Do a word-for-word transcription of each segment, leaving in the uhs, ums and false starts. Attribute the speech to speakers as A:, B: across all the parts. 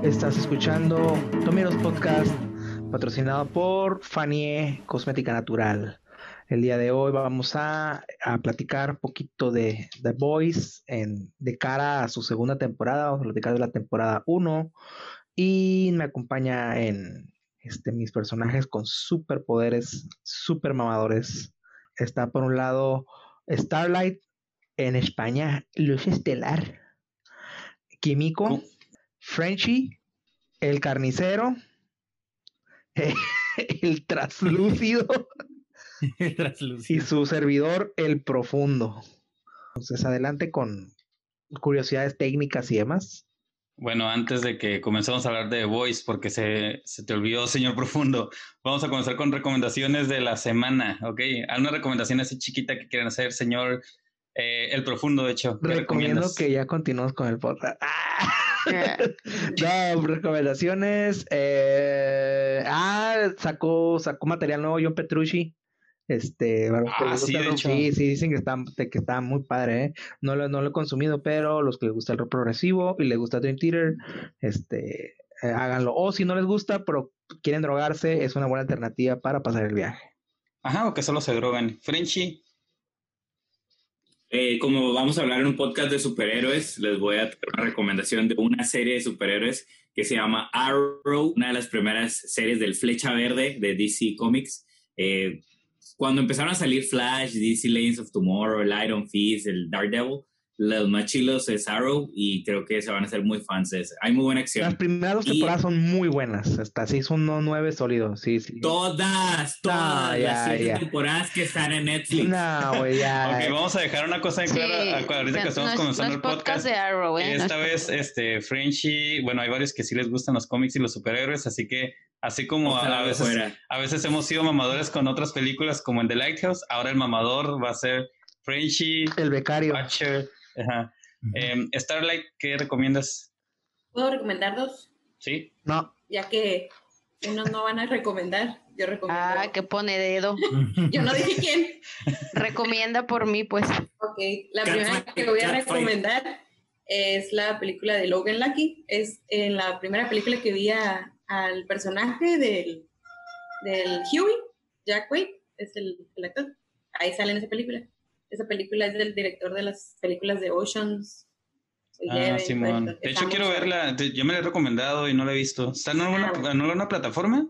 A: Estás escuchando Tomeros Podcast, patrocinado por Fanie Cosmética Natural. El día de hoy vamos a, a platicar un poquito de The Boys en, de cara a su segunda temporada. Vamos a platicar de la temporada uno. Y me acompaña en este, mis personajes con superpoderes, super mamadores. Está por un lado Starlight, en España Luz Estelar, Kimiko,
B: ¿Cómo?
A: Frenchie, el carnicero, el traslúcido
C: El traslúcido.
A: y su servidor, el profundo. Entonces, adelante con curiosidades técnicas y demás.
B: Bueno, antes de que comencemos a hablar de The Voice, porque se, se te olvidó, señor Profundo, vamos a comenzar con recomendaciones de la semana, ¿ok? ¿Alguna recomendación así chiquita que quieran hacer, señor eh, El Profundo, de hecho? ¿Qué
A: Recomiendo
B: recomiendas?
A: que ya continuemos con el podcast. No, recomendaciones. Eh... Ah, sacó, sacó material nuevo John Petrucci. Este, para los que
B: Ah,
A: les gusta
B: sí,
A: el
B: de
A: rock,
B: hecho.
A: sí, sí, dicen que está, que está muy padre, ¿eh? No lo, no lo he consumido, pero los que les gusta el rock progresivo y les gusta Dream Theater, este, eh, háganlo. O si no les gusta, pero quieren drogarse, es una buena alternativa para pasar el viaje.
B: Ajá, o que solo se drogan. Frenchy.
D: Eh, como vamos a hablar en un podcast de superhéroes, les voy a dar una recomendación de una serie de superhéroes que se llama Arrow, una de las primeras series del Flecha Verde de D C Comics. Eh, cuando empezaron a salir Flash, D C Legends of Tomorrow, el Iron Fist, el Daredevil, los más chilos es Arrow y creo que se van a hacer muy fans de eso. Hay muy buena acción.
A: Las primeras dos
D: Y-
A: temporadas son muy buenas, hasta sí son unos nueve sólidos, sí, sí.
D: Todas, todas
A: No, ya,
D: las siete
A: ya.
D: temporadas que están en Netflix.
A: No, güey, ya.
B: Ok, vamos a dejar una cosa en
E: Sí,
B: clara a- ahorita que
E: no
B: estamos
E: es-
B: comenzando
E: no es
B: el podcast.
E: podcast de Arrow, ¿eh?
B: Esta
E: No es
B: vez, este, Frenchy, bueno, hay varios que sí les gustan los cómics y los superhéroes, así que así como a,
D: Ojalá
B: a
D: lo
B: veces
D: fuera.
B: a veces hemos sido mamadores con otras películas como en The Lighthouse, ahora el mamador va a ser Frenchy,
A: El becario.
B: Watcher, ajá. Em, Starlight, ¿qué recomiendas?
F: ¿Puedo recomendar dos?
B: ¿Sí?
A: No,
F: Ya que unos no van a recomendar, yo recomiendo.
E: Ah, que pone dedo.
F: Yo no dije quién.
E: Recomienda por mí, pues.
F: Ok, la
D: Catfight,
F: primera que voy a
D: Catfight.
F: recomendar es la película de Logan Lucky. Es en la primera película que vi a- al personaje del, del Huey, Jack Wade, es el, el actor. Ahí sale en esa película. Esa película es del director de las películas de Oceans.
B: Ah,
F: Eleven,
B: Simón.
F: pues,
B: De
F: está
B: hecho,
F: muy
B: quiero
F: suave.
B: verla. Te- Yo me la he recomendado y no la he visto. ¿Está en alguna,
F: Ah.
B: en alguna plataforma?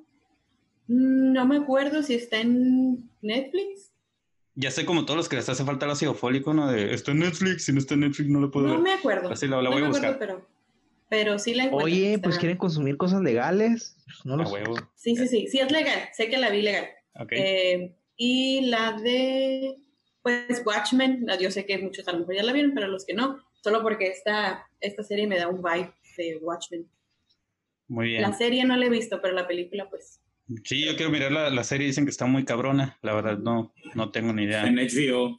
F: Mm, No me acuerdo si está en Netflix.
B: Ya sé como todos los que les hace falta el ácido fólico, ¿no? De, está en Netflix, si no está en Netflix no lo puedo
F: No
B: ver.
F: me acuerdo.
B: Así la, la
F: no
B: voy a
F: me
B: buscar.
F: acuerdo, pero, pero sí la encuentro.
A: oye,
F: Está-
A: pues quieren consumir cosas legales. Pues no
B: A
A: los...
B: huevo.
F: Sí, sí, sí, sí es legal. Sé que la vi legal.
B: Ok.
F: Eh, y la de, pues, Watchmen, yo sé que muchos a lo mejor ya la vieron, pero los que no, solo porque esta, esta serie me da un vibe de Watchmen.
B: Muy bien.
F: La serie no la he visto, pero la película, pues.
B: Sí, yo quiero mirar la, la serie. Dicen que está muy cabrona. La verdad, no, no tengo ni idea.
D: En H B O.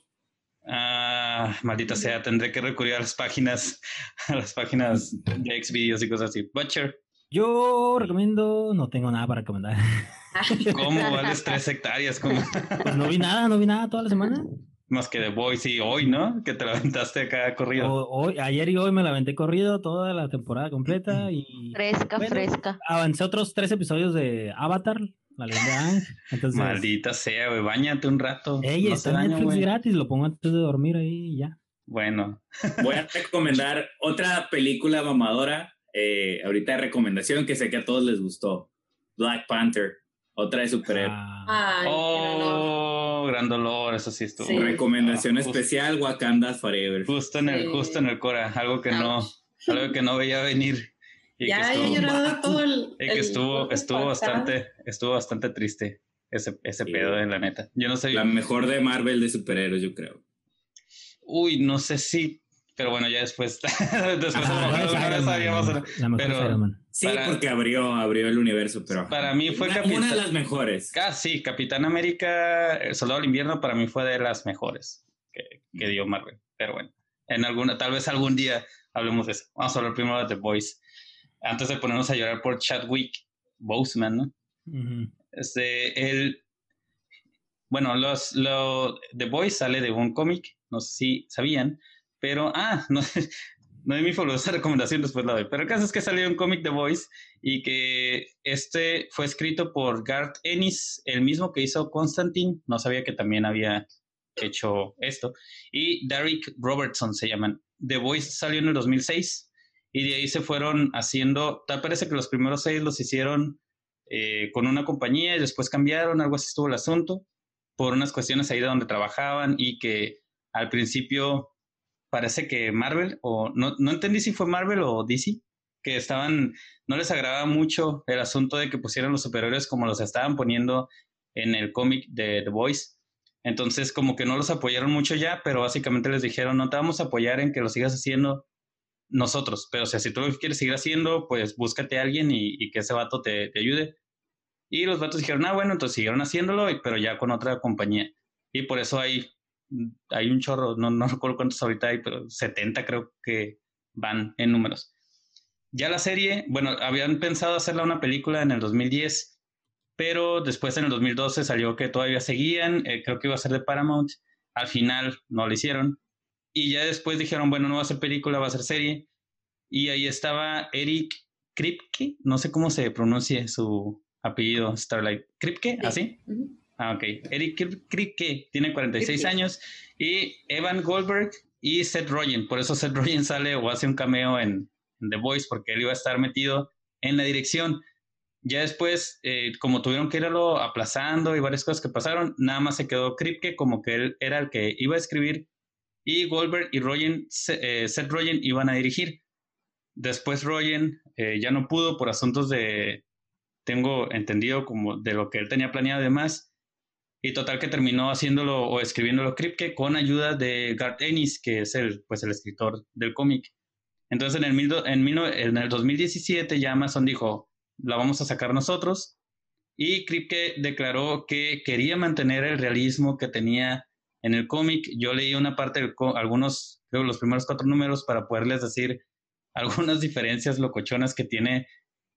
B: Ah, maldita sea, tendré que recurrir a las páginas, a las páginas de Xvideos y cosas así. Butcher,
C: Yo recomiendo, no tengo nada para recomendar.
B: ¿cómo vales tres hectáreas? ¿Cómo?
C: Pues no vi nada, no vi nada toda la semana.
B: Más que The Voice y hoy, ¿no? Que te la aventaste acá corrido.
C: O- hoy, ayer y hoy me la aventé corrido toda la temporada completa y
E: Fresca,
C: Bueno.
E: fresca.
C: avancé otros tres episodios de Avatar, la leyenda de Aang. Entonces,
B: Maldita sea, güey, báñate un rato.
C: ey,
B: no
C: está
B: hace
C: en
B: daño,
C: Netflix
B: güey.
C: gratis, lo pongo antes de dormir ahí y ya.
B: Bueno,
D: Voy a recomendar otra película mamadora, eh, ahorita de recomendación que sé que a todos les gustó. Black Panther, otra de superhéroes.
C: Ah,
F: Ay, pero no.
B: oh, gran dolor, eso sí estuvo.
F: Sí.
D: Recomendación
B: Ah, justo-
D: especial, Wakanda Forever.
B: Justo en el,
F: Sí.
B: justo en el Cora, algo que no,
F: Ouch.
B: algo que no veía venir. Y
F: Ya
B: que
F: he
B: estuvo,
F: llorado todo el.
B: y que
F: el
B: estuvo,
F: podcast
B: estuvo
F: pasado.
B: bastante, estuvo bastante triste ese, ese
D: Sí.
B: pedo, eh, la neta. Yo no sé,
D: La mejor de Marvel de superhéroes, yo creo.
B: uy, no sé si, pero bueno, ya después, después
C: Ah,
B: a lo
C: es
B: mejor
C: Iron Man,
B: sabíamos,
C: la mejor
B: pero-
C: es Iron Man.
D: Sí,
B: Para-
D: porque abrió, abrió el universo, pero
B: Para mí fue
D: una,
B: Capitán-
D: una de las mejores.
B: casi Capitán América, El Soldado del Invierno, para mí fue de las mejores que, que dio Marvel. Pero bueno, en alguna, tal vez algún día hablemos de eso. Vamos a hablar primero de The Boys. Antes de ponernos a llorar por Chadwick Boseman, ¿no?
C: Ujú.
B: Este, el, bueno, los, lo, The Boys sale de un cómic, no sé si sabían, pero, ah, no, no es mi fabulosa recomendación, después la doy. Pero el caso es que salió un cómic The Voice y que este fue escrito por Garth Ennis, el mismo que hizo Constantine. No sabía que también había hecho esto. Y Derek Robertson se llaman. The Voice salió en el dos mil seis y de ahí se fueron haciendo. Tal parece que los primeros seis los hicieron eh, con una compañía y después cambiaron. Algo así estuvo el asunto por unas cuestiones ahí de donde trabajaban y que al principio parece que Marvel, o no, no entendí si fue Marvel o D C, que estaban, no les agradaba mucho el asunto de que pusieran los superhéroes como los estaban poniendo en el cómic de The Voice. Entonces como que no los apoyaron mucho ya, pero básicamente les dijeron, no te vamos a apoyar en que lo sigas haciendo nosotros, pero o sea, si tú lo quieres seguir haciendo, pues búscate a alguien y, y que ese vato te, te ayude. Y los vatos dijeron, ah, bueno, entonces siguieron haciéndolo, pero ya con otra compañía. Y por eso hay, hay un chorro, no, no recuerdo cuántos ahorita hay, pero setenta creo que van en números. Ya la serie, bueno, habían pensado hacerla una película en el dos mil diez, pero después en el dos mil doce salió que todavía seguían, eh, creo que iba a ser de Paramount, al final no lo hicieron. Y ya después dijeron, bueno, no va a ser película, va a ser serie. Y ahí estaba Eric Kripke, no sé cómo se pronuncie su apellido, Starlight. ¿Kripke? ¿Así? Uh-huh. Ah, ok. Eric Kripke tiene cuarenta y seis Kripke. Años. Y Evan Goldberg y Seth Rogen. Por eso Seth Rogen sale o hace un cameo en, en The Voice, porque él iba a estar metido en la dirección. Ya después, eh, como tuvieron que irlo aplazando y varias cosas que pasaron, nada más se quedó Kripke como que él era el que iba a escribir y Goldberg y Rogen, eh, Seth Rogen iban a dirigir. Después Rogen eh, ya no pudo por asuntos de, tengo entendido, como de lo que él tenía planeado y demás. Y total que terminó haciéndolo o escribiéndolo Kripke con ayuda de Garth Ennis, que es el, pues, el escritor del cómic. Entonces en el, mil, en, mil, en el dos mil diecisiete ya Amazon dijo, la vamos a sacar nosotros. Y Kripke declaró que quería mantener el realismo que tenía en el cómic. Yo leí una parte, de algunos, creo los primeros cuatro números para poderles decir algunas diferencias locochonas que tiene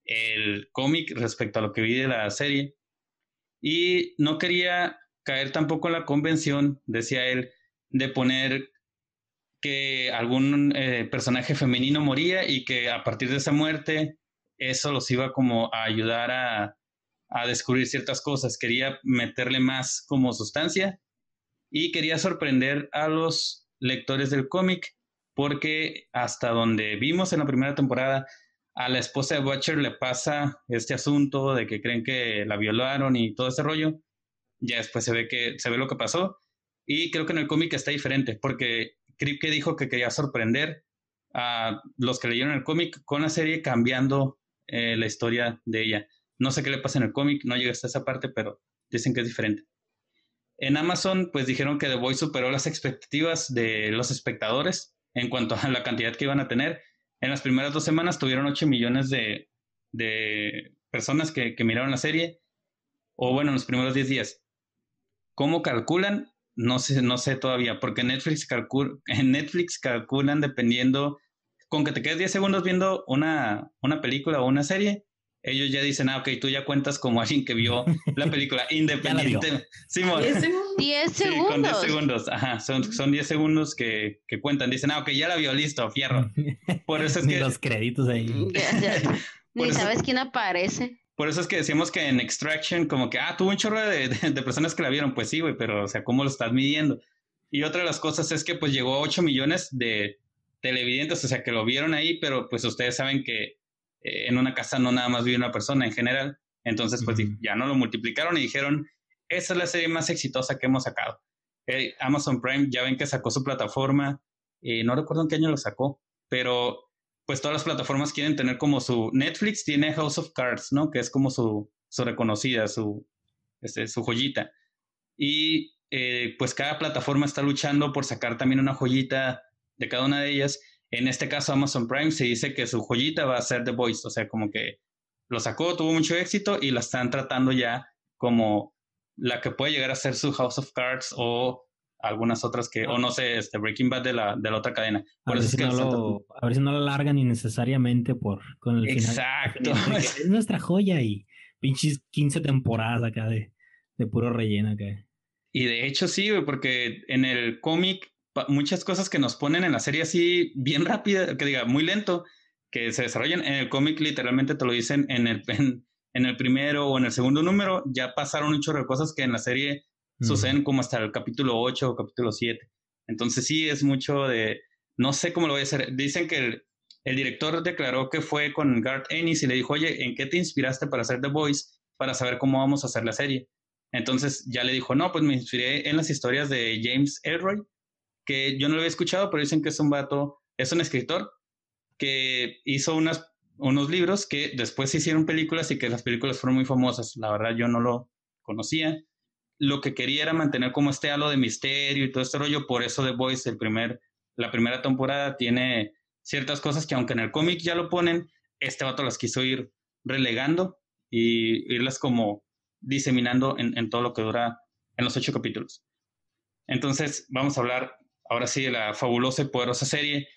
B: el cómic respecto a lo que vi de la serie. Y no quería caer tampoco en la convención, decía él, de poner que algún eh, personaje femenino moría y que a partir de esa muerte eso los iba como a ayudar a, a descubrir ciertas cosas. Quería meterle más como sustancia y quería sorprender a los lectores del cómic, porque hasta donde vimos en la primera temporada, a la esposa de Butcher le pasa este asunto de que creen que la violaron y todo ese rollo. Ya después se ve que se ve lo que pasó y creo que en el cómic está diferente, porque Kripke dijo que quería sorprender a los que leyeron el cómic con la serie, cambiando eh, la historia de ella. No sé qué le pasa en el cómic, no llega hasta esa parte, pero dicen que es diferente. En Amazon, pues dijeron que The Voice superó las expectativas de los espectadores en cuanto a la cantidad que iban a tener. En las primeras dos semanas tuvieron ocho millones de, de personas que, que miraron la serie, o bueno, en los primeros diez días. ¿Cómo calculan? No sé, no sé todavía, porque Netflix calcul, en Netflix calculan dependiendo, con que te quedes diez segundos viendo una, una película o una serie, ellos ya dicen, ah, ok, tú ya cuentas como alguien que vio la película independiente. Simón.
E: ¿diez segundos? diez
B: sí,
E: segundos.
B: Con diez segundos, ajá, son, son diez segundos que, que cuentan. Dicen, ah, ok, ya la vio, listo, fierro. Por eso es
C: Ni
B: que...
C: los créditos ahí.
E: Ya, ya. Ni
B: eso,
E: sabes quién aparece.
B: Por eso es que decíamos que en Extraction, como que, ah, tuvo un chorro de, de, de personas que la vieron. Pues sí, güey, pero, o sea, ¿cómo lo estás midiendo? Y otra de las cosas es que, pues, llegó a ocho millones de televidentes, o sea, que lo vieron ahí, pero, pues, ustedes saben que eh, en una casa no nada más vive una persona en general. Entonces, pues, uh-huh. ya no lo multiplicaron y dijeron, esa es la serie más exitosa que hemos sacado. Eh, Amazon Prime, ya ven que sacó su plataforma, eh, no recuerdo en qué año lo sacó, pero pues todas las plataformas quieren tener como su... Netflix tiene House of Cards, ¿no? Que es como su, su reconocida, su, este, su joyita. Y eh, pues cada plataforma está luchando por sacar también una joyita de cada una de ellas. En este caso Amazon Prime se dice que su joyita va a ser The Voice, o sea, como que lo sacó, tuvo mucho éxito y la están tratando ya como la que puede llegar a ser su House of Cards o algunas otras que, o no sé, este Breaking Bad de la, de la otra cadena. Por
C: a,
B: eso
C: ver
B: es
C: si
B: que
C: no lo, a ver si no lo largan innecesariamente por, con el
B: Exacto.
C: final. Exacto. Es nuestra joya y pinches quince temporadas acá de, de puro relleno acá.
B: Y de hecho sí, güey, porque en el cómic pa- muchas cosas que nos ponen en la serie así bien rápida, que diga, muy lento, que se desarrollan en el cómic, literalmente te lo dicen en el, en, en el primero o en el segundo número, ya pasaron un chorro de cosas que en la serie
C: Mm.
B: suceden como hasta el capítulo ocho o capítulo siete. Entonces sí, es mucho de, no sé cómo lo voy a hacer. Dicen que el, el director declaró que fue con Garth Ennis y le dijo, oye, ¿en qué te inspiraste para hacer The Voice? Para saber cómo vamos a hacer la serie. Entonces ya le dijo, no, pues me inspiré en las historias de James Ellroy, que yo no lo había escuchado, pero dicen que es un vato, es un escritor que hizo unas, unos libros que después se hicieron películas y que las películas fueron muy famosas. La verdad yo no lo conocía. Lo que quería era mantener como este halo de misterio y todo este rollo, por eso The Voice, el primer, la primera temporada tiene ciertas cosas que aunque en el cómic ya lo ponen, este vato las quiso ir relegando y irlas como diseminando en, en todo lo que dura en los ocho capítulos. Entonces vamos a hablar ahora sí de la fabulosa y poderosa serie.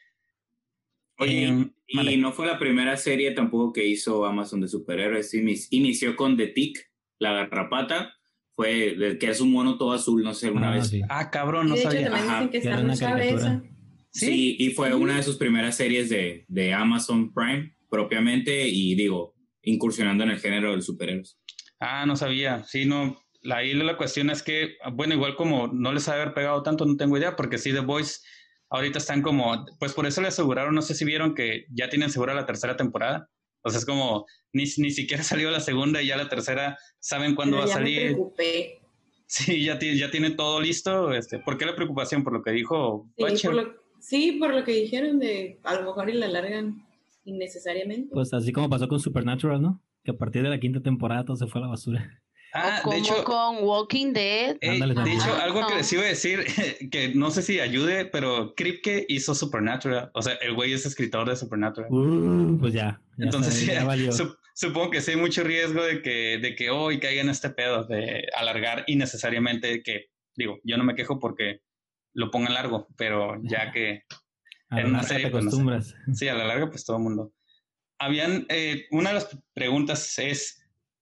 D: Oye,
B: Eh,
D: y
B: vale.
D: no fue la primera serie tampoco que hizo Amazon de superhéroes. Inici- Inició con The Tick, la garrapata. Fue de, que es un mono todo azul, no sé, una
C: Ah,
D: vez.
C: sí.
B: Ah, cabrón,
F: Y
B: no
F: de hecho
B: sabía.
F: también
D: Ajá,
F: dicen que
C: que
F: está
C: era
F: muy
C: una
F: suave
C: caricatura.
F: esa.
B: ¿Sí?
D: Sí, y fue
F: Ujú.
D: una de sus primeras series de, de Amazon Prime propiamente y digo, incursionando en el género de superhéroes.
B: Ah, no sabía. Sí, no. La, ahí la cuestión es que, bueno, igual como no les ha de haber pegado tanto, no tengo idea, porque sí, The Boys ahorita están como, pues por eso le aseguraron, no sé si vieron que ya tienen segura la tercera temporada. O sea, es como, ni, ni siquiera salió la segunda y ya la tercera saben cuándo
F: Pero
B: va a
F: ya me
B: salir.
F: preocupé.
B: Sí, ya, tiene, ya tiene todo listo. Este, ¿por qué la preocupación? Por lo que dijo
F: Sí
B: Watcher.
F: por, lo, sí, por lo que dijeron de a lo mejor y la largan innecesariamente.
C: Pues así como pasó con Supernatural, ¿no? Que a partir de la quinta temporada todo se fue a la basura.
B: Ah,
E: o como
B: de hecho,
E: con Walking Dead.
B: eh,
C: Ándale,
B: de
C: también.
B: hecho,
E: Ajá,
B: algo que
E: no.
B: les iba a decir, que no sé si ayude, pero Kripke hizo Supernatural. O sea, el güey es escritor de Supernatural.
C: Uh, pues ya, ya,
B: Entonces,
C: está,
B: sí,
C: ya valió.
B: sup- supongo que sí hay mucho riesgo de que, de que hoy caiga en este pedo, de alargar innecesariamente, que digo, yo no me quejo porque lo pongan largo, pero ya que
C: A la
B: en una
C: larga
B: serie,
C: te
B: pues no sé.
C: acostumbras.
B: Sí, a la larga, pues todo el mundo. Habían, eh, una de las preguntas es,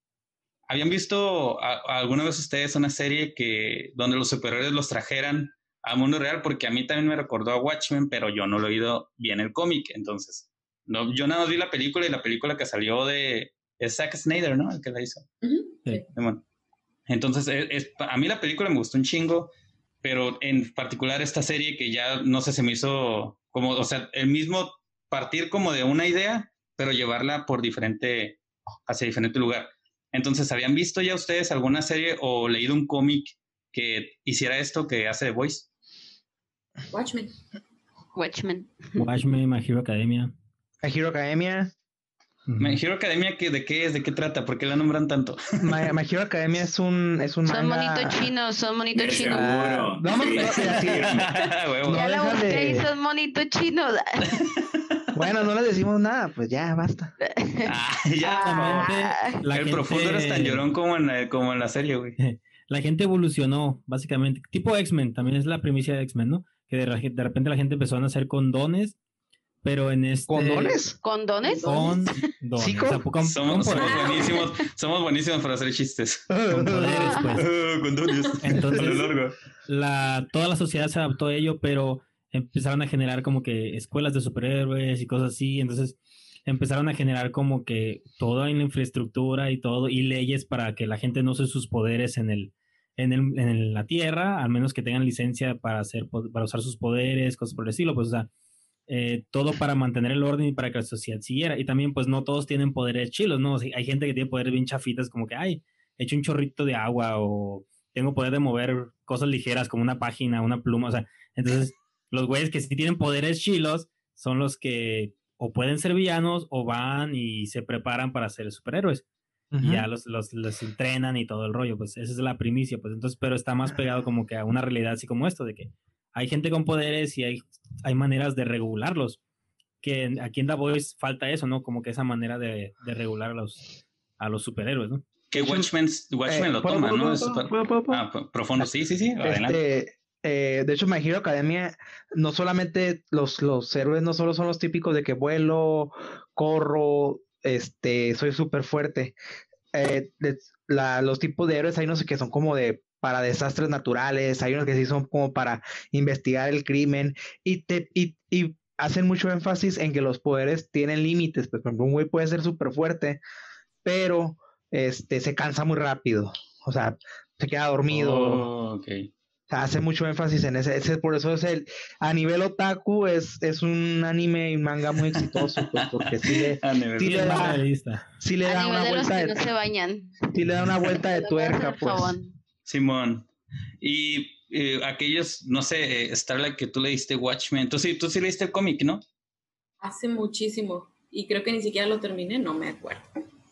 B: ¿habían visto a- alguna vez ustedes una serie que donde los superhéroes los trajeran al mundo real? Porque a mí también me recordó a Watchmen, pero yo no lo he oído bien el cómic, entonces. No, yo nada más vi la película y la película que salió de es Zack Snyder, ¿no? El que la hizo.
F: Ujú,
C: Sí.
F: sí.
B: Bueno, entonces, es, es- a mí la película me gustó un chingo, pero en particular esta serie que ya no sé, se me hizo como, o sea, el mismo partir como de una idea, pero llevarla por diferente, hacia diferente lugar. Entonces, ¿habían visto ya ustedes alguna serie o leído un cómic que hiciera esto que hace The Voice?
F: Watchmen.
E: Watchmen.
C: Watchmen, My Hero Academia.
A: My Hero Academia.
C: Ujú.
B: My Hero Academia, ¿qué- ¿de qué es? ¿De qué trata? ¿Por qué la nombran tanto?
A: My, My Hero Academia es un, es un
E: Son
A: manga.
E: monitos chinos, son monitos
D: De
E: chinos.
D: seguro.
A: no, no,
D: Sí.
A: no, así-
B: Huevo.
A: no
E: ya la
A: deja
E: busqué
A: de-
E: y son monitos chinos.
A: Bueno, no le decimos nada, pues ya, basta.
B: Ah, ya, por favor.
C: Justamente, la
B: El
C: gente,
B: profundo eres tan llorón como en, la- como en la serie, güey.
C: la gente evolucionó, básicamente. Tipo X-Men, también es la primicia de X-Men, ¿no? Que de, re- de repente la gente empezó a hacer condones, pero en este...
A: ¿Condones?
E: ¿Condones?
C: Condones.
A: ¿Sí,
C: O sea,
A: con-
C: con,
B: Somos,
C: con
B: somos
C: poderes.
B: buenísimos, somos buenísimos para hacer chistes.
C: Con poderes, pues.
B: Condones.
C: Entonces-
B: A lo largo.
C: La, toda la sociedad se adaptó a ello, pero empezaron a generar como que escuelas de superhéroes y cosas así. Entonces empezaron a generar como que toda la infraestructura y todo, y leyes para que la gente no use sus poderes en el, en el, en la tierra, al menos que tengan licencia para hacer, para usar sus poderes, cosas por el estilo, pues, o sea, eh, todo para mantener el orden y para que la sociedad siguiera. Y también, pues, no todos tienen poderes chilos, ¿no? O sea, hay gente que tiene poderes bien chafitas, como que, ay, he hecho un chorrito de agua, o tengo poder de mover cosas ligeras como una página, una pluma, o sea, entonces, los güeyes que sí tienen poderes chilos son los que o pueden ser villanos o van y se preparan para ser superhéroes.
A: Ujú.
C: Y ya los, los, los entrenan y todo el rollo, pues esa es la primicia, pues entonces, pero está más pegado como que a una realidad así como esto, de que hay gente con poderes y hay, hay maneras de regularlos, que en- aquí en The Voice falta eso, ¿no? Como que esa manera de, de regular a los, a los superhéroes, ¿no?
B: Que Watchmen, Watchmen
A: Eh,
B: lo
A: ¿puedo,
B: toma,
A: puedo,
B: ¿no?
A: puedo,
B: Es
A: puedo,
B: super-
A: puedo, puedo, puedo?
B: Ah, p- profundo, sí, sí, sí, adelante.
A: Este, eh, de hecho, My Hero Academia, no solamente los, los héroes no solo son los típicos de que vuelo, corro, este, soy súper fuerte. Eh, de- la- los tipos de héroes hay no sé que son como de para desastres naturales, hay unos que sí son como para investigar el crimen, y te y, y hacen mucho énfasis en que los poderes tienen límites. Pues, por ejemplo, un güey puede ser súper fuerte, pero este, se cansa muy rápido, o sea, se queda dormido.
B: Oh, ok.
A: O sea, hace mucho énfasis en ese, ese por eso es el, a nivel otaku es, es un anime y manga muy exitoso, pues, porque sí le,
B: A nivel-
A: sí
C: Sí,
A: le
C: es más
A: da,
C: realista.
A: sí le
E: A
A: da
E: nivel
A: una
E: de los
A: vuelta
E: que
A: de,
E: no se bañan.
A: sí le da una vuelta de
E: Lo voy a
A: tuerca,
E: hacer
A: pues.
E: jabón.
B: Simón. Y eh, aquellos, no sé, eh, Starlight, que tú leíste Watchmen. Tú sí, tú sí leíste el cómic, ¿no?
F: Hace muchísimo. Y creo que ni siquiera lo terminé, no me acuerdo.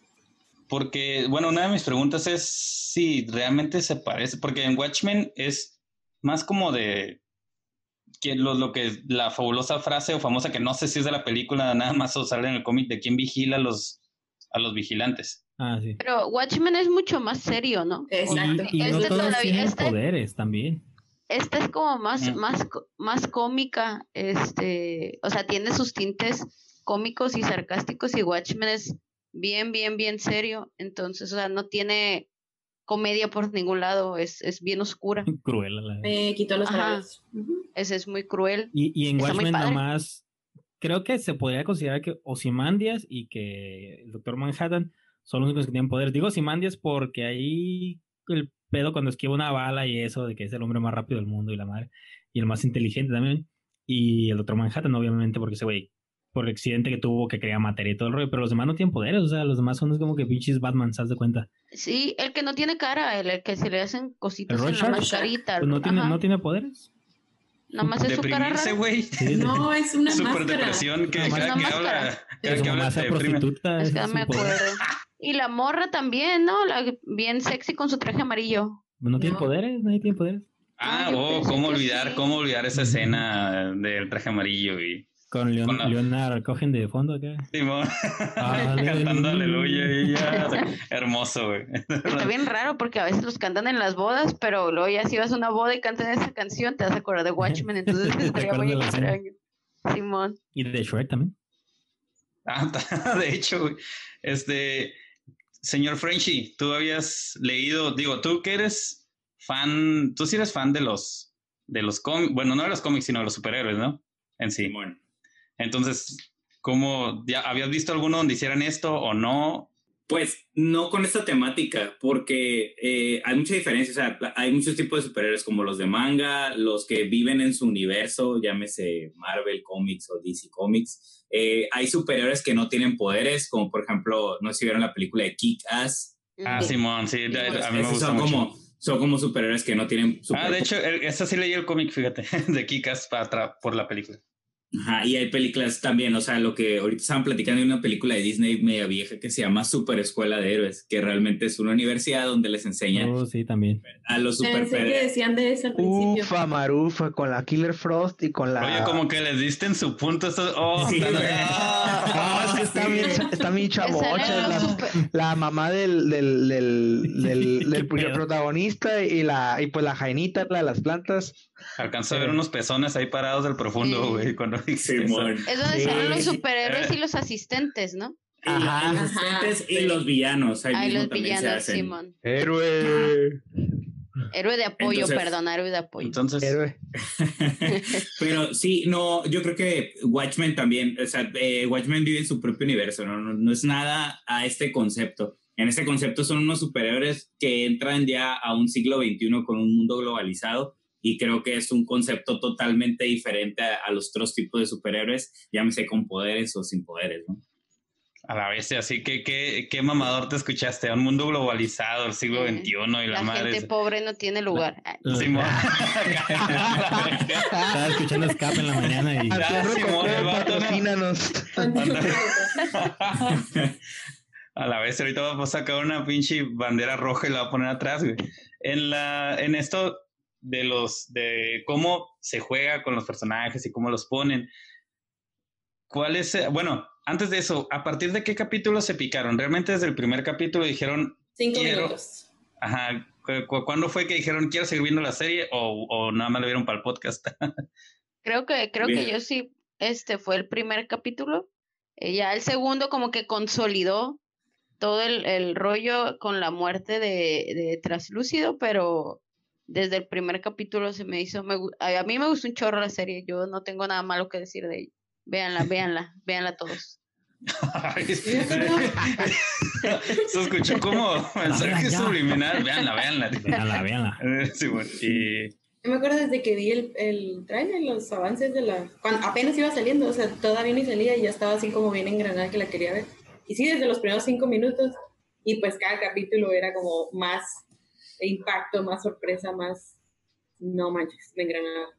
B: Porque, bueno, una de mis preguntas es si realmente se parece, porque en Watchmen es más como de que lo, lo que la fabulosa frase o famosa que no sé si es de la película nada más o sale en el cómic de quién vigila a los a los vigilantes.
C: Ah, sí.
E: Pero Watchmen es mucho más serio, ¿no?
F: Exacto.
C: Y, y no
E: Este
C: todos
E: todavía-
C: tienen
E: este-
C: poderes también.
E: Esta es como más,
B: Mm.
E: más, có- más cómica, este, o sea, tiene sus tintes cómicos y sarcásticos, y Watchmen es bien, bien, bien serio. Entonces, o sea, no tiene comedia por ningún lado, es, es bien oscura,
C: Cruel. a la vez.
F: Me quitó los
E: Ajá.
F: caballos. Ujú.
E: es, es muy cruel.
C: Y, y en
E: Está muy
C: Watchmen
E: padre.
C: nomás, creo que se podría considerar que Ozymandias y que el Doctor Manhattan son los únicos que tienen poderes. Digo Ozymandias porque ahí el pedo cuando esquiva una bala y eso, de que es el hombre más rápido del mundo y la madre, y el más inteligente también. Y el Doctor Manhattan, obviamente, porque ese güey, por el accidente que tuvo, que crea materia y todo el rollo, pero los demás no tienen poderes, o sea, los demás son como que pinches Batman, ¿sabes de cuenta?
E: Sí, el que no tiene cara, el, el que se le hacen cositas
C: ¿El
E: en la
C: Rorschach?
E: mascarita.
C: Pues no tiene,
E: ajá.
C: no tiene poderes.
E: Nada más es su cara
B: Deprimirse,
E: rara.
B: güey.
C: Sí,
F: No, es una
B: Super
F: máscara.
B: depresión que
C: Una
B: cada que
E: máscara.
B: habla, cada
C: Su
B: que
C: mamá
B: habla
C: sea
B: te deprime.
C: prostituta.
E: Es
C: ese
E: que no
C: es
E: me
C: su poder.
E: acuerdo. Y la morra también, ¿no? La bien sexy con su traje amarillo.
C: No tiene
F: No.
C: poderes, nadie tiene poderes.
B: Ah,
E: Ah, yo
B: oh,
E: pensé
B: cómo
E: que
B: olvidar,
E: sí.
B: cómo olvidar esa escena del traje amarillo y
C: Con, Leon,
B: Con la-
C: Leonard cogen de fondo acá.
B: Simón
C: Aleluya.
B: cantando aleluya y ya. O sea, hermoso, güey.
E: Está bien raro porque a veces los cantan en las bodas, pero luego ya si vas a una boda y cantan esa canción, te vas a acordar de Watchmen, entonces
C: Te
E: estaría
C: acuerdas
E: muy
C: de la escena.
E: extraño. Simón.
C: Y de Shrek también.
B: Ah, de hecho, güey. Este, señor Frenchy, tú habías leído, digo, tú que eres fan, tú sí eres fan de los, de los cómics, bueno, no de los cómics, sino de los superhéroes, ¿no? En sí.
D: Bueno,
B: Entonces, ¿cómo, ya habías visto alguno donde hicieran esto o no?
D: pues no con esta temática, porque eh, hay mucha diferencia. O sea, hay muchos tipos de superhéroes como los de manga, los que viven en su universo, llámese Marvel Comics o D C Comics. Eh, hay superhéroes que no tienen poderes, como por ejemplo, no sé si vieron la película de Kick-Ass.
B: Ah,
E: Ujú.
B: Simón, sí, de- a mí me
D: Esos
B: gusta
D: son
B: mucho.
D: como, son como superhéroes que no tienen
B: Ah,
D: super-
B: de hecho, el- esa sí leí el cómic, fíjate, de Kick-Ass para tra- por la película.
D: Ajá, y hay películas también, o sea, lo que ahorita estaban platicando de una película de Disney media vieja que se llama Super Escuela de Héroes, que realmente es una universidad donde les enseñan
C: Oh, sí, también.
D: a los super
F: Pensé que decían de eso al principio.
A: Ufa, Marufa, con la Killer Frost y con la...
B: Oye, como que les diste en su punto esto. Oh,
D: Sí,
B: tan-
D: güey.
A: Ah, es que está bien, está bien
E: Que salen
A: chavocha,
E: los
A: la,
E: super-
A: la mamá del, del, del, del,
C: ¿Qué
A: del
C: pedo?
A: protagonista y la y pues la jainita, la de las plantas.
B: Alcanzó a ver unos pezones ahí parados del profundo,
E: Sí.
B: güey, cuando dijiste eso.
D: Simón.
E: Es donde
A: Sí.
E: salen los superhéroes y los asistentes, ¿no?
D: Y
A: Ajá.
D: los asistentes y los villanos, ahí
E: Ay,
D: mismo
E: los
D: también se
E: villanos,
D: hacen.
E: Simón.
A: Héroe.
E: Héroe de apoyo,
D: Entonces-
E: perdona, héroe de apoyo.
B: Entonces,
A: Héroe.
D: Pero sí, no, yo creo que Watchmen también, o sea, eh, Watchmen vive en su propio universo, ¿no? No, no es nada a este concepto. En este concepto son unos superhéroes que entran ya a un siglo veintiuno con un mundo globalizado, y creo que es un concepto totalmente diferente a, a los otros tipos de superhéroes, llámese con poderes o sin poderes, ¿no?
B: a la vez, así que qué, qué mamador te escuchaste. A un mundo globalizado, el siglo
E: Sí.
B: veintiuno y la,
E: La
B: madre.
E: gente pobre no tiene lugar. Ay,
B: Simón.
C: Estaba escuchando Escape en la mañana y...
B: Ah,
A: Alejandro
B: Simón,
A: Coco,
B: el vato, ¿no?
A: patrocínanos.
B: A la vez, ahorita vamos a sacar una pinche bandera roja y la va a poner atrás, güey. En, la, en esto de los de cómo se juega con los personajes y cómo los ponen, ¿cuál es? eh, Bueno, antes de eso, ¿a partir de qué capítulo se picaron? ¿Realmente desde el primer capítulo dijeron,
F: Cinco
B: Quiero-
F: minutos.
B: ajá, cu- cu- ¿cuándo fue que dijeron quiero seguir viendo la serie o, o nada más lo vieron para el podcast?
E: Creo que, creo que
D: Bien.
E: yo sí, este fue el primer capítulo. Eh, ya el segundo como que consolidó todo el, el rollo con la muerte de, de Traslúcido, pero desde el primer capítulo se me hizo, me, a, a mí me gustó un chorro la serie, yo no tengo nada malo que decir de ella. Véanla, véanla, véanla todos.
B: Se escuchó como mensaje subliminal. Véanla, véanla.
C: Véanla, véanla.
B: Sí, bueno, y...
F: Yo me acuerdo desde que vi el, el trailer, los avances de la... Cuando apenas iba saliendo, o sea, todavía ni salía y ya estaba así como bien engranada que la quería ver. Y sí, desde los primeros cinco minutos, y pues cada capítulo era como más impacto, más sorpresa, más... No manches, me engranaba.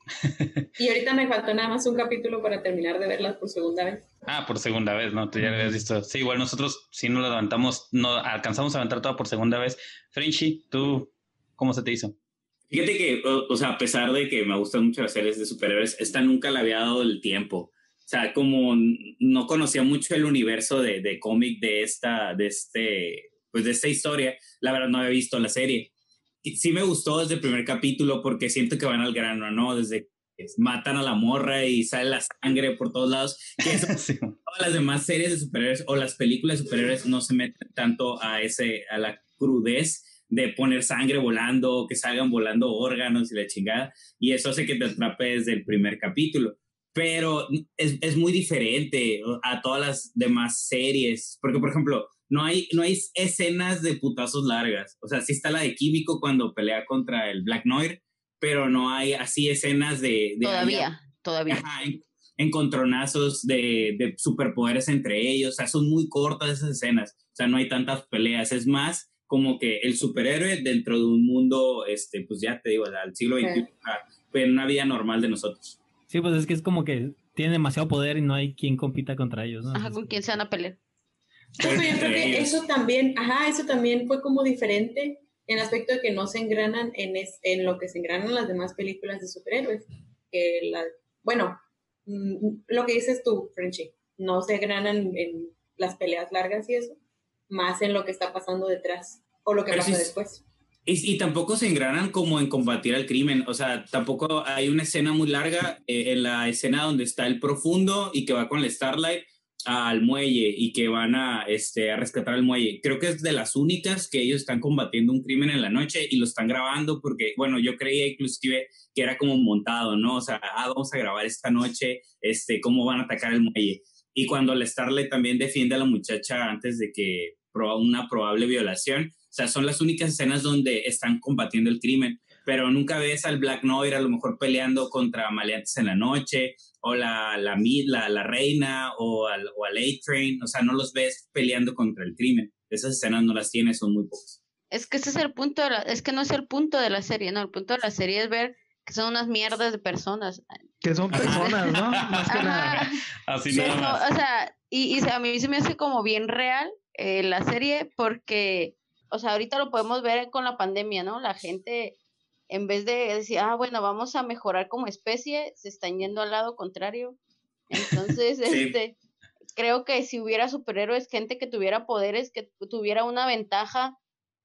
F: Y ahorita me faltó nada más un capítulo para terminar de verlas por segunda vez.
B: Ah, por segunda vez, ¿no? Tú ya lo habías visto. Sí, igual nosotros sí no lo levantamos, no alcanzamos a levantar toda por segunda vez. Frenchy, ¿tú cómo se te hizo?
D: Fíjate que, o, o sea, a pesar de que me gustan mucho las series de superhéroes, esta nunca le había dado el tiempo. O sea, como no conocía mucho el universo de, de cómic de esta, de este, pues de esta historia, la verdad no había visto la serie. Y sí me gustó desde el primer capítulo porque siento que van al grano, ¿no? Desde que matan a la morra y sale la sangre por todos lados. Que eso, sí. Todas las demás series de superhéroes o las películas de superhéroes no se meten tanto a, ese, a la crudez de poner sangre volando, que salgan volando órganos y la chingada. Y eso hace que te atrape desde el primer capítulo. Pero es, es muy diferente a todas las demás series. Porque, por ejemplo, no hay, no hay escenas de putazos largas. O sea, sí está la de Químico cuando pelea contra el Black Noir, pero no hay así escenas de... de
E: todavía,
D: allá,
E: todavía.
D: Ajá, en, encontronazos de, de superpoderes entre ellos. O sea, son muy cortas esas escenas. O sea, no hay tantas peleas. Es más como que el superhéroe dentro de un mundo, este, pues ya te digo, al siglo veintiuno, sí. En una vida normal de nosotros.
C: Sí, pues es que es como que tienen demasiado poder y no hay quien compita contra ellos, ¿no?
E: Ajá, ¿con quién se van a pelear?
F: Pero yo creo que eso también, ajá, eso también fue como diferente en el aspecto de que no se engranan en, es, en lo que se engranan las demás películas de superhéroes. Que la, bueno, lo que dices tú, Frenchy, no se engranan en las peleas largas y eso, más en lo que está pasando detrás o lo que
D: Pero
F: pasa
D: sí,
F: después.
D: Y, y tampoco se engranan como en combatir al crimen, o sea, tampoco hay una escena muy larga eh, en la escena donde está el Profundo y que va con la Starlight al muelle y que van a, este, a rescatar el muelle. Creo que es de las únicas que ellos están combatiendo un crimen en la noche y lo están grabando porque, bueno, yo creía inclusive que era como montado, ¿no? O sea, ah, vamos a grabar esta noche, este, cómo van a atacar el muelle. Y cuando la Starlight también defiende a la muchacha antes de que proba una probable violación, o sea, son las únicas escenas donde están combatiendo el crimen, pero nunca ves al Black Noir a lo mejor peleando contra maleantes en la noche, o la, la, la, la reina, o al, o al A-Train, o sea, no los ves peleando contra el crimen. Esas escenas no las tienes, son muy pocas.
E: Es que ese es el punto, de la, es que no es el punto de la serie, no, el punto de la serie es ver que son unas mierdas de personas.
A: Que son personas, ¿no? Más que nada.
B: Así nada
E: no,
B: más.
E: O sea, y, y a mí se me hace como bien real eh, la serie porque... O sea, ahorita lo podemos ver con la pandemia, ¿no? La gente, en vez de decir, ah, bueno, vamos a mejorar como especie, se están yendo al lado contrario. Entonces, sí. este, creo que si hubiera superhéroes, gente que tuviera poderes, que tuviera una ventaja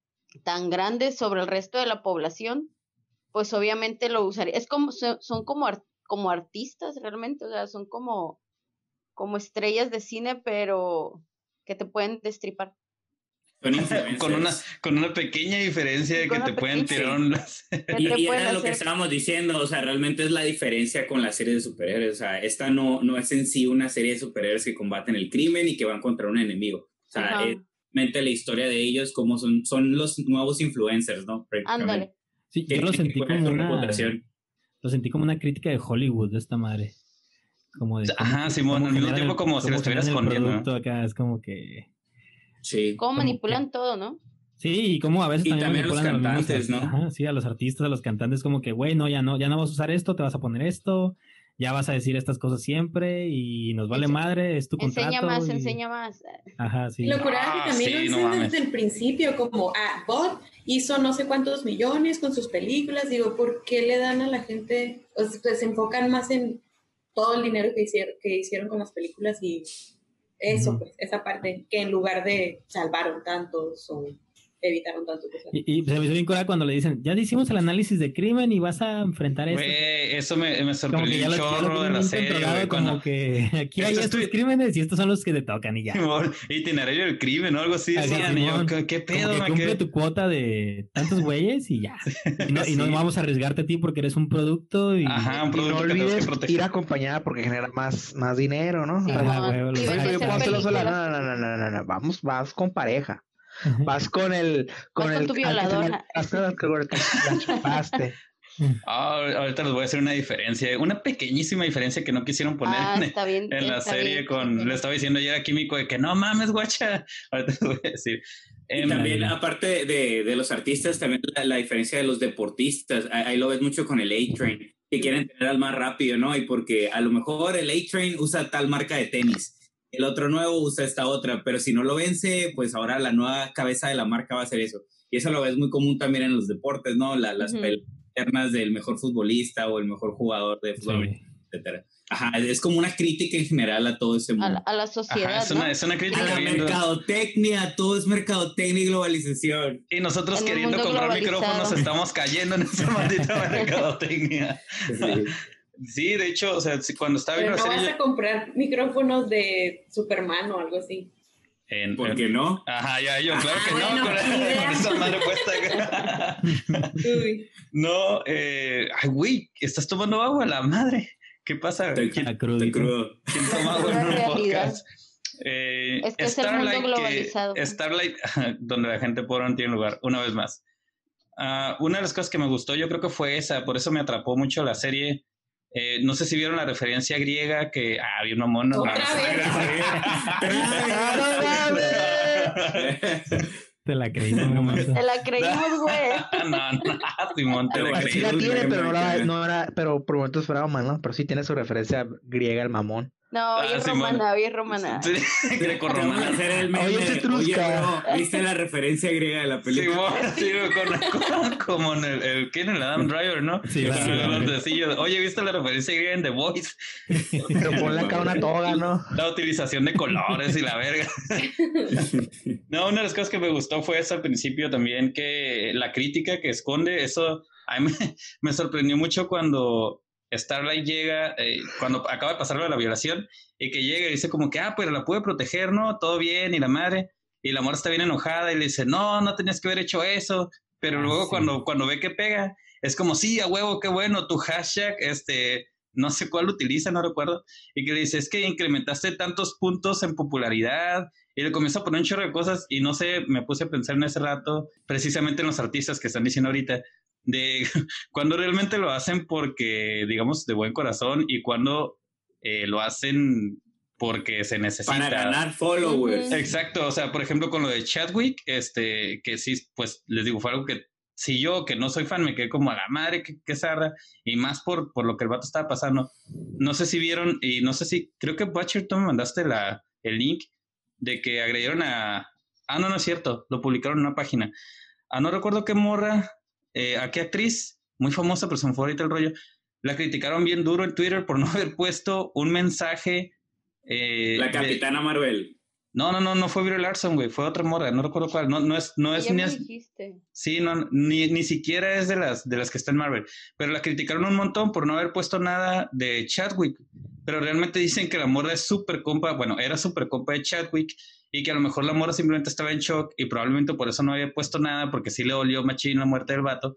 E: tan grande sobre el resto de la población, pues obviamente lo usaría. Es como, son como, como artistas realmente, o sea, son como, como estrellas de cine, pero que te pueden destripar.
B: Con una, con una pequeña diferencia de que te pueden tirar un...
D: Y, y era lo que estábamos diciendo, o sea, realmente es la diferencia con la serie de superhéroes, o sea, esta no, no es en sí una serie de superhéroes que combaten el crimen y que van contra un enemigo, o sea, Ajá. es realmente la historia de ellos como son, son los nuevos influencers, ¿no?
E: Ándale.
C: Sí, yo lo sentí como una, lo sentí como una crítica de Hollywood de esta madre. Como de
B: Ajá, Simón, al mismo tiempo como si lo estuviera escondiendo, ¿no?
C: Acá es como que...
D: Sí.
E: Cómo manipulan que... todo, ¿no?
C: Sí, y como a veces
D: y
C: también,
D: también
C: manipulan
D: a los cantantes,
C: a los,
D: ¿no?
C: Ajá, sí, a los artistas, a los cantantes, como que, güey, no, ya no, ya no vas a usar esto, te vas a poner esto, ya vas a decir estas cosas siempre y nos vale Ense madre, es tu contrato.
E: Enseña más,
C: y...
E: enseña más.
C: Ajá, sí.
F: Lo curada ah, que también sí, lo dicen no desde el principio, como, ah, Bob hizo no sé cuántos millones con sus películas, digo, ¿por qué le dan a la gente, o sea, pues, se enfocan más en todo el dinero que hicieron, que hicieron con las películas y... Eso, uh-huh. pues, esa parte, que en lugar de salvaron tantos o evitaron tanto.
C: Y, y se me hizo bien coral cuando le dicen, ya hicimos el análisis de crimen y vas a enfrentar eso.
B: Güey, eso me, me sorprendió un chorro de la serie, güey.
C: Como
B: Cuando...
C: que aquí hay estos
B: tu...
C: crímenes y estos son los que te tocan y ya.
B: Itinerario del crimen o algo así. Decían, y yo, ¿qué, qué pedo?
C: Como que cumple qué... tu cuota de tantos güeyes y ya. Y no, sí. y no vamos a arriesgarte a ti porque eres un producto. Y,
B: Ajá, un producto
A: y no
B: que
A: olvides
B: tenemos que proteger.
A: Ir acompañada porque genera más, más dinero, ¿no?
E: Sí,
A: Ajá,
E: no,
A: güey,
E: sí,
A: Oye, pónselo sola. No, no, no, no, no, no, vamos, vas con pareja. Vas con el con
E: vas
A: el
E: con tu violadora.
A: La chupaste.
B: Ah, ahorita les voy a hacer una diferencia, una pequeñísima diferencia que no quisieron poner
E: ah,
B: en,
E: está bien,
B: en la
E: está
B: serie
E: bien,
B: con,
E: sí.
B: Le estaba diciendo ayer a Químico de que no mames, guacha. Ahorita les voy a decir.
D: Y también, aparte de, de los artistas, también la, la diferencia de los deportistas, ahí lo ves mucho con el A-Train, que quieren tener al más rápido, ¿no? Y porque a lo mejor el A-Train usa tal marca de tenis, el otro nuevo usa esta otra, pero si no lo vence, pues ahora la nueva cabeza de la marca va a ser eso. Y eso lo ves muy común también en los deportes, ¿no? La, las uh-huh. peleas internas del mejor futbolista o el mejor jugador de fútbol, sí. etcétera. Ajá, es como una crítica en general a todo ese mundo.
E: A la, a la sociedad,
B: Ajá, es, una,
E: ¿no?
B: es una crítica.
D: A la
B: viendo...
D: mercadotecnia, todo es mercadotecnia y globalización.
B: Y nosotros en queriendo comprar micrófonos estamos cayendo en esa maldita mercadotecnia. Sí. Sí, de hecho, o sea, cuando estaba
F: viendo
B: la
F: serie...
B: no
F: vas a comprar micrófonos de Superman o algo así.
B: En,
D: ¿Por
B: en...
D: qué no?
B: Ajá, ya, yo, claro
F: ah,
B: que
F: bueno,
B: no, con, con esa madre puesta.
F: Uy.
B: No, eh, ay, güey, estás tomando agua, la madre. ¿Qué pasa?
D: Te,
B: ¿Quién,
D: te crudo. Te crudo.
B: ¿Quién toma agua en un podcast? Eh,
E: es que Starlight, es el mundo globalizado.
B: Que, Starlight, donde la gente pobre no tiene lugar, una vez más. Uh, una de las cosas que me gustó, yo creo que fue esa, por eso me atrapó mucho la serie. Eh, no sé si vieron la referencia griega que... Ah, bien mamón. ¿No?
F: ¿Otra
C: vez? Te la creímos.
E: Te la creímos, güey.
B: No, no, Simón, te la creí.
A: Sí la tiene, pero no, la, no era... Pero por momentos fuera más, ¿no? Pero sí tiene su referencia griega el mamón.
E: No,
B: ah,
E: bien romana, bien romana.
B: Sí, greco-romana.
D: hacer el meme.
A: Oye, se trusca.
D: Oye, ¿viste la referencia griega de la película?
B: Sí, sí con, con, como en el, el ¿quién? El Adam Driver, ¿no?
C: Sí,
B: con
C: claro.
B: Los decillos. Oye, ¿viste la referencia griega en The Voice?
A: Pero ponle acá una toga, ¿no?
B: La utilización de colores y la verga. No, una de las cosas que me gustó fue eso al principio también, que la crítica que esconde, eso a mí me, me sorprendió mucho cuando Starlight llega, eh, cuando acaba de pasarlo de la violación, y que llega y dice como que, ah, pero la pude proteger, ¿no? Todo bien, y la madre, y la morra está bien enojada, y le dice, no, no tenías que haber hecho eso, pero ah, luego sí. cuando, cuando ve que pega, es como, sí, a huevo, qué bueno, tu hashtag, este, no sé cuál utiliza, no recuerdo, y que le dice, es que incrementaste tantos puntos en popularidad, y le comienza a poner un chorro de cosas, y no sé, me puse a pensar en ese rato, precisamente en los artistas que están diciendo ahorita, de cuando realmente lo hacen porque, digamos, de buen corazón y cuando eh, lo hacen porque se necesita.
D: Para ganar followers.
B: Exacto, o sea, por ejemplo, con lo de Chadwick, este, que sí, pues, les digo, fue algo que si yo, que no soy fan, me quedé como a la madre, que, que zarra, y más por, por lo que el vato estaba pasando. No sé si vieron, y no sé si, creo que Butcher, tú me mandaste la, el link de que agredieron a... Ah, no, no es cierto, lo publicaron en una página. Ah, no recuerdo qué morra... Eh, ¿a qué actriz? Muy famosa, pero se me fue ahorita el rollo. La criticaron bien duro en Twitter por no haber puesto un mensaje. Eh,
D: la Capitana de... Marvel.
B: No, no, no, no fue Brie Larson, güey. Fue otra morra, no recuerdo cuál. No, no es, no es
E: ya
B: ni
E: me
B: es.
E: Dijiste.
B: Sí, no, ni, ni siquiera es de las, de las que están en Marvel. Pero la criticaron un montón por no haber puesto nada de Chadwick. Pero realmente dicen que la morra es súper compa, bueno, era súper compa de Chadwick. Y que a lo mejor la morra simplemente estaba en shock y probablemente por eso no había puesto nada, porque sí le dolió machín la muerte del vato.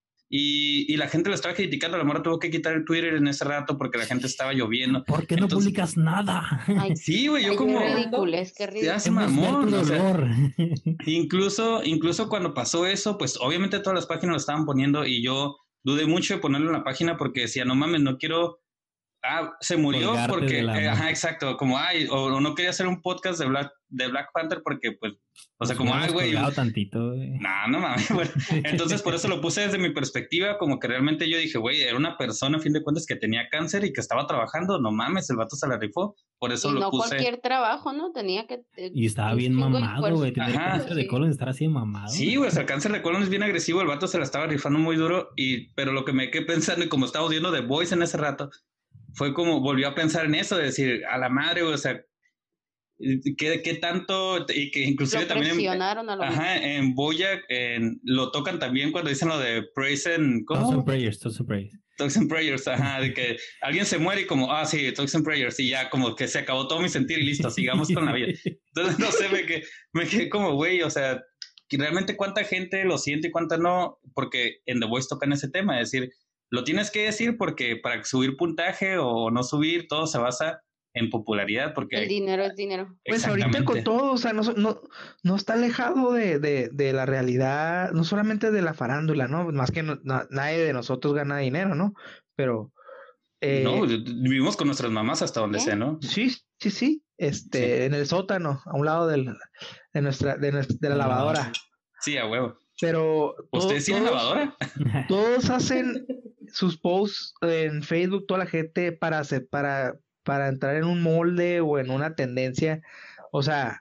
B: Y, y la gente lo estaba criticando, la morra tuvo que quitar el Twitter en ese rato porque la gente estaba lloviendo.
C: ¿Por qué no
B: Entonces,
C: publicas nada?
E: Ay,
B: sí, güey, yo
E: ay,
B: como...
E: Qué ridículo, es que ridículo.
B: Ya se mamón, o sea, incluso, incluso cuando pasó eso, pues obviamente todas las páginas lo estaban poniendo y yo dudé mucho de ponerlo en la página porque decía, no mames, no quiero... Ah, se murió Colgarte porque, eh, ajá, exacto, como, ay, o, o no quería hacer un podcast de Black, de Black Panther porque, pues, o pues sea, como, ay, güey.
C: tantito, güey.
B: No, no mames, bueno, entonces por eso lo puse desde mi perspectiva, como que realmente yo dije, güey, era una persona, a fin de cuentas, que tenía cáncer y que estaba trabajando, no mames, el vato se la rifó, por eso
E: y
B: lo
E: no
B: puse.
E: cualquier trabajo, ¿no? Tenía que... Eh,
C: y estaba bien mamado, güey, tener
B: ajá,
C: cáncer de
E: sí.
C: colon, estar así mamado.
B: Sí, güey, o sea, el cáncer de colon es bien agresivo, el vato se la estaba rifando muy duro, y pero lo que me quedé pensando, y como estábamos viendo The Voice en ese rato, fue como, volvió a pensar en eso, de decir, a la madre, o sea, ¿Qué, qué tanto? Y que inclusive
E: lo
B: también
E: presionaron
B: en,
E: a lo
B: ajá, en Bojack en, lo tocan también cuando dicen lo de Praise and...
C: Thoughts and Prayers, Thoughts and Prayers.
B: Talks and Prayers, ajá, de que alguien se muere y como, ah, sí, Talks and Prayers, y ya como que se acabó todo mi sentir y listo, sigamos con la vida. Entonces, no sé, me quedé, me quedé como, güey, o sea, realmente cuánta gente lo siente y cuánta no, porque en The Voice tocan ese tema, es decir, lo tienes que decir porque para subir puntaje o no subir, todo se basa en popularidad, porque...
E: El dinero es dinero.
A: Pues ahorita con todo, o sea, no, no, no está alejado de, de, de la realidad, no solamente de la farándula, ¿no? Más que no, na, nadie de nosotros gana dinero, ¿no? Pero...
B: Eh, no, vivimos con nuestras mamás hasta donde ¿eh? sea, ¿no?
A: Sí, sí, sí, este, sí. En el sótano, a un lado del, de, nuestra, de, nuestra, de la lavadora.
B: Sí, a huevo.
A: Pero...
B: ¿Ustedes tienen lavadora?
A: Todos hacen sus posts en Facebook, toda la gente para hacer, para... para entrar en un molde o en una tendencia, o sea,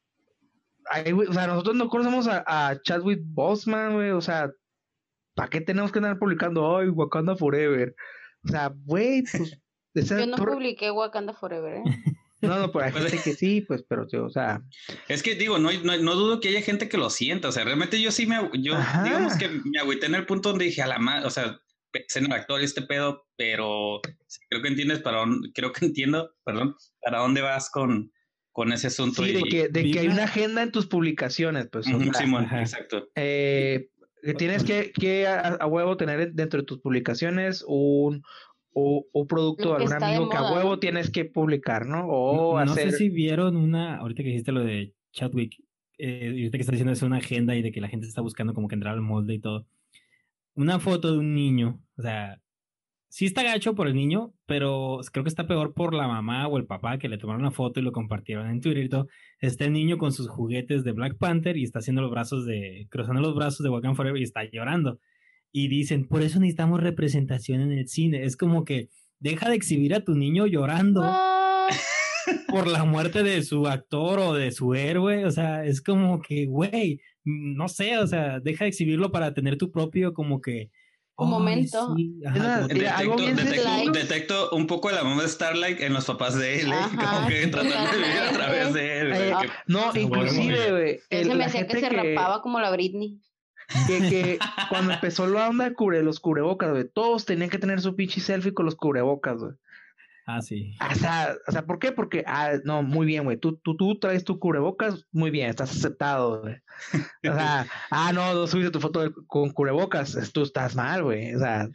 A: hay, o sea, nosotros no conocemos a, a Chadwick Boseman, güey, o sea, ¿para qué tenemos que andar publicando, ay, Wakanda Forever? O sea, güey, pues...
E: Yo no actor... publiqué Wakanda Forever, ¿eh?
A: No, no, pero hay gente que sí, pues, pero, o sea...
B: Es que, digo, no, no, no dudo que haya gente que lo sienta, o sea, realmente yo sí me... Yo, Ajá. digamos que me agüité en el punto donde dije, a la madre, o sea... pensé en el actor y este pedo, pero creo que entiendes para dónde, creo que entiendo, perdón, para dónde vas con, con ese asunto.
A: Sí,
B: y,
A: de, que, de que hay una agenda en tus publicaciones, pues.
B: Uh-huh,
A: o sea,
B: Simón, exacto.
A: Eh, que tienes que, que a, a huevo tener dentro de tus publicaciones un, un, un producto de algún amigo que a huevo ¿no? tienes que publicar, ¿no? O
C: no
A: hacer...
C: sé si vieron una, ahorita que dijiste lo de Chadwick, eh, ahorita que estás diciendo es una agenda y de que la gente está buscando como que entrar al molde y todo. Una foto de un niño, o sea, sí está gacho por el niño, pero creo que está peor por la mamá o el papá que le tomaron una foto y lo compartieron en Twitter y todo. Está el niño con sus juguetes de Black Panther y está haciendo los brazos de, cruzando los brazos de Wakanda Forever y está llorando. Y dicen, por eso necesitamos representación en el cine. Es como que deja de exhibir a tu niño llorando ah. por la muerte de su actor o de su héroe. O sea, es como que, güey, no sé, o sea, deja de exhibirlo para tener tu propio como que...
E: Un momento.
C: Sí,
B: ajá, detecto, detecto, detecto un poco de la mamá de Starlight en los papás de él, ajá, como que tratando de vivir a través de él.
A: Eh,
B: que,
A: no, inclusive, güey.
E: Se me hacía que se que, rapaba como la Britney.
A: Que, que cuando empezó la onda de cubre, los cubrebocas, güey, todos tenían que tener su pinche selfie con los cubrebocas, güey.
C: Ah, sí.
A: O sea, o sea, ¿por qué? Porque, ah, no, muy bien, güey. Tú, tú, tú traes tu cubrebocas, muy bien, estás aceptado, güey. O sea, ah, no, no subiste tu foto de, con cubrebocas, tú estás mal, güey. O sea.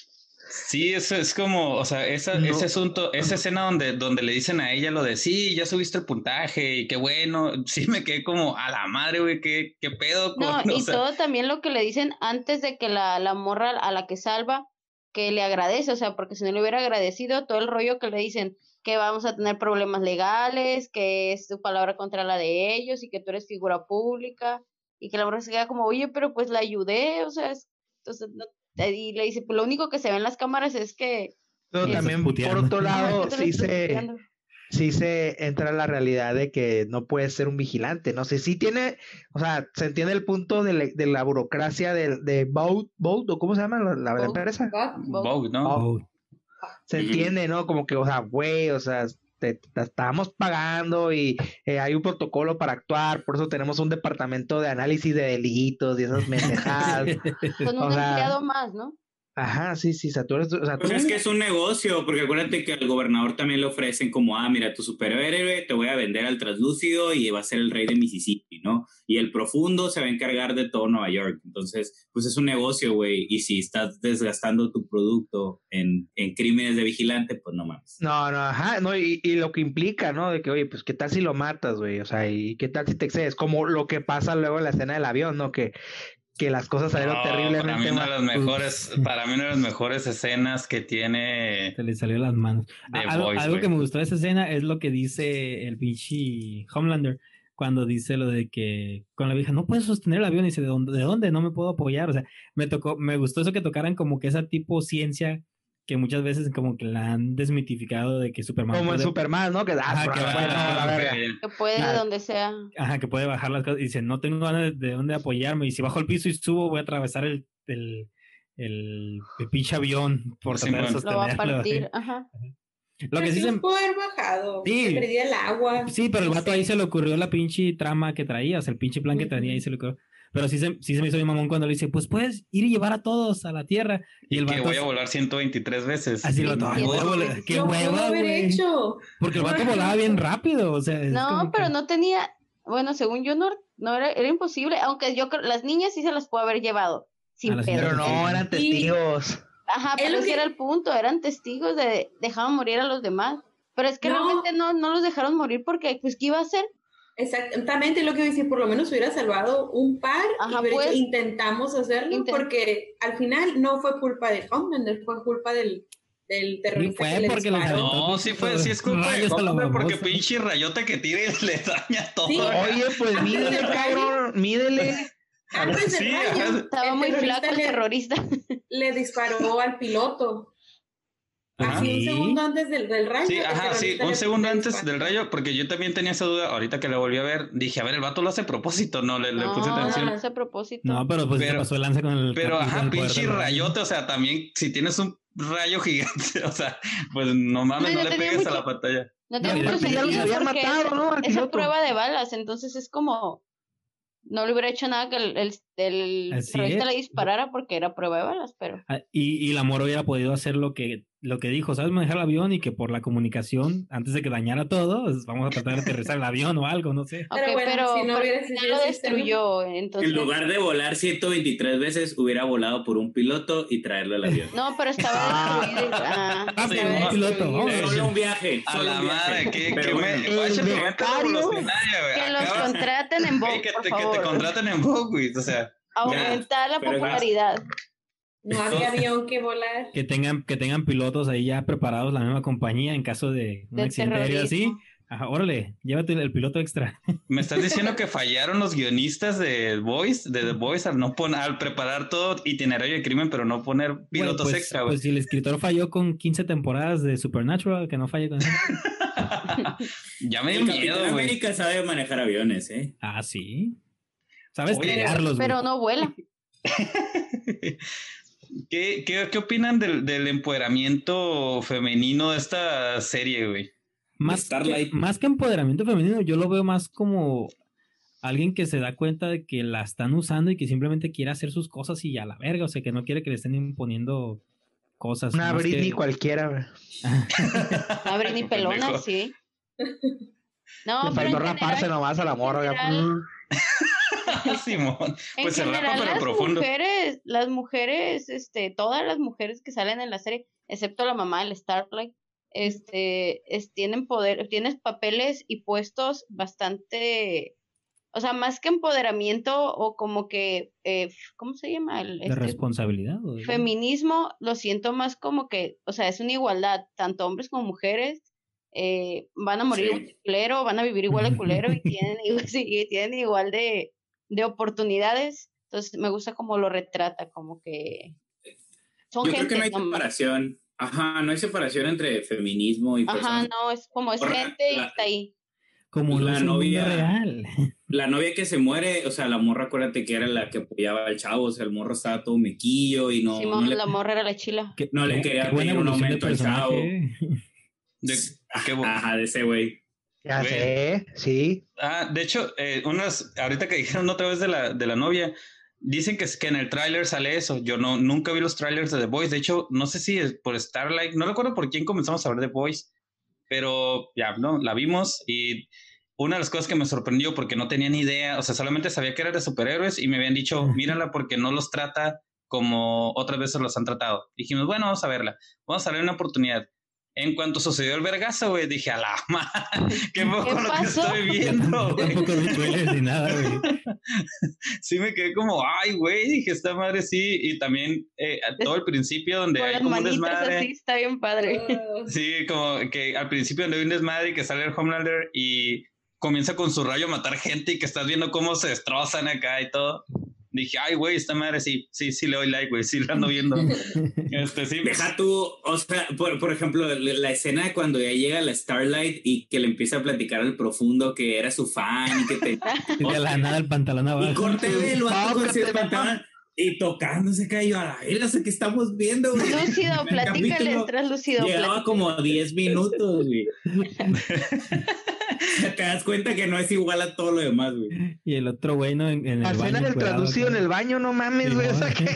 B: Sí, eso es como, o sea, esa, no. ese asunto, esa escena donde, donde le dicen a ella lo de, sí, ya subiste el puntaje y qué bueno, sí me quedé como a la madre, güey, qué, qué pedo.
E: No,
B: con,
E: y
B: sea...
E: todo también lo que le dicen antes de que la, la morra a la que salva, que le agradece, o sea, porque si no le hubiera agradecido todo el rollo que le dicen, que vamos a tener problemas legales, que es tu palabra contra la de ellos y que tú eres figura pública y que la morra se queda como, oye, pero pues la ayudé, o sea, es, entonces, no, y le dice, pues lo único que se ve en las cámaras es que...
A: Pero también, por otro lado, sí se... sí se entra en la realidad de que no puedes ser un vigilante, no sé, sí tiene, o sea, se entiende el punto de, la, de la burocracia de, de Boat, Boat, o ¿cómo se llama la, la empresa?
B: Boat, ¿no?
A: Boat. Se entiende, ¿no? Como que, o sea, güey, o sea, te, te estábamos pagando y eh, hay un protocolo para actuar, por eso tenemos un departamento de análisis de delitos y esas mensajadas.
E: Con un empleado más, ¿no?
A: Ajá, sí, sí, o sea, tú eres, o sea,
D: pues
A: tú...
D: es que es un negocio, porque acuérdate que al gobernador también le ofrecen como, ah, mira, tu superhéroe te voy a vender al translúcido y va a ser el rey de Mississippi, ¿no? Y el profundo se va a encargar de todo Nueva York. Entonces, pues es un negocio, güey, y si estás desgastando tu producto en, en crímenes de vigilante, pues no mames.
A: No, no, ajá, no, y, y lo que implica, ¿no? De que, oye, pues, ¿qué tal si lo matas, güey? O sea, ¿y qué tal si te excedes? Como lo que pasa luego en la escena del avión, ¿no? Que... que las cosas salieron no, terriblemente
B: para mí una de las mejores para mí una de las mejores escenas que tiene
C: se le salió las manos. Algo,
B: Voice,
C: algo que me gustó de esa escena es lo que dice el pinche Homelander cuando dice lo de que con la vieja no puedes sostener el avión y dice ¿de dónde, de dónde no me puedo apoyar? O sea, me tocó me gustó eso que tocaran como que esa tipo ciencia que muchas veces como que la han desmitificado de que Superman
A: como
C: puede,
A: en Superman, ¿no? Que, ah,
C: ajá, que,
A: bueno,
C: va,
A: la verga.
E: que puede de donde sea.
C: Ajá, que puede bajar las cosas. Y dice, no tengo ganas de, de dónde apoyarme. Y si bajo el piso y subo, voy a atravesar el, el, el, el pinche avión por
B: sí,
C: tratar de
E: sostenerlo. Lo va a partir,
C: ajá.
E: ajá.
C: Lo que
F: Pero
C: sí
F: sí
C: se...
F: los pudo haber bajado.
C: Sí.
F: Se perdía el agua.
C: Sí, pero el
F: no
C: vato
F: sé.
C: ahí se le ocurrió la pinche trama que traía, o sea, el pinche plan que traía ahí se le ocurrió. Pero sí se, sí se me hizo mi mamón cuando le dice, pues puedes ir y llevar a todos a la Tierra. Y,
B: Y,
C: el
B: que
C: vato...
B: voy a volar ciento veintitrés veces.
C: Así el vato, ay, voy a volar. Qué
F: Lo pudo
C: hueva,
F: haber
C: güey.
F: hecho.
C: Porque el vato volaba bien rápido, o sea, es
E: No,
C: como
E: pero
C: que-
E: no tenía, bueno, según yo no, no era, era imposible, aunque yo creo, las niñas sí se las pudo haber llevado, sin
C: A las
E: pedo.
A: Pero no, eran testigos.
E: Ajá,
F: Es
E: pero
F: lo
E: ese
F: que-
E: era el punto, eran testigos de, dejaban morir a los demás. Pero es que
F: No.
E: realmente no, no los dejaron morir porque, pues, ¿qué iba a hacer?
F: Exactamente lo que iba a decir, por lo menos hubiera salvado un par
E: Ajá,
F: y hubiera
E: pues.
F: dicho, intentamos hacerlo
E: Intent-
F: porque al final no fue culpa de Homelander, fue culpa del, del terrorista
C: fue
F: que le
C: porque los
F: disparó.
C: aventó.
B: No, sí fue, sí es culpa de
C: Rayos a la
B: Homelander porque
C: babosa.
B: pinche rayota que tira y le daña todo.
F: Sí.
A: Oye, pues mídele, cabrón, mídele.
F: Antes del
B: Sí,
F: rayo,
B: ajá.
E: Estaba
F: el
E: muy
F: terrorista
E: flaco el
F: le-
E: terrorista.
F: le disparó al piloto. Así
C: Sí.
F: un segundo antes del, del rayo.
B: Sí,
F: el
B: ajá, sí,
F: terrorista
B: un
F: le-
B: segundo
F: le
B: antes
F: disparó.
B: del rayo, porque yo también tenía esa duda, ahorita que la volví a ver, dije, a ver, el vato lo hace a propósito, no, le, le puse
E: No, no
B: atención.
E: lo hace a propósito.
C: No, pero pues
B: Pero-
C: se pasó el lance con el...
B: Pero,
C: con
B: ajá,
C: el poder
B: pinche
C: del rayo.
B: rayote, o sea, también, si tienes un rayo gigante, o sea, pues no mames,
E: No,
B: no,
E: no
B: le
E: tenía
B: pegues a
E: mucho-
B: la pantalla.
E: No tiene
C: No,
E: mucho
C: ya los
E: sentido
A: habían
E: porque
A: matado,
E: es,
A: ¿no? Al
E: es a
A: piloto.
E: prueba de balas, entonces es como no le hubiera hecho nada que el, el, el
C: Así
E: terrorista
C: es.
E: le disparara porque era prueba de balas, pero
C: Ah, Y, y la Moro hubiera podido hacer lo que, lo que dijo, ¿sabes? Manejar el avión y que por la comunicación, antes de que dañara todo, pues, vamos a tratar de aterrizar el avión o algo, no sé.
F: Pero
E: Ok,
F: bueno,
E: pero,
F: si no
E: pero
F: hubiera
E: al final
F: existido
E: lo
F: ese sistema-
E: destruyó, entonces
D: En lugar de volar ciento veintitrés veces, hubiera volado por un piloto y traerlo al avión.
E: no, pero estaba destruido. Ah,
C: Ah,
B: Sí,
E: estaba
B: no,
C: un piloto,
E: destruido.
C: vamos.
D: Es solo un viaje.
B: A
D: solo
B: la
D: un viaje.
B: madre, que,
D: Pero
B: que
D: bueno.
B: me,
A: El
B: guacha, tu mente
A: becario.
B: revolucionaria, güey.
E: Que los
B: Acabas-
E: contraten en Vogue,
B: Ey, que,
E: por
B: te, que te
E: favor.
B: contraten en Vogue, güey, o sea,
E: Aumentar la
D: pero-
E: popularidad.
F: No había avión que volar.
C: Que tengan, que tengan pilotos ahí ya preparados, la misma compañía, en caso de un
E: De
C: accidente aéreo así.
E: terrorismo.
C: Ajá, órale, llévate el, el piloto extra.
B: me estás diciendo que fallaron los guionistas de Boys, de The Boys, al no poner, al preparar todo itinerario de crimen, pero no poner pilotos
C: Güey, pues,
B: extra, güey.
C: Pues si el escritor falló con quince temporadas de Supernatural, que no falle con eso.
B: Ya me dio
D: El
B: miedo,
D: Capitán
B: güey.
D: América sabe manejar aviones, ¿eh?
C: Ah, sí. Sabes
B: Oye,
C: crearlos, güey.
E: Pero no vuela.
B: ¿Qué, qué, qué opinan del, del empoderamiento femenino de esta serie, güey?
C: Más que,
D: Starlight.
C: más que empoderamiento femenino, yo lo veo más como alguien que se da cuenta de que la están usando y que simplemente quiere hacer sus cosas y a la verga, o sea, que no quiere que le estén imponiendo cosas.
A: Una
C: más
A: Britney
C: que-
A: cualquiera, güey.
E: No abre ni pelona,
B: Pendejo.
E: sí. No,
A: Le
E: pero
A: faltó
E: en
A: raparse
E: general,
A: nomás a la morra. ya.
E: general-
B: Simón.
E: en
B: Pues se rapa,
E: general,
B: pero
E: las
B: profundo.
E: mujeres, las mujeres, este, todas las mujeres que salen en la serie, excepto la mamá, el Starlight, este, es, tienen poder, tienen papeles y puestos bastante, o sea, más que empoderamiento o como que, eh, ¿cómo se llama? El,
C: de
E: este,
C: responsabilidad. ¿o de-
E: feminismo, lo siento más como que, o sea, es una igualdad, tanto hombres como mujeres. Eh, van a morir
D: Sí.
E: igual de culero, van a vivir igual de culero y tienen, igual- sí, y tienen igual de, de oportunidades. Entonces me gusta cómo lo retrata, como que son
D: Yo creo
E: gente.
D: que no hay
E: no más.
D: separación. Ajá, no hay separación entre feminismo y
E: Ajá,
D: personas.
E: no, es como es
D: Corre-
E: gente y
D: la-
E: está ahí.
C: Como
D: la
C: lo es el mundo
D: novia-
C: real.
D: La novia que se muere, o sea, la morra, acuérdate que era la que apoyaba al chavo, o sea, el morro estaba todo mequillo y no,
E: Simón,
D: no le,
E: la morra era la chila.
C: Qué-
D: No le
C: qué-
D: quería
C: qué buena
D: pedir un
C: evolución de
D: aumento al chavo.
C: personaje.
B: De, qué bu-
D: Ajá, de ese güey.
A: Ya
B: Güey.
A: sé, sí.
B: Ah, de hecho, eh, unas, ahorita que dijeron otra vez de la, de la novia, dicen que, es- que en el tráiler sale eso. Yo no, nunca vi los trailers de The Boys. De hecho, no sé si es por Starlight, no recuerdo por quién comenzamos a ver The Boys, pero ya, no, la vimos y una de las cosas que me sorprendió porque no tenía ni idea, o sea, solamente sabía que era de superhéroes y me habían dicho, mírala porque no los trata como otras veces los han tratado. Dijimos, bueno, vamos a verla, vamos a darle una oportunidad. En cuanto sucedió el vergazo, güey, dije, a la madre, qué poco
E: ¿Qué
B: lo que
E: pasó?
B: estoy viendo, güey.
C: Tampoco vi trailers ni nada, güey.
B: Sí me quedé como, ay, güey, dije, esta madre sí, y también eh, a todo el principio donde
E: Con
B: hay
E: las
B: como un
E: manitas
B: desmadre.
E: así, está bien padre.
F: Ah,
B: Sí, como que al principio donde hay un desmadre y que sale el Homelander y comienza con su rayo a matar gente y que estás viendo cómo se destrozan acá y todo. Dije, ay, güey, esta madre sí, sí, sí le doy like, güey, sí la ando viendo. Este, sí.
D: Deja tú, o sea, por, por ejemplo, la, la escena de cuando ya llega la Starlight y que le empieza a platicar al profundo que era su fan y que te...
C: Y de la nada el pantalón
D: Y
C: abajo.
D: corte de el vato con su
A: Bájate,
D: pantalón. Y tocándose cayó a la vela, o sea, que estamos viendo, güey.
E: Lúcido, platícales, tras Lúcido.
D: Llegaba como diez minutos, güey. Te das cuenta que no es igual a todo lo demás, güey.
C: Y el otro güey, ¿no? En, en el
A: La
C: baño.
A: escena del traducido en el baño, no mames, güey. O sea, que...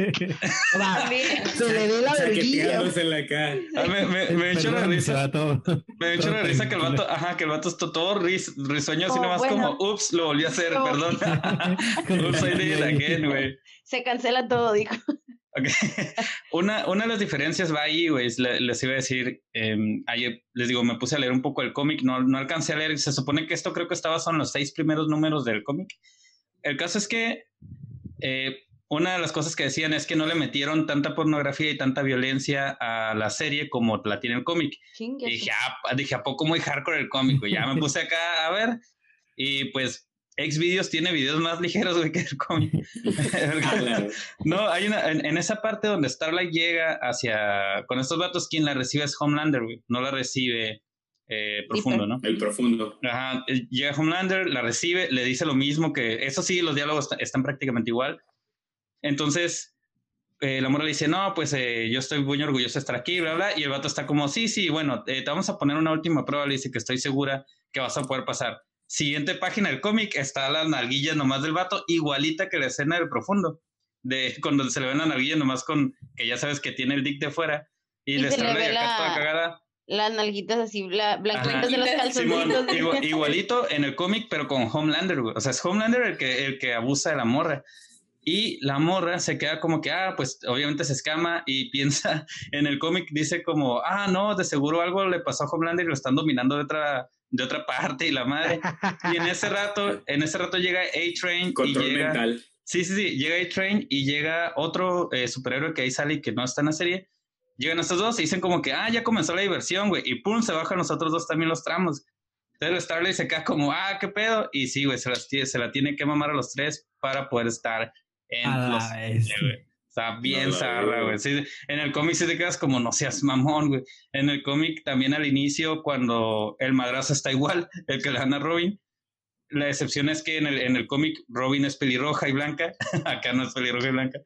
A: se le ve la verguilla.
D: La cara.
B: Ah, me me, me echó la risa. Me echó la risa que el vato, ajá, que el vato está todo ris, risueño, así
E: oh,
B: nomás
E: bueno.
B: como, ups, lo volví a hacer,
E: no.
B: perdón. Ups, I did it again, güey.
E: Se cancela todo, dijo.
B: Okay. Una, una de las diferencias va ahí, güey. Les, les iba a decir, eh, ayer les digo, me puse a leer un poco el cómic, no, no alcancé a leer. Se supone que esto creo que estaba son los seis primeros números del cómic. El caso es que eh, una de las cosas que decían es que no le metieron tanta pornografía y tanta violencia a la serie como la tiene el cómic. Y dije, ah, dije, ¿a poco muy hardcore el cómic? Y ya me puse acá a ver y pues Xvideos tiene videos más ligeros, güey, que el cómic. No, hay una, en, en esa parte donde Starlight llega hacia, con estos vatos, quien la recibe es Homelander, güey, no la recibe eh, Profundo, ¿no?
D: El Profundo.
B: Ajá, llega Homelander, la recibe, le dice lo mismo, que eso sí, los diálogos t- están prácticamente igual. Entonces, eh, la morra le dice, no, pues eh, yo estoy muy orgulloso de estar aquí, bla, bla, y el vato está como, sí, sí, bueno, eh, te vamos a poner una última prueba, le dice que estoy segura que vas a poder pasar. Siguiente página del cómic, está la nalguilla nomás del vato, igualita que la escena del Profundo, de cuando se le ven la nalguilla nomás con, que ya sabes que tiene el dick de fuera, y,
E: Y
B: le
E: se
B: está
E: le ve
B: acá
E: la-
B: toda cagada.
E: Las nalguitas así, bla- blanquitas de los
B: Simón,
E: calzoncitos.
B: igual- igualito en el cómic, pero con Homelander, güey. O sea, es Homelander el que, el que abusa de la morra. Y la morra se queda como que, ah, pues obviamente se escama y piensa en el cómic, dice como, ah, no, de seguro algo le pasó a Homelander y lo están dominando de otra, de otra parte y la madre. Y en ese rato, en ese rato llega A-Train y
D: Control
B: llega...
D: mental.
B: Sí, sí, sí, llega A-Train y llega otro eh, superhéroe que ahí sale y que no está en la serie. Llegan estos dos y dicen como que, ah, ya comenzó la diversión, güey. Y pum, se bajan los otros dos también los tramos. Entonces Starlight se queda como, ah, qué pedo. Y sí, güey, se, las tiene- se la tiene que mamar a los tres para poder estar en
C: A la
B: los...
C: vez.
B: Eh, güey. Está bien
D: No la
B: zarra,
D: veo.
B: güey. Sí, en el cómic sí te quedas como, no seas mamón, güey. En el cómic también al inicio, cuando el madrazo está igual, el que le dan a Robin. La excepción es que en el, en el cómic Robin es pelirroja y blanca. Acá no es pelirroja y blanca.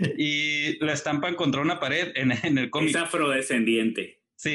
B: Y la estampan contra una pared en, en el cómic.
D: Es afrodescendiente.
B: Sí.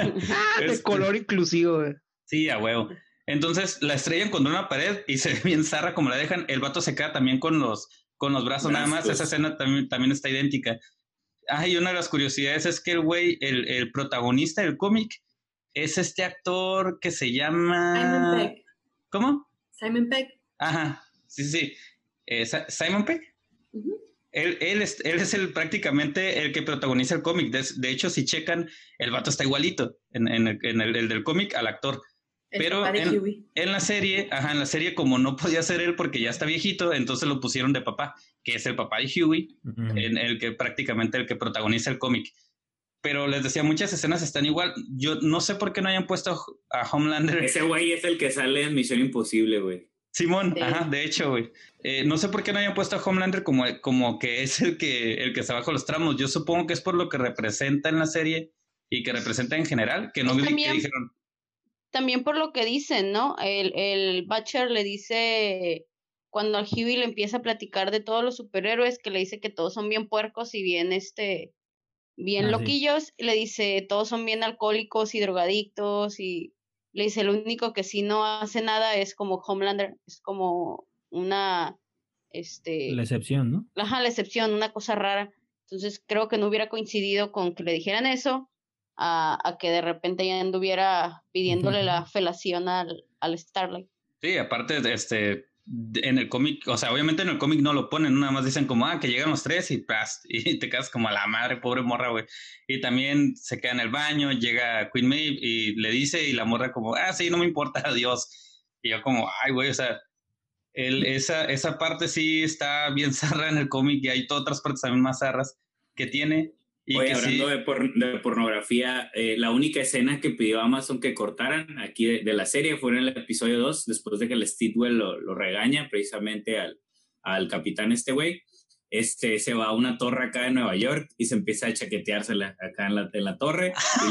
A: Ah, de
B: Este,
A: color inclusivo, güey.
B: Sí, a huevo. Entonces la estrellan contra una pared y se ve bien zarra como la dejan. El vato se queda también con los, con los brazos nada más.
D: Brazos.
B: Esa escena también, también está idéntica. Ah, y una de las curiosidades es que el güey, el, el protagonista del cómic, es este actor que se llama...
F: Simon Pegg.
B: ¿Cómo?
F: Simon Pegg.
B: Ajá, sí, sí, sí. Eh, Sa- Simon Pegg.
F: Ujú.
B: Él, él, es, él es el prácticamente el que protagoniza el cómic. De, de hecho, si checan, el vato está igualito en, en, el, en el, el del cómic al actor.
F: El
B: Pero
F: papá de
B: en,
F: Huey.
B: en la serie, ajá, en la serie, como no podía ser él porque ya está viejito, entonces lo pusieron de papá, que es el papá de Huey,
C: Ujú.
B: en el que prácticamente el que protagoniza el cómic. Pero les decía, muchas escenas están igual. Yo no sé por qué no hayan puesto a Homelander.
D: Ese güey es el que sale en Misión Imposible, güey.
B: Simón,
F: Sí.
B: ajá, de hecho, güey. Eh, no sé por qué no hayan puesto a Homelander como, como que es el que, el que se baja los tramos. Yo supongo que es por lo que representa en la serie y que representa en general, que no
E: Y
B: vi que
E: también-
B: dijeron.
E: También por lo que dicen, ¿no? El, el Butcher le dice, cuando al Huey le empieza a platicar de todos los superhéroes, que le dice que todos son bien puercos y bien, este, bien
C: Ah, sí.
E: loquillos, le dice, todos son bien alcohólicos y drogadictos, y le dice, lo único que sí no hace nada es como Homelander, es como una, este...
C: La excepción, ¿no?
E: Ajá, la excepción, una cosa rara. Entonces creo que no hubiera coincidido con que le dijeran eso a, a que de repente ya anduviera pidiéndole la felación al, al Starlight.
B: Sí, aparte, este, de- en el cómic, o sea, obviamente en el cómic no lo ponen, nada más dicen como, ah, que llegan los tres y pras, y te quedas como a la madre, pobre morra, güey. Y también se queda en el baño, llega Queen Maeve y le dice, y la morra como, ah, sí, no me importa, adiós. Y yo como, ay, güey, o sea, el, esa, esa parte sí está bien zarra en el cómic y hay todas otras partes también más zarras que tiene. Y
D: Oye,
B: que
D: hablando
B: sí,
D: de, por- de pornografía, eh, la única escena que pidió Amazon que cortaran aquí de, de la serie fue en el episodio dos, después de que el Stidwell lo, lo regaña precisamente al, al capitán este güey. Este, se va a una torre acá en Nueva York y se empieza a chaqueteársela acá en la, en la torre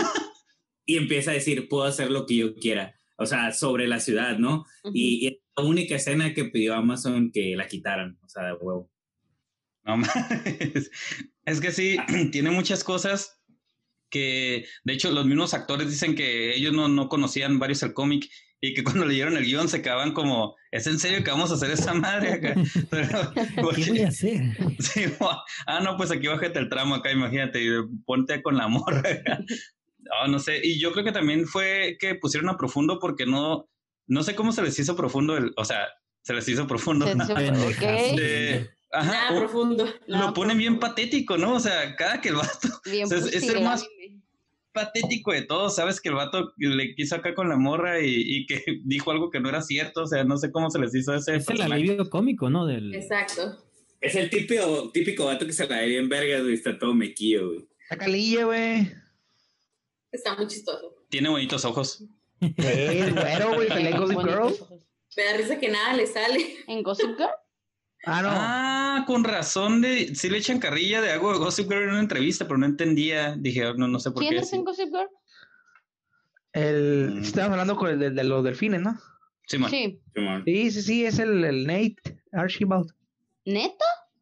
D: y, y empieza a decir, puedo hacer lo que yo quiera, o sea, sobre la ciudad, ¿no?
E: Ujú.
D: Y, y es la única escena que pidió Amazon que la quitaran, o sea, de huevo.
B: No mames. Es que sí, tiene muchas cosas que, de hecho, los mismos actores dicen que ellos no, no conocían varios el cómic y que cuando leyeron el guión se quedaban como, ¿es en serio que vamos a hacer esa madre acá?
C: Porque, ¿qué voy a hacer?
B: Sí, ah, no, pues aquí bájate el tramo acá, imagínate, y ponte con la morra acá. No, no sé, y yo creo que también fue que pusieron a profundo porque no, no sé cómo se les hizo profundo, el, o sea, se les hizo profundo.
E: Se hizo, okay.
B: De, ajá,
F: Nada
B: o,
F: profundo.
B: Lo
F: Nada
B: ponen
F: profundo.
B: bien patético, ¿no? O sea, cada que el vato...
E: Bien
B: o sea, es, es el más patético de todo, ¿sabes? Que el vato le quiso acá con la morra y, y que dijo algo que no era cierto, o sea, no sé cómo se les hizo ese
C: Es el
B: personaje.
C: alivio cómico, ¿no? Del...
F: Exacto.
D: Es el típico, típico vato que se la da bien vergas, güey, está todo mequillo, güey.
A: La calilla, güey.
F: Está muy chistoso.
B: Tiene bonitos ojos.
A: Es güero, güey, se lee Gossip Girl.
F: Me da risa que nada le sale.
E: ¿En Gossip Girl?
A: Ah, no.
B: Ah, con razón de... Sí le echan carrilla de algo de Gossip Girl en una entrevista, pero no entendía. Dije, no, no sé por
E: ¿Quién
B: qué.
E: es en Gossip Girl?
A: El...
B: Mm.
A: Estábamos hablando con el de, de los delfines, ¿no?
B: Sí, man.
E: Sí.
D: Simón.
A: Sí, sí, sí, es el, el Nate Archibald.
E: ¿Neta?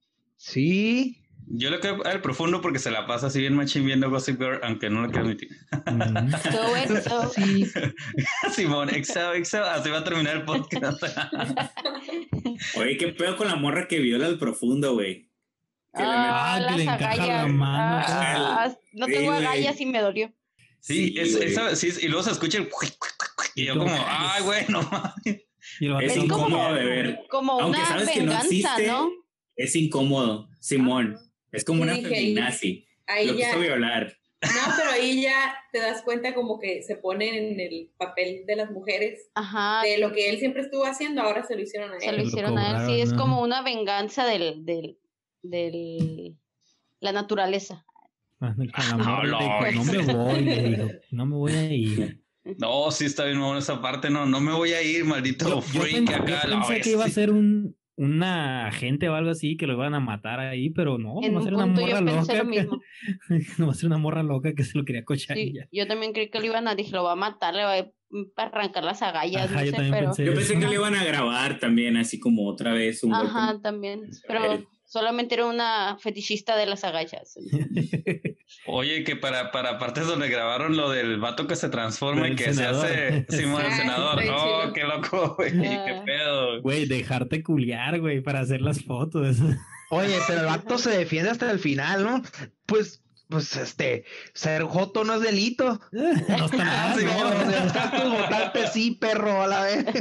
A: Sí.
B: Yo le quedo al profundo porque se la pasa así bien machín viendo Gossip Girl, aunque no lo quiero admitir.
C: Mm.
E: So exo.
A: Sí.
B: Simón, exo, exo, así va a terminar el podcast.
D: Oye, ¿qué pedo con la morra que viola al profundo, güey? Que le
E: Ah,
C: Ah, que
E: las
C: le encaja la
E: agallas.
C: mano.
E: Ah, ah, no
D: Sí,
E: tengo
D: güey.
E: agallas y me dolió.
B: Sí,
D: Sí,
B: es,
D: güey.
B: esa, sí, y luego se escucha el... Y yo como, ay, güey, no mames.
C: Y el vato
D: Es
E: Es como-
D: incómodo de ver.
E: Como
D: Aunque
E: una
D: sabes que no
E: venganza,
D: existe,
E: ¿no?
D: es incómodo, Simón. Es como
F: Sí,
D: una
F: dije,
D: feminazi.
F: Ahí
D: Lo
F: ya.
D: quiso violar.
F: No, pero ahí ya te das cuenta como que se ponen en el papel de las mujeres.
E: Ajá.
F: De lo que él siempre estuvo haciendo, ahora se lo hicieron a
E: Se lo
F: él.
C: Lo
E: hicieron a él. Sí,
C: cobraron,
E: es
C: ¿no?
E: como una venganza del, del, del, la naturaleza.
C: Con la morra
B: No,
C: le dijo, no me voy, le dijo, no me voy a ir.
B: No, sí está bien bueno esa parte, no, no me voy a ir, maldito
C: Yo, yo
B: freak
C: pen-
B: acá.
C: yo
B: la
C: pensé que iba a
B: bestia.
C: ser un una agente o algo así, que lo iban a matar ahí, pero no,
E: En
C: va a
E: un
C: ser una
E: punto
C: morra
E: yo pensé
C: loca.
E: lo
C: que-
E: mismo.
C: no va a ser una morra loca que se lo quería cochar y
E: Sí,
C: ya.
E: yo también creí que lo iban a, dije, lo va a matar, le va a arrancar las agallas,
C: Ajá,
E: no
C: yo
E: sé,
C: también
E: pero...
C: pensé.
D: Yo pensé que
C: Ajá.
D: le iban a grabar también, así como otra vez un
E: Ajá,
D: golpe.
E: también, pero solamente era una fetichista de las agallas.
B: Oye, que para, para partes donde grabaron lo del vato que se transforma
C: Del
B: y que
C: senador.
B: se hace Simón el
F: Ah,
B: senador.
F: está
B: Oh,
F: chido.
B: qué loco, güey, qué
E: Ah.
B: pedo.
C: Güey, dejarte culiar, güey, para hacer las fotos.
A: Oye, pero el vato se defiende hasta el final, ¿no? Pues, pues, este, ser joto no es delito.
C: no está
B: Ah,
C: mal,
B: sí,
C: ¿no?
B: no.
A: O sea, buscar tus votantes, sí, perro, a la vez.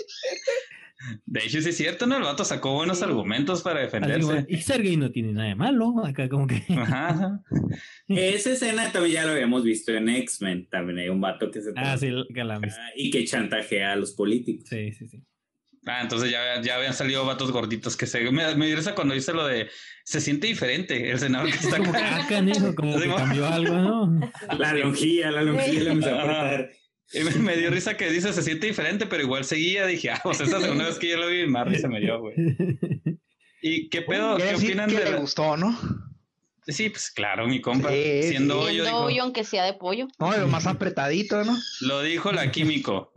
B: De hecho, sí es cierto, ¿no? El vato sacó buenos
E: Sí.
B: argumentos para
C: Así como,
B: defenderse.
C: y ser gay no tiene nada de malo. Acá como que...
B: Ajá, ajá.
D: Esa escena también ya lo habíamos visto en X-Men. También hay un vato que se
C: ah,
D: transforma
C: sí, que la...
D: y que chantajea a los políticos.
C: Sí, sí, sí.
B: Ah, entonces ya, ya habían salido vatos gorditos que se... Me, me dio risa cuando dice lo de... Se siente diferente el senador que está
C: Como que,
B: acá.
C: ah, canijo, como
B: Sí,
C: que
B: mo-
C: cambió algo, ¿no?
D: La lonjilla, la lonjilla le empezó a apretar.
B: Y me, me dio risa que dice se siente diferente, pero igual seguía. Dije, ah, pues esa segunda vez que yo lo vi, más risa me dio, güey. ¿Y qué pedo?
A: Quiere
B: ¿Qué
A: decir
B: opinan
A: que
B: de
A: le
B: la-
A: gustó, ¿no?
B: Sí, pues claro, mi compa.
A: Sí,
B: siendo
A: sí.
B: hoyo,
E: Siendo
B: dijo,
E: hoyo, aunque sea de pollo.
A: No, lo más apretadito, ¿no?
B: lo dijo la químico.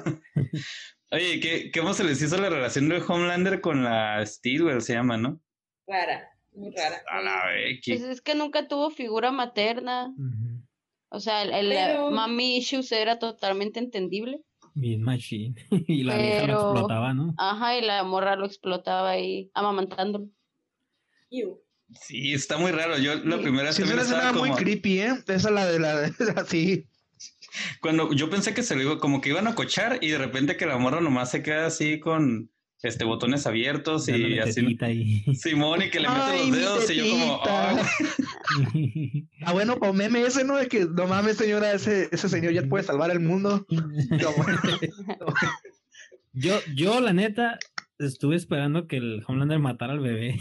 B: Oye, ¿qué, ¿cómo se les hizo la relación de Homelander con la Steelwell? Se llama, ¿no?
F: Rara, muy rara.
B: A la
E: Pues
B: vez.
E: es que nunca tuvo figura materna.
C: Ujú.
E: O sea, el, el
F: Pero-
E: mami issues era totalmente entendible.
C: Bien machine. Y la vieja lo
E: Pero-
C: explotaba, ¿no?
E: Ajá, y la morra lo explotaba ahí amamantándolo.
F: Ew.
B: Sí, está muy raro. Yo la primera vez
A: Sí, es
B: también
A: una
B: estaba
A: escena muy
B: como...
A: creepy, ¿eh? Esa la de la... Así.
B: Cuando yo pensé que se lo iba, como que iban a cochar y de repente que la morra nomás se queda así con este botones abiertos y
C: Dándole
B: así.
C: tetita ahí.
B: Simón y que le mete
A: Ay,
B: los
A: mi
B: dedos y yo como...
A: tetita.
B: "Ay,
A: Ah, bueno, pues meme ese, ¿no? De que no mames, señora, ese, ese señor ya puede salvar el mundo. No, bueno.
C: yo, yo, la neta, estuve esperando que el Homelander matara al bebé.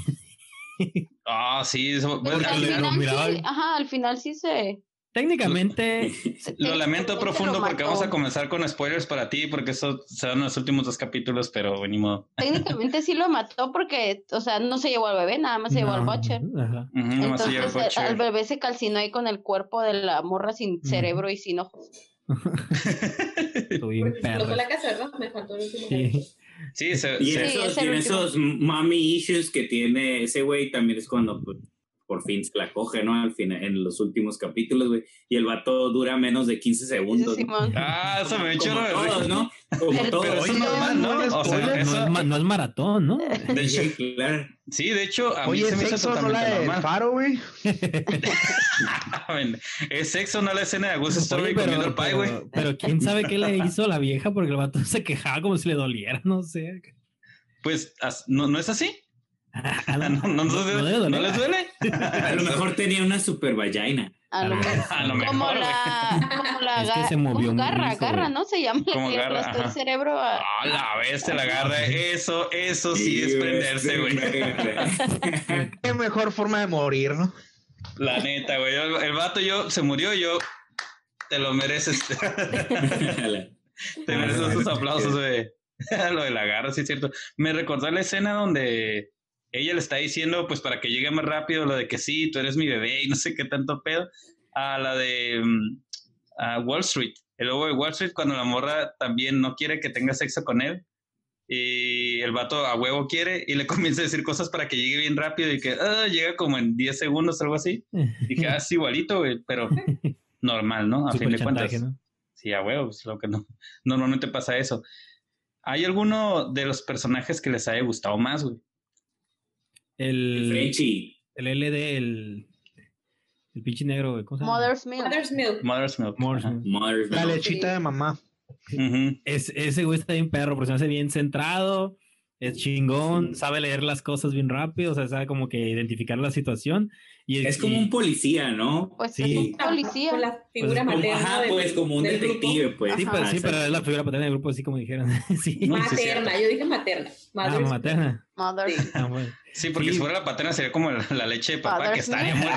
B: Ah, sí, eso- bueno,
E: Porque
B: al
E: al
C: le-
B: final
C: lo
E: final
C: miraba
E: sí,
C: y-
E: ajá, al final sí se...
C: Técnicamente,
B: lo lamento
E: técnicamente
B: profundo
E: lo
B: porque vamos a
E: mató.
B: comenzar con spoilers para ti porque eso serán los últimos dos capítulos, pero ni modo.
E: Técnicamente sí lo mató porque, o sea, no se llevó al bebé, nada más se llevó al
C: no,
E: Butcher.
C: ajá.
B: Ujú, nomás se lleva el
E: Entonces el- al
B: Butcher.
E: bebé se calcinó ahí con el cuerpo de la morra sin
C: Ujú.
E: cerebro y sin ojos.
C: Estuvo bien
F: Porque explotó
C: perro.
F: la casa, ¿verdad? Me faltó el último.
C: Sí.
B: Sí, se,
D: Y
B: se,
D: en
E: Sí,
D: esos,
E: es el
D: y en
E: último.
D: esos mommy issues que tiene ese güey también es cuando pues, por fin se la coge, ¿no? Al final, en los últimos capítulos, güey. Y el vato dura menos de quince segundos. ¿no?
E: Simón.
B: Ah, eso me echó
D: Como todos, ¿no? Como
E: Pero-
D: todos.
B: Pero eso es
A: Oye,
B: normal, ¿no?
A: ¿un
B: O sea,
A: spoiler?
C: No
B: eso...
C: es, ma- no es maratón, ¿no?
B: De hecho,
D: Sí, claro.
B: sí, de hecho, a mí
A: Oye,
B: se me hizo
A: sexo, no la
B: totalmente
A: del
B: normal.
A: faro, güey.
B: Es sexo, no la escena de Ghost Story
C: Oye,
B: comiendo el
C: pero,
B: pie, güey.
C: pero, pero quién sabe qué le hizo la vieja porque el vato se quejaba como si le doliera, no sé.
B: Pues, as- ¿no, ¿no es así?
C: Ah,
B: ¿No, no, no,
C: debe
B: ¿no
C: doler.
B: les duele?
D: A lo mejor tenía una super vagina.
E: A lo mejor.
B: A lo
E: Como
B: mejor, güey.
E: la, como la
C: Es que
E: ga-
C: se movió
E: como
C: muy
E: garra,
C: rico,
E: garra,
C: güey.
E: ¿no? Se llama la
B: Como
E: que le
B: garra,
E: aplastó el
B: ajá.
E: cerebro a...
B: Ah, la bestia, la agarra. Eso, eso sí es prenderse, güey.
A: Qué mejor forma de morir, ¿no?
B: La neta, güey. El, el vato yo se murió, yo te lo mereces. Te mereces esos aplausos, güey. Lo de la garra, sí es cierto. Me recordó la escena donde ella le está diciendo, pues para que llegue más rápido, lo de que sí, tú eres mi bebé y no sé qué tanto pedo, a la de um, a Wall Street. El lobo de Wall Street, cuando la morra también no quiere que tenga sexo con él. Y el vato a huevo quiere y le comienza a decir cosas para que llegue bien rápido y que ah, llega como en diez segundos, algo así. Y que ah, es igualito, güey, pero normal, ¿no? A
C: Súper
B: fin de
C: chantaje,
B: cuentas.
C: ¿no?
B: Sí, a huevo, es lo que no. Normalmente pasa eso. ¿Hay alguno de los personajes que les haya gustado más, güey?
C: El,
D: Frenchy.
C: el L D, el, el pinche negro, güey. ¿Cómo se llama?
E: Mother's Milk.
F: Mother's Milk.
B: Mother's Milk.
C: Morse,
B: Ajá.
C: ¿no?
D: Mother's
A: La
D: Milk.
A: lechita de mamá.
B: Ujú.
C: Es, ese güey está bien perro, porque se me hace bien centrado, es chingón, sabe leer las cosas bien rápido, o sea, sabe como que identificar la situación. Y,
D: Es como
C: y-
D: un policía, ¿no?
E: Pues
C: Sí.
E: es un policía.
F: Con la figura
C: Pues,
D: Como,
F: materna.
D: ajá,
F: del-
D: pues como un
F: del
D: detective,
F: grupo.
D: pues.
C: Sí, pero,
D: Ajá,
C: sí, pero
D: exacto.
C: es la figura paterna del grupo, así como dijeron. sí.
B: No, sí, es
F: Materna,
B: cierto.
F: yo dije materna.
C: Ah,
F: Mother's
C: materna.
E: Mother's
F: Sí.
C: Ah, bueno.
B: Sí, porque
C: Sí.
B: si fuera la paterna sería como la, la leche de papá, que
E: Mother's
B: estaría
E: Milk.
B: muy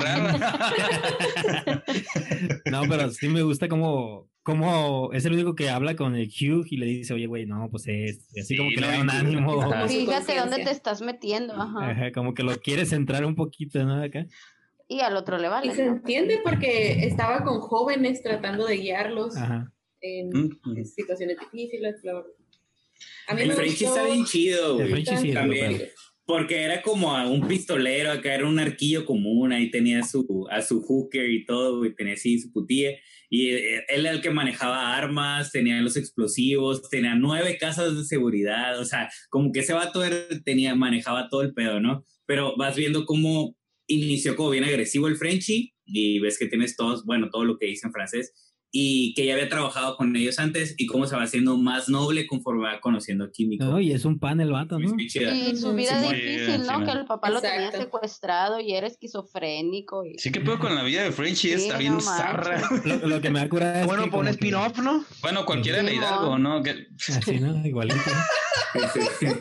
B: raro.
C: No, pero sí me gusta como, como es el único que habla con el Hugh y le dice, oye, güey, no, pues es, y así
B: Sí,
C: como que
B: no,
C: le da un
B: y-
C: ánimo,
B: Ajá.
F: Como su
E: Fíjate dónde
F: conciencia.
E: te estás metiendo, ajá.
C: ajá, como que lo quiere centrar un poquito, ¿no? Acá.
E: Y al otro le
F: Y
E: vale,
F: se
E: ¿no?
F: entiende porque estaba con jóvenes tratando de guiarlos
C: Ajá.
F: en,
B: Mm,
F: en situaciones difíciles. bla, bla, bla. A mí
D: El
F: me
D: Frenchy
F: gustó-
D: está bien chido,
C: El
D: güey.
C: Frenchy sí es
D: También.
C: local.
D: Porque era como a un pistolero, acá era un arquillo común, ahí tenía su, a su hooker y todo, y tenía así su putilla. Y eh, él era el que manejaba armas, tenía los explosivos, tenía nueve casas de seguridad, o sea, como que ese vato era- tenía, manejaba todo el pedo, ¿no? Pero vas viendo cómo inició como bien agresivo el Frenchy y ves que tienes todos, bueno, todo lo que dice en francés y que ya había trabajado con ellos antes y cómo se va haciendo más noble conforme va conociendo a Químico.
C: No, y es un pan el vato, ¿no?
D: Muy chida.
E: Y su
F: Ujú.
E: vida
B: Sí,
E: difícil,
B: sí,
E: ¿no?
B: sí.
E: Que el papá lo tenía
F: Exacto.
E: secuestrado y era esquizofrénico. Y...
B: Sí, ¿qué pedo con la vida de Frenchy?
E: Sí,
B: Está bien
E: no
B: zarra.
C: Lo, lo que me da cura es
A: Bueno,
C: que
A: pon
C: como
A: spin-off, ¿no?
B: Bueno, cualquiera de
E: Sí,
B: Hidalgo, ¿no? Que...
C: que- Así, ¿no? Igualito. ¿no?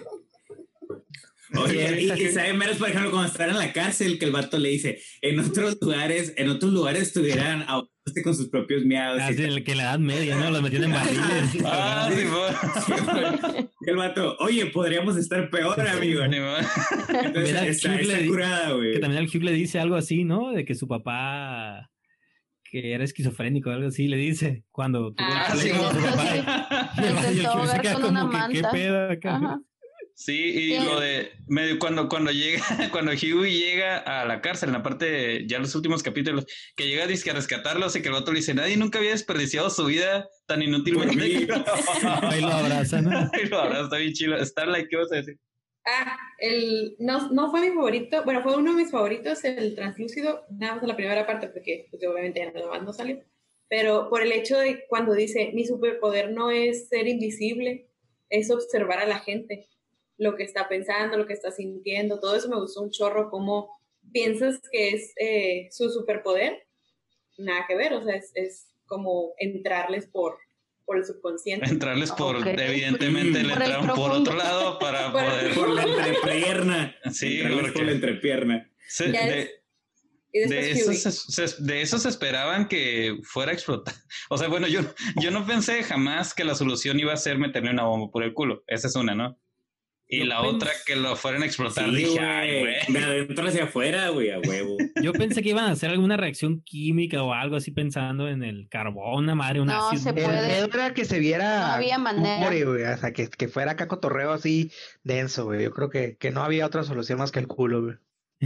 D: Oye, y, y sabe menos, por ejemplo, cuando están en la cárcel, que el vato le dice, en otros lugares, en otros lugares estuvieran ahogándose con sus propios miados.
C: Así
D: Y
C: en el que en la edad media, ¿no? Los metían en barriles.
B: Ah, sí, fue.
D: el vato, oye, podríamos estar peor, amigo.
B: Ni modo.
D: Entonces,
C: Mira,
D: está,
C: Hugh
D: está
C: le-
D: curada, güey.
C: Que también al Hugh le dice algo así, ¿no? De que su papá, que era esquizofrénico o algo así, le dice cuando tuvo
F: Ah,
C: un
B: sí,
C: pleito con su
E: sí.
C: papá. Y el,
E: Intentó
C: y el Hugh se
E: ahogar
C: queda
E: con una
C: como que, ¿qué
E: manta.
C: pedo acá?
E: Ajá.
B: Sí, y
E: Sí.
B: lo de medio cuando cuando llega cuando Huey llega a la cárcel en la parte de, ya los últimos capítulos que llega dizque a rescatarlos y que el otro le dice nadie nunca había desperdiciado su vida tan inútilmente.
D: Por mí.
C: Ahí lo abraza, ¿no?
B: Ay, lo abraza, está bien chido. Starlight, ¿qué vas a decir?
F: Ah, el, no, no fue mi favorito, bueno, fue uno de mis favoritos, el translúcido, nada más en la primera parte, porque, porque obviamente ya no, no salió, pero por el hecho de cuando dice, mi superpoder no es ser invisible, es observar a la gente, lo que está pensando, lo que está sintiendo, todo eso me gustó un chorro, cómo piensas que es eh, su superpoder, nada que ver, o sea, es, es como entrarles por, por el subconsciente.
B: Entrarles por,
E: Ok.
B: evidentemente le
E: Por el
B: entraron por
E: profundo.
B: otro lado para
F: Por-
B: poder.
D: Por la entrepierna.
B: Sí,
D: Entrarles
B: porque-
D: por la entrepierna.
B: Se-
F: Ya
B: de,
F: es- Y
B: de,
F: después
B: eso
F: Huey.
B: se, se- de eso se esperaban que fuera a explotar. O sea, bueno, yo, yo no pensé jamás que la solución iba a ser meterle una bomba por el culo. Esa es una, ¿no? Y
C: Yo
B: la
C: pens-
B: otra que lo fueran a explotar.
D: Sí,
B: Dije, ay,
D: güey.
B: güey.
D: De adentro hacia afuera, güey, a huevo.
C: Yo pensé que iban a hacer alguna reacción química o algo así pensando en el carbón, una madre, un
E: No,
C: ácido.
E: se
A: El
E: puede.
A: pedo era que se viera
E: No había manera.
A: gore, güey, o sea, que, que fuera acá cotorreo así denso, güey. Yo creo que, que no había otra solución más que el culo, güey.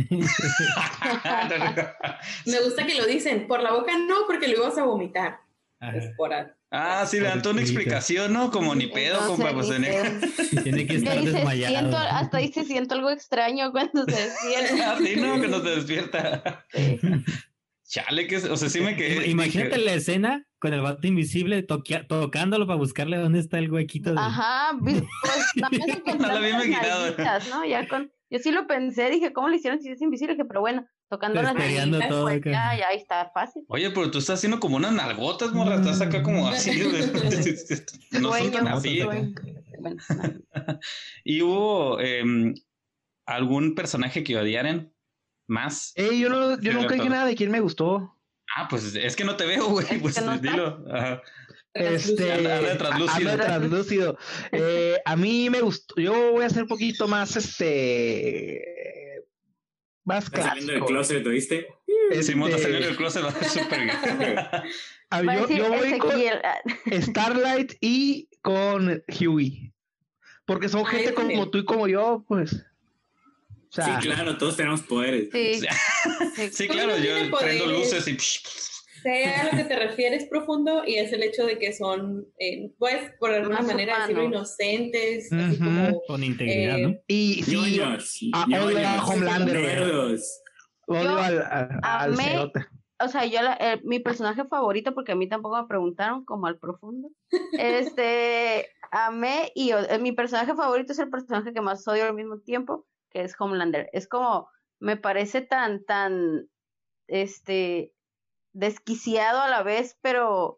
F: Me gusta que lo dicen, por la boca no, porque lo ibas a vomitar.
C: Ajá.
F: Es por a-
B: Ah, sí, le dan toda una explicación, ¿no? Como ni pedo,
E: No
B: compa.
E: sé,
B: Pues
E: ni
B: tenía-
E: sé.
C: Tiene que
E: Que
C: estar
E: dice,
C: desmayado.
E: siento, hasta dice, siento algo extraño cuando se despierta.
B: Ah, sí, no, que no se despierta.
E: Sí.
B: Chale, que, o sea, sí me quedé.
C: Im- Imagínate
B: dije,
C: la escena con el vato invisible toquea- tocándolo para buscarle dónde está el huequito. De...
E: Ajá, vi- pues nada más encontrar
B: No lo había
E: las
B: imaginado.
E: nalguitas, ¿no? Ya con, yo sí lo pensé, dije, ¿cómo lo hicieron si es invisible? Dije, pero bueno, tocando las
C: Testereando
E: nalguitas,
C: todo
E: pues
C: acá.
E: ya, ya ahí está fácil.
B: Oye, pero tú estás haciendo como unas nalgotas, morra. Estás acá como así. güey. No son tan
E: Sueño,
B: así.
E: sueño. Bueno, no.
B: ¿Y hubo em, algún personaje que odiaran más?
A: Ey, yo no, yo
B: Sí,
A: nunca dije
B: todo.
A: nada de quién me gustó.
B: Ah, pues es que no te veo, güey.
E: Es que
B: Pues
E: no está.
B: dilo. Ajá.
A: Este,
B: Anda- anda de translúcido.
A: anda de translúcido. Eh, a mí me gustó. Yo voy a ser un poquito más, este, más
D: Estás saliendo del
A: clásico.
D: closet, ¿oíste?
A: Este,
B: Simón está saliendo del closet, va a ser súper bien.
A: a-
E: Va a
A: yo,
E: decir
A: yo voy con
E: Ezequiel. ah,
A: Starlight y con Huey. Porque son
F: Ah,
A: gente
F: yo también.
A: como tú y como yo, pues. O
D: Sí,
A: sea,
D: claro, todos tenemos poderes.
E: Sí, sí.
B: Sí,
F: Pues
B: claro,
F: no
B: yo
F: tiene
B: prendo
F: poderes.
B: luces y...
F: Sé a lo que te refieres profundo y es el hecho de que son, eh, pues, por alguna
E: Más
F: manera decirlo,
E: humanos.
F: inocentes, así
A: Ujú.
F: como...
C: Con integridad,
F: eh,
C: ¿no?
A: y sí,
D: Ñoños,
A: Ah, hola,
D: ñoños,
A: Homelander, güey.
D: nerdos.
A: odio
E: Yo
A: al, al, al
E: amé-
A: cerote.
E: O sea, yo, la- eh, mi personaje favorito, porque a mí tampoco me preguntaron, como al profundo, este, amé y o- eh, mi personaje favorito es el personaje que más odio al mismo tiempo, que es Homelander. Es como, me parece tan, tan, este, desquiciado a la vez, pero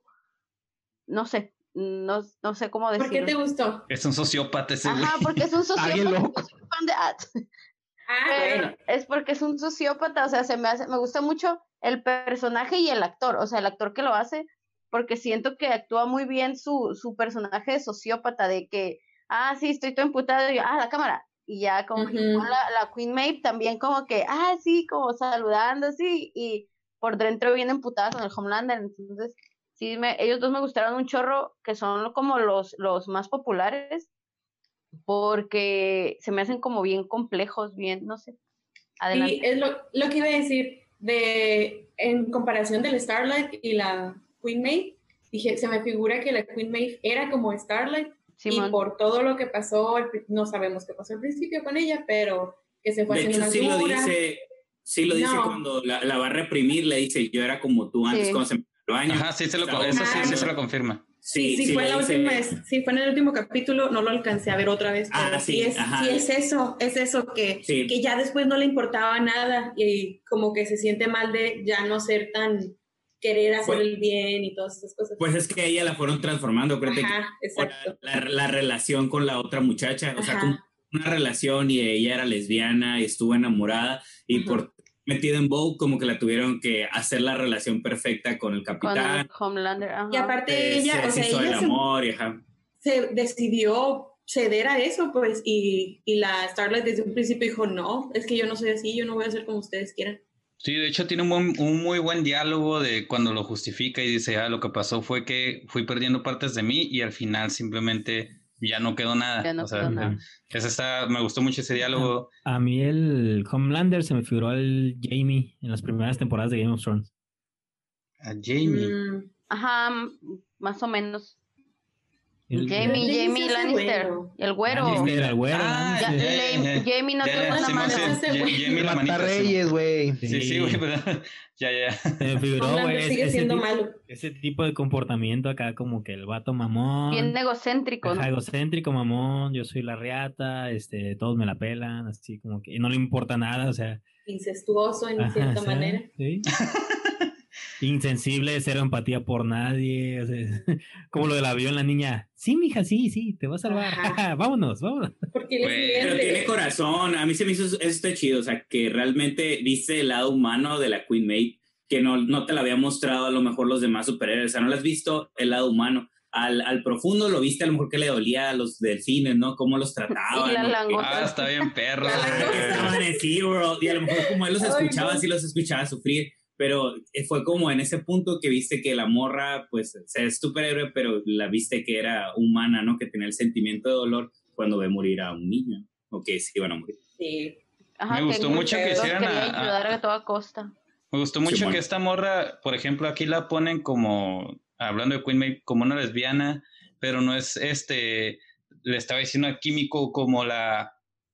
E: no sé, no, no sé cómo
F: ¿Por
E: decirlo.
F: qué te gustó?
B: Es un sociópata ese güey.
E: Ajá, porque es un
A: Alguien
E: sociópata.
A: loco.
E: soy fan de- ah,
F: Ah,
E: pero
F: bueno.
E: es porque es un sociópata, o sea, se me hace, me gusta mucho el personaje y el actor, o sea, el actor que lo hace, porque siento que actúa muy bien su, su personaje de sociópata, de que, ah, sí, estoy todo emputado, y yo, ah, la cámara, y ya como que
F: Ujú.
E: con la, la Queen Maeve también como que, ah, sí, como saludando, sí, y por dentro bien emputada con el Homelander, entonces, sí, me, ellos dos me gustaron un chorro, que son como los, los más populares, porque se me hacen como bien complejos, bien, no sé. Adelante.
F: Y es lo, lo que iba a decir, de, en comparación del Starlight y la Queen Maeve, dije, se me figura que la Queen Maeve era como Starlight,
E: Simón.
F: y por todo lo que pasó, al pri- no sabemos qué pasó al principio con ella, pero que se fue
D: De
F: haciendo
D: hecho,
F: más
D: sí lo
F: dura.
D: dice, sí lo dice
F: No.
D: cuando la, la va a reprimir, le dice, yo era como tú antes
E: Sí.
D: cuando se me lo año.
B: Ajá, sí, se lo, eso sí, sí se lo confirma.
F: Sí, sí,
D: sí
F: fue
D: le
F: la
D: dice-
F: última vez, sí, fue en el último capítulo, no lo alcancé a ver otra vez,
D: Ah,
F: pero sí,
D: sí,
F: es,
D: ajá.
F: sí es eso, es eso, que,
D: Sí.
F: que ya después no le importaba nada y como que se siente mal de ya no ser tan querer hacer
D: Pues-
F: el bien y todas esas cosas.
D: Pues es que ella la fueron transformando, creo que
F: Ajá, exacto.
D: la, la relación con la otra muchacha, o sea,
F: Ajá.
D: como una relación y ella era lesbiana y estuvo enamorada y
F: Ajá.
D: por metida en Vogue como que la tuvieron que hacer la relación perfecta con el
E: Con
D: capitán.
E: el Homelander, ajá.
F: Y aparte
D: eh,
F: ella,
D: se
F: o sea,
D: deshizo del
F: ella se,
D: amor y ajá.
F: se decidió ceder a eso, pues, y, y la Starlight desde un principio dijo, no, es que yo no soy así, yo no voy a ser como ustedes quieran.
B: Sí, de hecho tiene un, buen- un muy buen diálogo de cuando lo justifica y dice, ah, lo que pasó fue que fui perdiendo partes de mí y al final simplemente ya no quedó nada.
E: Ya no
B: o sea,
E: quedó nada.
B: ese está, me gustó mucho ese diálogo.
C: A mí el Homelander se me figuró al Jamie en las primeras temporadas de Game of Thrones.
B: A Jamie.
F: Mm,
E: Ajá, m- más o menos.
C: El-
E: Jamie,
F: Jamie
E: Jamie
F: se hace
E: Lannister.
F: güero.
E: El güero.
C: Lannister, el güero,
B: Ah,
E: Ya-
C: Lannister.
B: ya,
E: Lame-
B: ya,
E: Jamie no
B: ya,
E: tiene
B: ya,
E: una
B: Simón,
E: mano.
B: sí,
F: Ese
B: Ja-
F: güey.
B: Jamie la
A: Mata
B: manita. sí.
A: Reyes, güey.
B: Sí, sí, güey, pero ya, ya.
C: Se me figuró,
F: Homelander
C: güey,
F: sigue
C: ese,
F: siendo
C: tipo,
F: malo.
C: ese tipo de comportamiento acá, como que el vato mamón.
E: Bien egocéntrico,
C: Ajá,
E: ¿no?
C: egocéntrico, mamón, yo soy la riata, este, todos me la pelan, así como que y no le importa nada, o sea,
F: Incestuoso en
C: ajá,
F: cierta
C: o sea,
F: manera.
C: sí. Insensible, cero empatía por nadie, o sea, como lo del avión, la niña, sí, mija, sí, sí, te voy a salvar,
F: Ajá.
C: vámonos, vámonos.
F: Porque él es
B: Güey,
F: cliente.
D: Pero tiene corazón, a mí se me hizo eso está chido, o sea, que realmente viste el lado humano de la Queen Maeve, que no, no te la había mostrado a lo mejor los demás superhéroes, o sea, no le has visto el lado humano. al, al profundo lo viste a lo mejor que le dolía a los delfines, ¿no? Cómo los trataban.
E: Y la
D: ¿no?
E: langosta.
B: Ah, está bien perro.
D: Ah, que estaban en SeaWorld, y a lo mejor como él los escuchaba,
F: Ay, no.
D: sí los escuchaba sufrir, pero fue como en ese punto que viste que la morra, pues, o sea, es superhéroe, pero la viste que era humana, ¿no? Que tenía el sentimiento de dolor cuando ve morir a un niño, o que se iban a morir.
F: Sí.
E: Ajá,
B: Me
E: que
B: gustó mucho que
E: los
B: hicieran
E: quería
B: a- a-
E: ayudar a toda costa.
B: Me gustó mucho
D: Simón.
B: que esta morra, por ejemplo, aquí la ponen como, hablando de Queen Maeve, como una lesbiana, pero no es este, le estaba diciendo a Químico como la,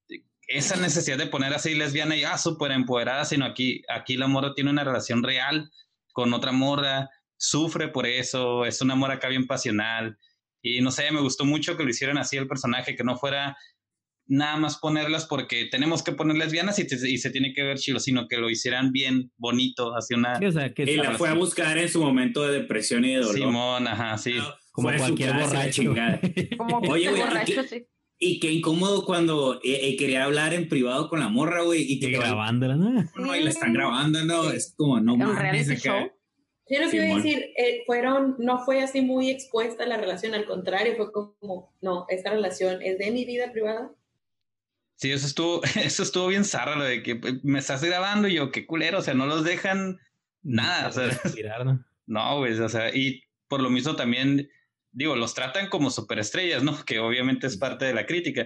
B: esa necesidad de poner así lesbiana y ah, súper empoderada, sino aquí, aquí la morra tiene una relación real con otra morra, sufre por eso, es una morra acá bien pasional, y no sé, me gustó mucho que lo hicieran así el personaje, que no fuera nada más ponerlas porque tenemos que poner lesbianas y, te, y se tiene que ver chido, sino que lo hicieran bien, bonito, así una...
C: Sí, o sea, que
D: Y la fue a buscar en su momento de depresión y de dolor.
B: Simón, ajá, sí.
D: No,
C: como
D: fue a su
C: cualquier
D: casa y la
C: borracho.
D: chingada.
E: Como
D: Oye,
E: este
D: güey, ¿y
E: borracho,
D: qué-
E: sí.
D: Y qué incómodo cuando eh, eh, quería hablar en privado con la morra, güey, y que
C: Y
D: te va-
C: grabándola, ¿no?
D: no, y la están grabando, ¿no?
F: Sí.
D: Es como, no
E: Un
D: mames.
E: reality
D: acá.
E: show.
F: Sí, lo que iba a
D: Simón.
F: decir, eh, fueron, no fue así muy expuesta la relación, al contrario, fue como, no, esta relación es de mi vida privada.
B: Sí, eso estuvo, eso estuvo bien zarra, lo de que eh, me estás grabando y yo, qué culero, o sea, no los dejan nada, o sea,
C: Respirar, ¿no?
B: no, güey, o sea, y por lo mismo también, digo, los tratan como superestrellas, ¿no? Que obviamente es parte de la crítica.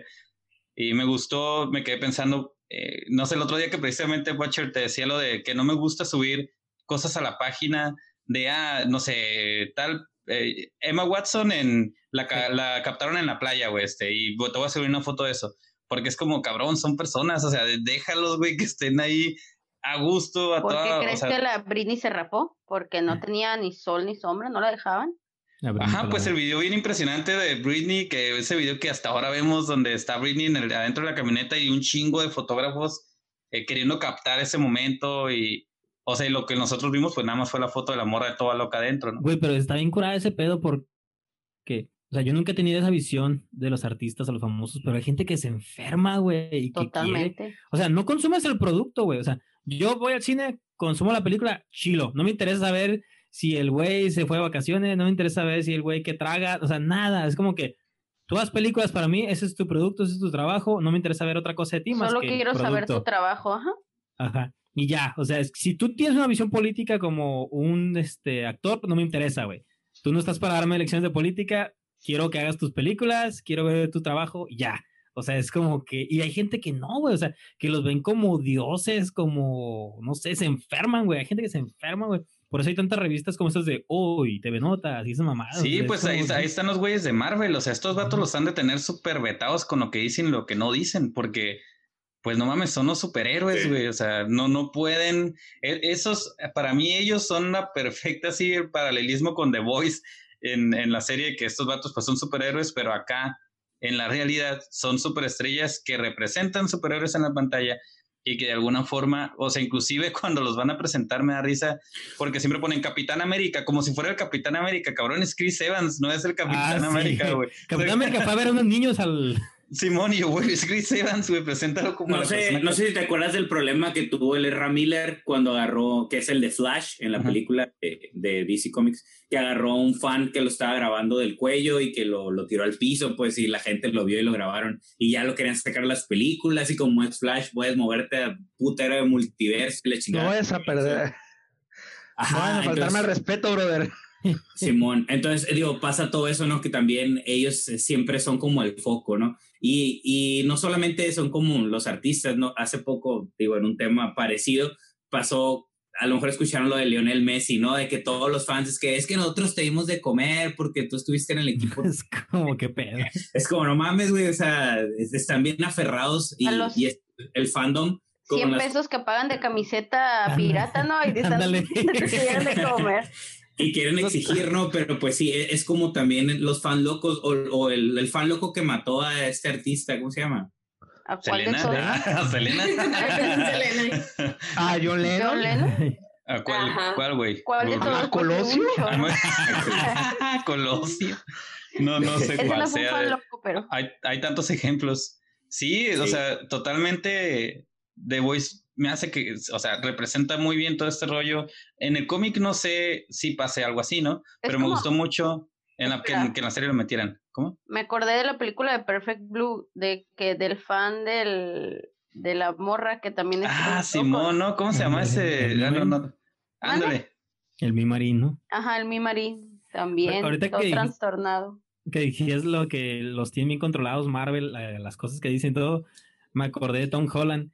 B: Y me gustó, me quedé pensando, eh, no sé, el otro día que precisamente Butcher te decía lo de que no me gusta subir cosas a la página de, ah, no sé, tal, eh, Emma Watson en la, ca- la captaron en la playa, güey, este, y te voy a subir una foto de eso, porque es como, cabrón, son personas, o sea, déjalos, güey, que estén ahí a gusto, a
E: ¿Por qué
B: toda, o
E: crees
B: sea,
E: que la Britney se rapó? Porque no tenía ni sol ni sombra, no la dejaban.
B: ajá, pues el video bien impresionante de Britney, que ese video que hasta ahora vemos donde está Britney en el, adentro de la camioneta y un chingo de fotógrafos eh, queriendo captar ese momento y, o sea, y lo que nosotros vimos pues nada más fue la foto de la morra toda loca adentro, ¿no?
C: Güey, pero está bien curada ese pedo porque, o sea, yo nunca he tenido esa visión de los artistas, a los famosos, pero hay gente que se enferma, güey, y que quiere,
E: Totalmente.
C: o sea, no consumes el producto, güey, o sea, yo voy al cine, consumo la película, chilo, no me interesa saber si el güey se fue de vacaciones, no me interesa saber si el güey que traga, o sea, nada, es como que tú das películas para mí, ese es tu producto, ese es tu trabajo, no me interesa ver otra cosa de ti más
E: Solo
C: que el
E: quiero saber tu
C: producto.
E: trabajo, ajá.
C: Ajá. Y ya, o sea, es- si tú tienes una visión política como un este, actor, no me interesa, güey. Tú no estás para darme lecciones de política, quiero que hagas tus películas, quiero ver tu trabajo, y ya. O sea, es como que... Y hay gente que no, güey, o sea, que los ven como dioses, como... No sé, se enferman, güey. Hay gente que se enferma, güey. Por eso hay tantas revistas como estas de Uy, T V Notas y esas mamadas.
B: Sí,
C: o sea,
B: pues
C: es como
B: ahí,
C: que-
B: ahí están los güeyes de Marvel, o sea, estos vatos
C: Ujú.
B: los han de tener súper vetados con lo que dicen y lo que no dicen, porque pues no mames, son los superhéroes,
D: Sí.
B: güey, o sea, no, no pueden, e- esos, para mí ellos son la perfecta, así, el paralelismo con The Voice en, en la serie, que estos vatos pues son superhéroes, pero acá en la realidad son superestrellas que representan superhéroes en la pantalla y que de alguna forma, o sea, inclusive cuando los van a presentar me da risa porque siempre ponen Capitán América, como si fuera el Capitán América, cabrón, es Chris Evans, no es el Capitán
C: Ah, sí.
B: América, güey.
C: Capitán América fue a ver a unos niños al...
B: Simón, y yo, güey, es Chris Evans, güey, preséntalo como
D: No
B: la
D: sé,
B: persona
D: no
B: que-
D: sé si te acuerdas del problema que tuvo el Ezra Miller cuando agarró, que es el de Flash en la
B: Ajá.
D: película de, de D C Comics, que agarró a un fan que lo estaba grabando del cuello y que lo, lo tiró al piso, pues, y la gente lo vio y lo grabaron, y ya lo querían sacar las películas, y como es Flash, puedes moverte a putero de multiverso y le
A: No
D: chingada.
A: vayas a perder.
D: Ajá,
A: No vayan a faltarme al
D: entonces-
A: respeto, brother.
D: Simón, entonces digo, pasa todo eso, ¿no? Que también ellos eh, siempre son como el foco, ¿no? Y, y no solamente son como los artistas, ¿no? Hace poco, digo, en un tema parecido, pasó, a lo mejor escucharon lo de Lionel Messi, ¿no? De que todos los fans, es que es que nosotros te dimos de comer porque tú estuviste en el equipo.
C: Es como, qué pedo.
D: Es como, no mames, güey, o sea, es- están bien aferrados y,
E: A los-
D: y es- el fandom... como
E: cien
D: las-
E: pesos que pagan de camiseta
C: Ándale.
E: pirata, ¿no? Y dicen
C: Ándale.
E: que te dieron de comer.
D: Y quieren exigir, ¿no? Pero pues sí, es es como también los fan locos o, o el, el fan loco que mató a este artista, ¿cómo se llama?
E: ¿A cuál de
B: Selena,
E: todos?
B: ah, Selena.
F: Selena.
A: Ah, John Lennon.
E: ¿John Lennon?
B: ¿A cuál,
F: Ajá.
B: cuál, güey?
E: ¿Cuál de
B: Google.
E: todos?
A: ¿A Colosio?
E: Porque un chorro.
B: Ah, Colosio. No, no sé
E: Ese
B: cuál
E: no fue un
B: sea.
E: fan loco, pero...
B: Hay, hay tantos ejemplos. Sí, o
D: Sí.
B: sea, totalmente The Voice me hace que, o sea, representa muy bien todo este rollo. En el cómic no sé si pase algo así, ¿no?
E: Es
B: Pero me
E: como-
B: gustó mucho. En la, que, que en la serie lo metieran. ¿Cómo?
E: Me acordé de la película de Perfect Blue, de que del fan del de la morra que también es.
B: Ah, Simón, ¿no? ¿Cómo se llama ese?
C: El,
B: ah, no, no. Ándale.
C: El Mi Marín, ¿no?
E: Ajá, el Mi Marín también.
C: Ahorita
E: todo
C: que,
E: trastornado.
C: Que dijiste lo que los tienen bien controlados Marvel, eh, las cosas que dicen todo. Me acordé de Tom Holland,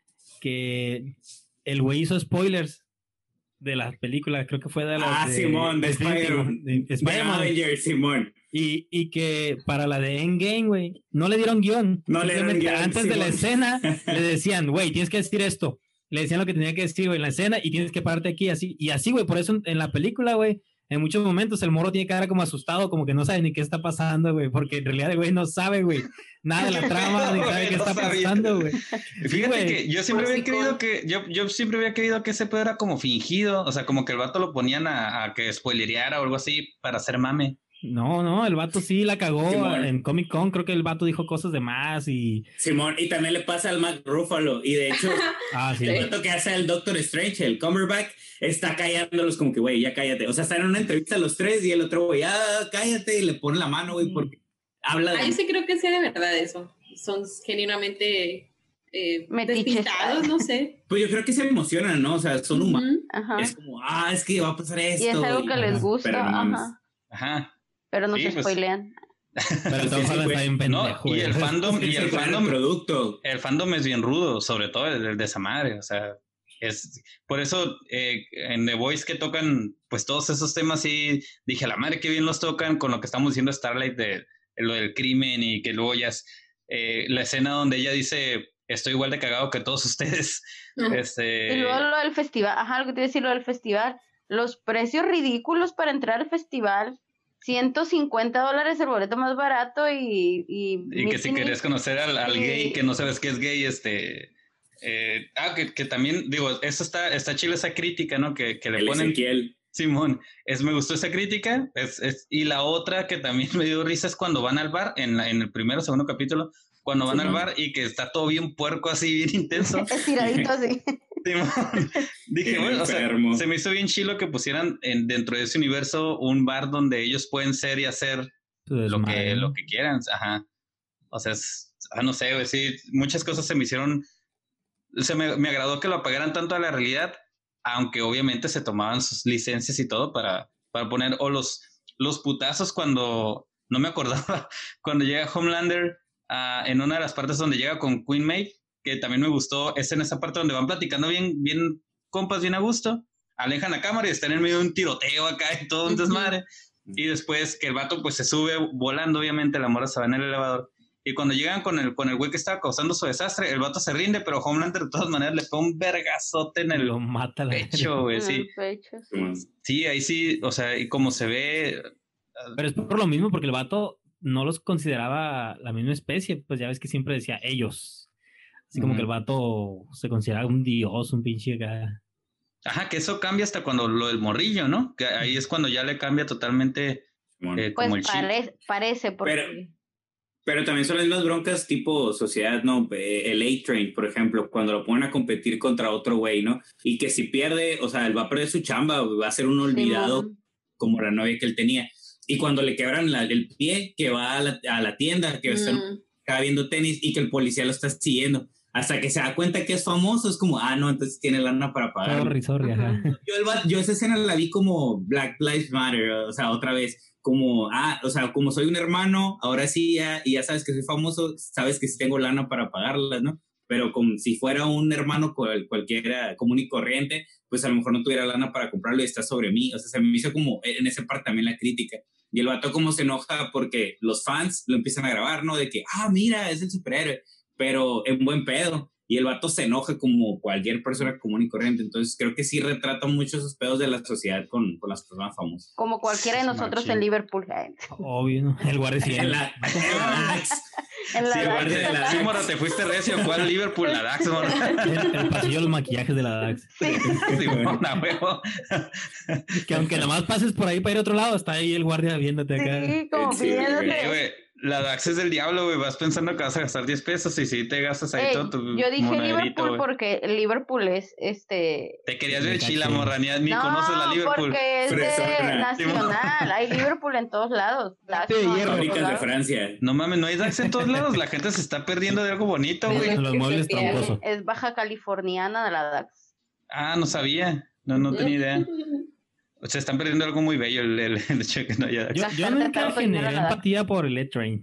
C: que el güey hizo spoilers de las películas, creo que fue de las
D: Ah,
C: de,
D: Simón, de,
C: de
D: Spider-Man.
C: de, de Spider-Man.
D: Avengers, Simón.
C: Y, y que para la de Endgame, güey, no le dieron guión.
D: No le dieron guión.
C: Antes
D: Simón.
C: de la escena, le decían, güey, tienes que decir esto. Le decían lo que tenía que decir, güey, en la escena y tienes que pararte aquí, así. Y así, güey, por eso en la película, güey, en muchos momentos el morro tiene que quedar como asustado, como que no sabe ni qué está pasando, güey, porque en realidad el güey no sabe, güey, nada de la trama, ni sabe qué
B: no
C: está
B: sabía.
C: pasando, güey.
B: Fíjate
C: Sí, güey.
B: que yo siempre había querido que, yo, yo siempre había querido que ese pedo era como fingido, o sea, como que el vato lo ponían a, a que spoilereara o algo así para hacer mame.
C: No, no, el vato sí la cagó
D: Simón.
C: en Comic Con, creo que el vato dijo cosas de más y...
D: Simón, y también le pasa al Mark Ruffalo, y de hecho,
C: Ah, sí.
D: el vato que hace el Doctor Strange, el Cumberbatch, está callándolos como que, güey, ya cállate. O sea, están en una entrevista los tres y el otro, güey, ah, cállate, y le pone la mano, güey, porque habla de...
F: Ah, yo sí creo que sea de verdad eso. Son genuinamente eh,
E: Metiches.
F: despistados, no sé.
D: Pues yo creo que se emocionan, ¿no? O sea, son humanos.
F: Ujú.
E: Ajá.
D: Es como, ah, es que va a pasar esto.
E: Y es algo que
D: y-
E: les
C: ajá,
E: gusta,
D: pero no mames.
E: ajá.
B: Ajá.
E: Pero no
B: Sí,
E: se
B: pues.
E: spoilean.
C: Pero
D: Sí,
C: Tom
D: sí,
C: Holland
D: güey.
C: está bien
B: No,
C: pendejo,
B: y
C: güey.
B: el fandom, y
D: Es
B: el
D: el
B: fandom,
D: producto.
B: el fandom es bien rudo, sobre todo el, el de esa madre, o sea, es, por eso eh, en The Voice que tocan, pues todos esos temas, y dije, la madre, qué bien los tocan con lo que estamos diciendo Starlight de, de lo del crimen, y que luego ya es eh, la escena donde ella dice, estoy igual de cagado que todos ustedes,
F: Ajá.
B: este...
E: Y luego lo del festival, ajá, lo que te iba a decir, lo del festival, los precios ridículos para entrar al festival, ciento cincuenta dólares el boleto más barato y... Y,
B: Y que si
E: Mickey
B: querías conocer al, al
E: Sí.
B: gay que no sabes que es gay, este... eh, ah, que, que también, digo, eso está, está chila esa crítica, ¿no? Que, que le
D: El
B: ponen...
D: Ezequiel.
B: Simón, es, me gustó esa crítica, es, es, y la otra que también me dio risa es cuando van al bar, en, la, en el primero o segundo capítulo, cuando van
F: Sí.
B: al bar y que está todo bien puerco, así bien intenso.
E: estiradito así.
B: Simón, dije,
D: Bien
B: bueno, o sea,
D: enfermo.
B: se me hizo bien chilo que pusieran en, dentro de ese universo un bar donde ellos pueden ser y hacer
C: Su
B: lo
C: desmadre,
B: que,
C: ¿no?
B: lo que quieran, ajá. O sea, es, ah, no sé, güey, sí, muchas cosas se me hicieron, se me, me agradó que lo apagaran tanto a la realidad, aunque obviamente se tomaban sus licencias y todo para, para poner, o los, los putazos cuando, no me acordaba, cuando llega Homelander uh, en una de las partes donde llega con Queen Maeve, que también me gustó, es en esa parte donde van platicando bien, bien compas, bien a gusto, alejan la cámara y están en medio de un tiroteo acá y todo un desmadre, y después que el vato pues se sube volando, obviamente la morra se va en el elevador, y cuando llegan con el con el güey que estaba causando su desastre, el vato se rinde, pero Homelander de todas maneras le pone un vergazote en el
C: Lo mata la
B: pecho, güey,
E: En
B: sí.
E: el pecho, sí.
D: Simón.
B: Sí, ahí sí, o sea, y como se ve,
C: Pero es por lo mismo, porque el vato no los consideraba la misma especie, pues ya ves que siempre decía ellos. Así como
B: Ujú.
C: que el vato se consideraba un dios, un pinche acá.
B: ajá, que eso cambia hasta cuando lo del morrillo, ¿no? Que ahí es cuando ya le cambia totalmente
D: Simón.
B: eh, como
E: Pues
B: el chip.
E: pare- parece, porque...
D: Pero- Pero también son las mismas broncas tipo sociedad, ¿no? Eh, El A-Train, por ejemplo, cuando lo ponen a competir contra otro güey, ¿no? Y que si pierde, o sea, él va a perder su chamba, va a ser un olvidado
E: Simón.
D: como la novia que él tenía. Y cuando le quebran la- el pie, que va a la, a la tienda, que está
F: Mm.
D: acá viendo tenis y que el policía lo está siguiendo. Hasta que se da cuenta que es famoso, es como, ah, no, entonces tiene lana para pagar.
C: Sorry, sorry, ajá.
E: Ajá.
D: Yo, el va- yo esa escena la vi como Black Lives Matter, o sea, otra vez, como, ah, o sea, como soy un hermano, ahora sí ya, y ya sabes que soy famoso, sabes que sí tengo lana para pagarlas, ¿no? Pero como si fuera un hermano cual, cualquiera común y corriente, pues a lo mejor no tuviera lana para comprarlo y está sobre mí, o sea, se me hizo como en esa parte también la crítica. Y el vato como se enoja porque los fans lo empiezan a grabar, ¿no? De que, ah, mira, es el superhéroe, pero en buen pedo. Y el vato se enoja como cualquier persona común y corriente. Entonces creo que sí retrata mucho esos pedos de la sociedad con, con las personas famosas.
E: Como cualquiera de nosotros
B: Machín.
E: en Liverpool. ¿eh?
C: Obvio, ¿no? El guardia
D: En
C: civil.
D: la, en la Dax.
E: En la
D: Sí,
E: Dax,
D: guardia de
E: en
D: la
E: la
B: Sí,
D: Dax.
B: Mora, te fuiste recio. ¿Cuál Liverpool? La Dax, Mora.
C: El, el pasillo de los maquillajes de la Dax.
B: Sí, Mora, huevo.
C: Que aunque nada más pases por ahí para ir a otro lado, está ahí el guardia viéndote acá.
E: Sí, como
D: Sí,
E: pidiéndote.
B: Eh, güey, La Dax es del diablo, güey. Vas pensando que vas a gastar diez pesos y si te gastas ahí
E: Ey,
B: todo tu
E: yo dije
B: monederito,
E: Liverpool
B: güey.
E: porque Liverpool es este.
B: Te querías
C: Me
B: ver
C: caché.
B: chila, morra, ni, ni
E: no,
B: conoces la Liverpool.
E: porque es de
D: Fresona.
E: nacional. Hay Liverpool en todos lados. Dax
A: de
E: no hay en
A: hierro.
E: todos
D: Fábricas de
E: lados.
D: Francia.
B: No mames, no hay Dax en todos lados. La gente se está perdiendo de algo bonito, güey.
C: Los muebles troncosos.
E: Es baja californiana de la Dax.
B: Ah, no sabía. No, no tenía idea. Se están perdiendo algo muy bello el, el, el hecho de que no haya Dax.
C: Yo,
E: La
C: yo
E: gente
C: nunca
E: tanto
C: generé
E: dinero en la-
C: empatía por el E-Train.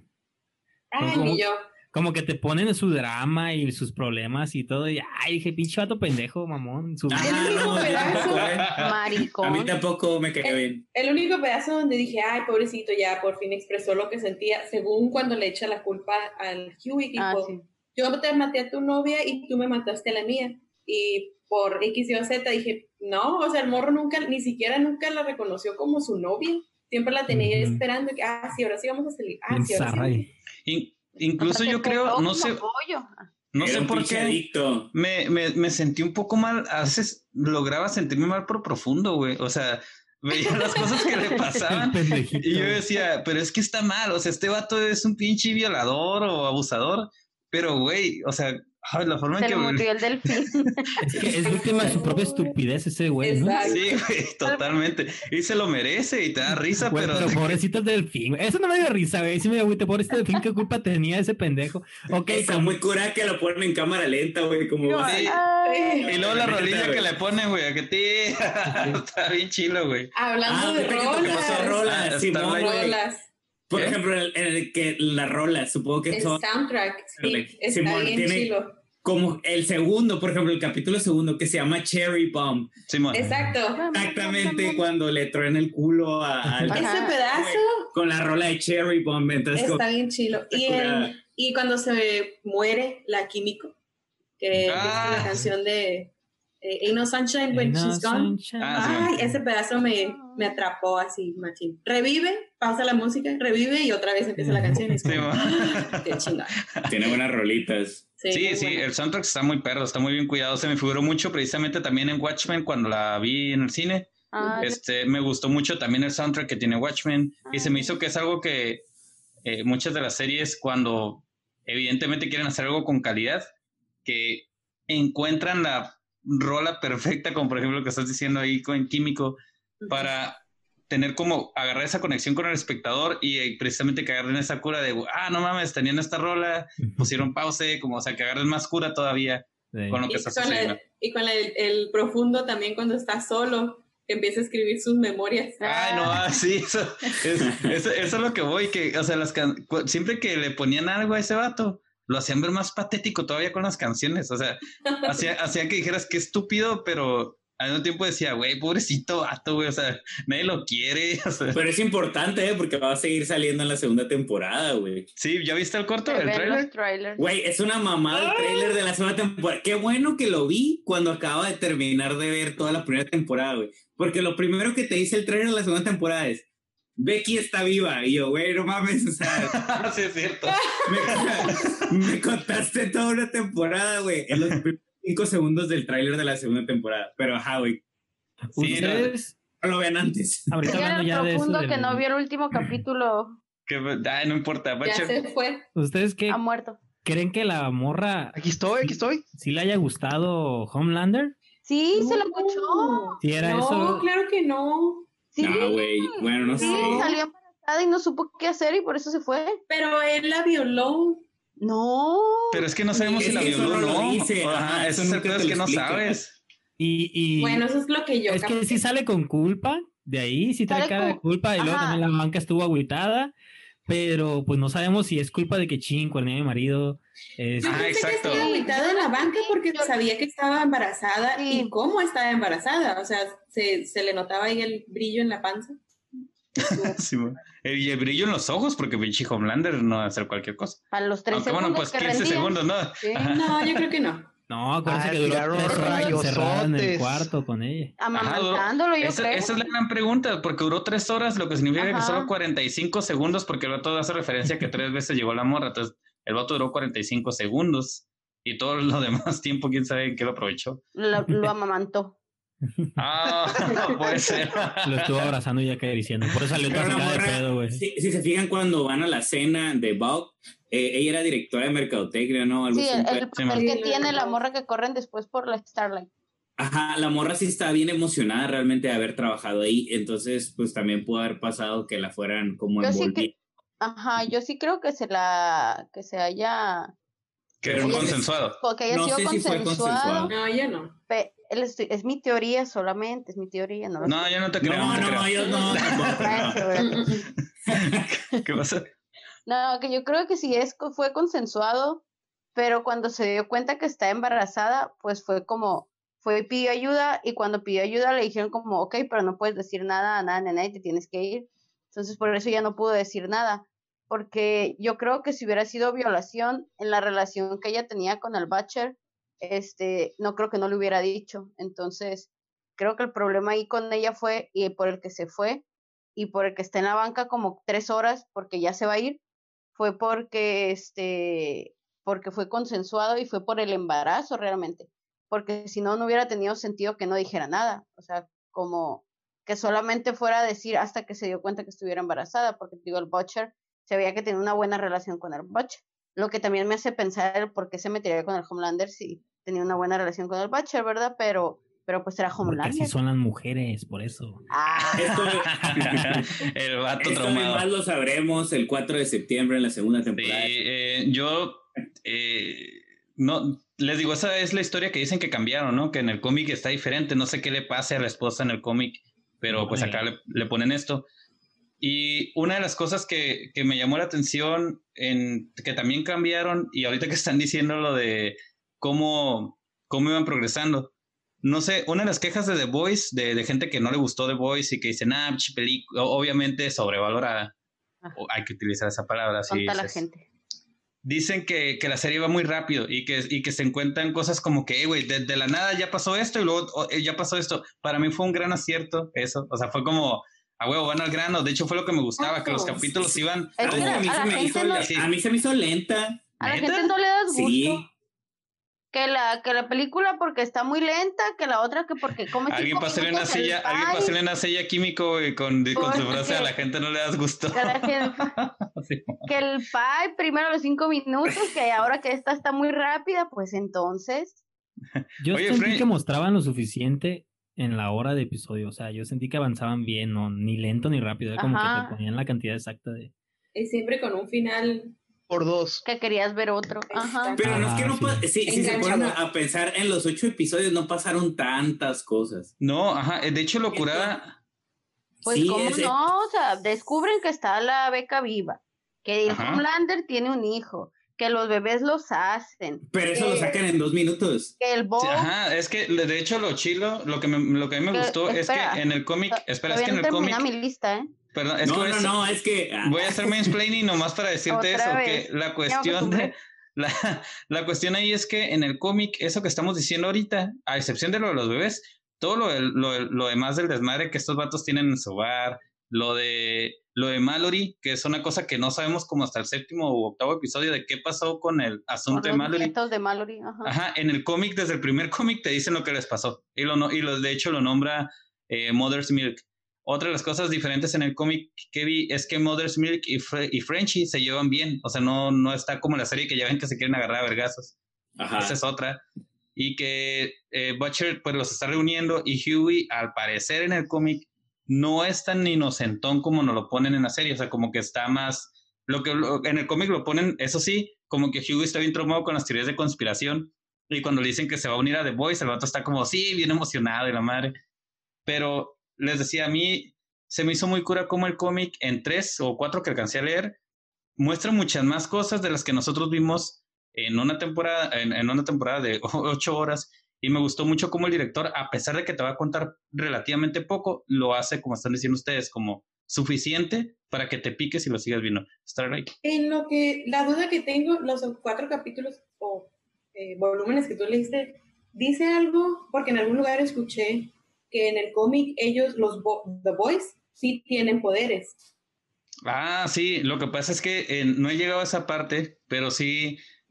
F: Ay,
C: ¿Cómo?
F: ni yo.
C: Como que te ponen su drama y sus problemas y todo. Y ay, dije, pinche vato pendejo, mamón. Su...
D: Ah,
F: El único
D: no, yo
F: pedazo-
D: tampoco, eh. A mí
E: Maricón.
D: tampoco me cae bien.
F: El único pedazo donde dije, ay, pobrecito, ya por fin expresó lo que sentía, según cuando le echa la culpa al Huey, tipo,
E: Ah, sí.
F: yo te maté a tu novia y tú me mataste a la mía. Y por X, Y o Z dije, no, o sea, el morro nunca, ni siquiera nunca la reconoció como su novia. Siempre la tenía
C: Ujú.
F: esperando, que, ah, sí, ahora sí vamos a salir. Ah,
C: Bien
F: sí, ahora sí.
C: zarra
F: vamos.
C: ahí.
B: In-
E: O
B: incluso
E: sea,
B: yo
E: se
B: creo,
E: peló
B: no
E: como
B: sé,
E: pollo.
B: no
D: Era
B: sé
D: un
B: por
D: pinche
B: qué.
D: adicto.
B: Me, me, me sentí un poco mal. A veces lograba sentirme mal por profundo, güey. O sea, veía las cosas que le
C: El
B: pasaban.
C: pendejito.
B: Y yo decía, pero es que está mal, o sea, este vato es un pinche violador o abusador, pero güey, o sea, ay, la forma
E: Se
B: en
E: le
B: que...
E: murió el delfín.
C: Es que es víctima de su propia estupidez ese güey, ¿no?
F: Exacto.
B: Sí, güey, totalmente. Y se lo merece y te da risa,
C: Güey,
B: pero...
C: pero pobrecito el delfín. güey. Eso no me dio risa, güey. Sí me dio agüite. Pobrecito delfín, ¿qué culpa tenía ese pendejo? Ok,
D: Está
C: como-
D: muy cura que lo ponen en cámara lenta, güey, como
E: Yo,
B: Sí.
E: ay,
B: Y luego la
D: Neta,
B: rolilla
D: güey.
B: que le pone, güey, a que te... Está bien chilo, güey.
F: Hablando
D: Ah,
F: de
D: ahorita que te pasó
F: rolas.
D: rolas,
B: Ah,
D: Simón,
B: está
D: güey.
F: rolas.
D: Por
B: ¿Qué?
D: ejemplo, el, el que las rolas, supongo que
F: El
D: son
F: soundtrack, sí,
D: Like,
F: está
D: Simón,
F: bien
D: tiene-
F: chilo.
D: como el segundo, por ejemplo, el capítulo segundo que se llama Cherry Bomb.
B: Simón.
F: Exacto.
D: Exactamente cuando le truena el culo a, al-
E: Ajá.
F: Ese pedazo
D: con la rola de Cherry Bomb. Entonces, como-
F: está bien chilo.
D: está
F: Y,
D: curada.
F: en- y cuando se muere la Químico, que
B: Ah.
F: es la canción de eh, Ain't No Sunshine When
C: Ain't no
F: She's Gone.
C: sunshine.
B: Ah,
F: Ay, ese pedazo me, me atrapó así, machín. Revive, pausa la música, revive y otra vez empieza la canción. Y es como,
B: Simón.
F: "Ah, qué chingada.
D: tiene buenas rolitas.
F: Sí,
B: Sí,
F: muy
B: sí,
F: buena.
B: el soundtrack está muy perro, está muy bien cuidado. Se me figuró mucho precisamente también en Watchmen cuando la vi en el cine.
E: ah,
B: Este, me gustó mucho también el soundtrack que tiene Watchmen y se me hizo que es algo que eh, muchas de las series cuando evidentemente quieren hacer algo con calidad, que encuentran la rola perfecta, como por ejemplo lo que estás diciendo ahí con Químico, para tener como agarrar esa conexión con el espectador y eh, precisamente que agarren esa cura de, ah, no mames, tenían esta rola, pusieron pause, como, o sea, que agarren más cura todavía
C: Sí.
B: con lo que
F: Y
B: está
F: con,
B: sucediendo.
F: el, y con el, el profundo también cuando está solo, que empieza a escribir sus memorias.
B: Ay, no, ah, sí, eso es, eso, eso es lo que voy, que, o sea, las can- cu- siempre que le ponían algo a ese vato, lo hacían ver más patético todavía con las canciones, o sea, hacía, hacía que dijeras que estúpido, pero al mismo tiempo decía, güey, pobrecito vato, güey, o sea, nadie lo quiere, o sea,
D: Pero es importante, ¿eh? Porque va a seguir saliendo en la segunda temporada, güey.
B: sí, ¿ya viste el corto,
E: se
B: el
E: ven
B: trailer?
E: los trailers.
D: Güey, es una mamada el trailer de la segunda temporada. Qué bueno que lo vi cuando acaba de terminar de ver toda la primera temporada, güey. Porque lo primero que te dice el trailer de la segunda temporada es Becky está viva. Y yo, güey, no mames, o sea,
B: Sí, es cierto.
D: me, me contaste toda una temporada, güey. En los primeros cinco segundos del trailer de la segunda temporada. Pero ajá, güey,
B: Sí,
C: Ustedes,
D: no lo vean antes.
C: ahorita
E: Digan
C: hablando
E: el
C: ya de eso.
E: profundo
C: del-
E: que no vio el último capítulo,
B: Que, ay, no importa,
F: Ya
B: Bache,
F: se fue.
C: ¿Ustedes qué
E: ha muerto.
C: creen que la morra
A: Aquí estoy, aquí estoy.
C: sí le haya gustado Homelander?
E: Sí, se lo
F: No.
E: escuchó.
C: Sí, era
F: no,
C: eso.
F: claro que no.
E: Sí,
D: No, güey, bueno, no
E: sí,
D: sé.
E: salió embarazada y no supo qué hacer y por eso se fue.
F: Pero él la violó.
E: No.
B: pero es que no sabemos
D: Es
B: si la
D: que eso
B: violó o
D: no lo
B: no.
D: dice,
B: Ajá,
D: ajá,
B: ese
D: eso
B: es el
D: nunca
B: pedo,
D: te
B: es
D: lo
B: que no
D: explica.
B: sabes.
C: Y, y
F: Bueno, eso es lo que yo
C: es que
F: capté.
C: sí sale con culpa. De ahí sí trae
E: Sale
C: cara de
E: con-
C: culpa. Y luego
E: Ajá.
C: también la banca estuvo agüitada. Pero pues no sabemos si es culpa de que ching, cuerné a mi marido. Es-
F: Yo
B: Ah,
F: pensé
B: exacto.
F: que estaba agüitada en la banca porque
E: Yo-
F: sabía que estaba embarazada
E: Sí.
F: y cómo estaba embarazada. O sea, se, se le notaba ahí el brillo en la panza.
B: Sí, bueno. Eh, y el brillo en los ojos, porque pinche Homelander no va a hacer cualquier cosa.
E: Para los tres
B: Aunque
E: segundos
B: bueno, pues
E: que
B: quince
E: rendía.
B: segundos, ¿no?
E: Sí.
B: Ajá.
F: No, yo creo que no.
C: No, acuérdense
A: Ah,
C: que duró
A: tiraron
C: tres horas
A: rayosotes.
C: encerrada en el cuarto con ella.
E: Amamantándolo, yo
B: esa,
E: creo.
B: esa es la gran pregunta, porque duró tres horas, lo que significa
E: Ajá.
B: que solo cuarenta y cinco segundos, porque el vato hace referencia a que tres veces llegó la morra, entonces el vato duró cuarenta y cinco segundos y todo lo demás tiempo, quién sabe en qué lo aprovechó.
E: Lo, lo amamantó.
B: Ah, no puede ser.
C: Lo estuvo abrazando y acariciando. Por eso salió toda sacada de pedo, güey.
D: Si, si se fijan cuando van a la cena de Bob, eh, ella era directora de mercadotecnia, ¿no? Algo
E: Sí,
D: así.
E: el, el
B: Sí,
E: papel que
F: sí.
E: tiene la morra que corren después por la Starlight.
D: Ajá, la morra sí está bien emocionada realmente de haber trabajado ahí, entonces pues también pudo haber pasado que la fueran como
E: Yo sí
D: envolviendo.
E: que, ajá, yo sí creo que se la, que se haya,
B: Que
D: Pero
B: fue
D: no sé-
B: consensuado.
E: que haya
D: No
E: sido
D: sé si fue
E: consensuado.
D: consensuado.
F: No, yo no.
E: pe- es, es mi teoría solamente, es mi teoría, no lo
B: No, yo no te creo.
D: No,
B: No, te
D: no,
B: creo.
D: yo no, tampoco.
E: Ah,
D: no.
E: seguro.
F: Mm, mm, mm.
B: ¿Qué pasa?
E: No, que yo creo que sí es, fue consensuado, pero cuando se dio cuenta que está embarazada, pues fue como, fue y pidió ayuda, y cuando pidió ayuda le dijeron como, ok, pero no puedes decir nada a nada, nena, y te tienes que ir. Entonces por eso ya no pudo decir nada, porque yo creo que si hubiera sido violación en la relación que ella tenía con el Butcher, este, no creo que no le hubiera dicho. Entonces creo que el problema ahí con ella fue, y por el que se fue, y por el que está en la banca como tres horas, porque ya se va a ir, fue porque este porque fue consensuado y fue por el embarazo realmente, porque si no no hubiera tenido sentido que no dijera nada, o sea, como que solamente fuera a decir hasta que se dio cuenta que estuviera embarazada, porque digo, el Butcher se veía que tenía una buena relación con el Butcher, lo que también me hace pensar el por qué se metería con el Homelander si tenía una buena relación con el Butcher, ¿verdad? Pero pero pues era
C: Porque
E: Homelander.
C: así son las mujeres, por eso.
E: Ah,
D: Esto,
B: El vato
D: esto
B: traumado.
D: además lo sabremos el cuatro de septiembre en la segunda
B: Sí,
D: temporada.
B: eh, yo eh, no les digo, esa es la historia que dicen que cambiaron, ¿no? Que en el cómic está diferente. No sé qué le pase a la esposa en el cómic, pero pues acá le, le ponen esto. Y una de las cosas que, que me llamó la atención, en, que también cambiaron, y ahorita que están diciendo lo de cómo, cómo iban progresando, no sé, una de las quejas de The Voice, de, de gente que no le gustó The Voice y que dicen, ah, película, obviamente sobrevalorada, o hay que utilizar esa palabra.
E: tonta
B: Sí,
E: la
B: es,
E: gente.
B: Dicen que, que la serie va muy rápido y que, y que se encuentran cosas como que, güey, de, de la nada ya pasó esto y luego oh, ya pasó esto. Para mí fue un gran acierto eso. O sea, fue como, a huevo, van al grano. De hecho, fue lo que me gustaba, que los capítulos iban
E: Es que
B: como...
D: a, mí
E: a
D: se
E: la
D: me
E: gente
D: hizo,
E: no-
D: le- a mí se me hizo lenta.
E: A la
B: ¿Neta?
E: gente no le das gusto.
D: Sí.
E: Que la, que la película porque está muy lenta, que la otra que porque come
B: Alguien
E: cinco
B: pásale una
E: minutos el
B: silla, alguien
E: pie,
B: pásale una silla químico, güey, con, con su
E: Porque-
B: frase, a la gente no le das gusto.
E: que, la gente-
B: Sí.
E: que el pie primero los cinco minutos, que ahora que esta está muy rápida, pues entonces,
C: Yo
B: Oye,
C: sentí
B: Fred.
C: que mostraban lo suficiente en la hora de episodio. O sea, yo sentí que avanzaban bien, no, ni lento ni rápido. Era como
E: Ajá.
C: que te ponían la cantidad exacta de.
F: Y siempre con un final.
A: Por dos.
E: que querías ver otro. Ajá.
D: Pero no es que
C: Ajá,
D: no
C: sí.
D: pa- si, si se
F: Enganchador.
D: ponen a, a pensar en los ocho episodios no pasaron tantas cosas.
B: No, ajá, de hecho, lo curada...
E: Pues
D: Sí,
E: cómo
D: ese-
E: no, o sea, descubren que está la beca viva, que el
B: Ajá.
E: Homelander tiene un hijo, que los bebés los hacen,
D: Pero eso
E: que,
D: lo sacan en dos minutos.
E: que el Bob,
B: Sí, ajá, es que de hecho lo chilo, lo que, me, lo que a mí me
E: Que-
B: gustó
E: espera,
B: es que en el cómic, espera, es
E: todavía
B: que en
E: no
B: el cómic,
E: termina mi lista, ¿eh?
B: perdón, es
D: No,
B: que voy a
D: no,
B: hacer-
D: no, es que... ah,
B: voy a hacer mansplaining nomás para decirte
E: Otra
B: eso,
E: vez.
B: que la
E: Ya
B: cuestión
E: me acostumbré.
B: de, la, la cuestión ahí es que en el cómic, eso que estamos diciendo ahorita, a excepción de lo de los bebés, todo lo, del- lo, lo demás del desmadre que estos vatos tienen en su hogar, lo de, lo de Mallory, que es una cosa que no sabemos como hasta el séptimo o octavo episodio de qué pasó con el
E: Con
B: asunto de
E: los
B: Mallory.
E: nietos de Mallory, ajá.
B: Ajá, en el cómic, desde el primer cómic te dicen lo que les pasó. Y, lo, no- y lo, de hecho lo nombra eh, Mother's Milk. Otra de las cosas diferentes en el cómic que vi es que Mother's Milk y, Fre- y Frenchie se llevan bien. O sea, no, no está como la serie que ya ven que se quieren agarrar a vergazos.
D: Ajá.
B: Esa es otra. Y que eh, Butcher pues los está reuniendo y Huey, al parecer en el cómic, no es tan inocentón como nos lo ponen en la serie. O sea, como que está más... Lo que lo- en el cómic lo ponen, eso sí, como que Huey está bien traumado con las teorías de conspiración. Y cuando le dicen que se va a unir a The Boys, el vato está como, sí, bien emocionado y la madre. Pero les decía, a mí se me hizo muy cura como el cómic en tres o cuatro que alcancé a leer muestra muchas más cosas de las que nosotros vimos en una temporada, en, en una temporada de ocho horas. Y me gustó mucho cómo el director, a pesar de que te va a contar relativamente poco, lo hace, como están diciendo ustedes, como suficiente para que te piques y lo sigas viendo. Starlight.
F: En lo que, la duda que tengo, los cuatro capítulos o eh, volúmenes que tú leíste, dice algo, porque en algún lugar escuché que en el cómic ellos, los Bo- The Boys, sí tienen poderes.
B: Ah, sí, lo que pasa es que eh, no he llegado a esa parte, pero sí,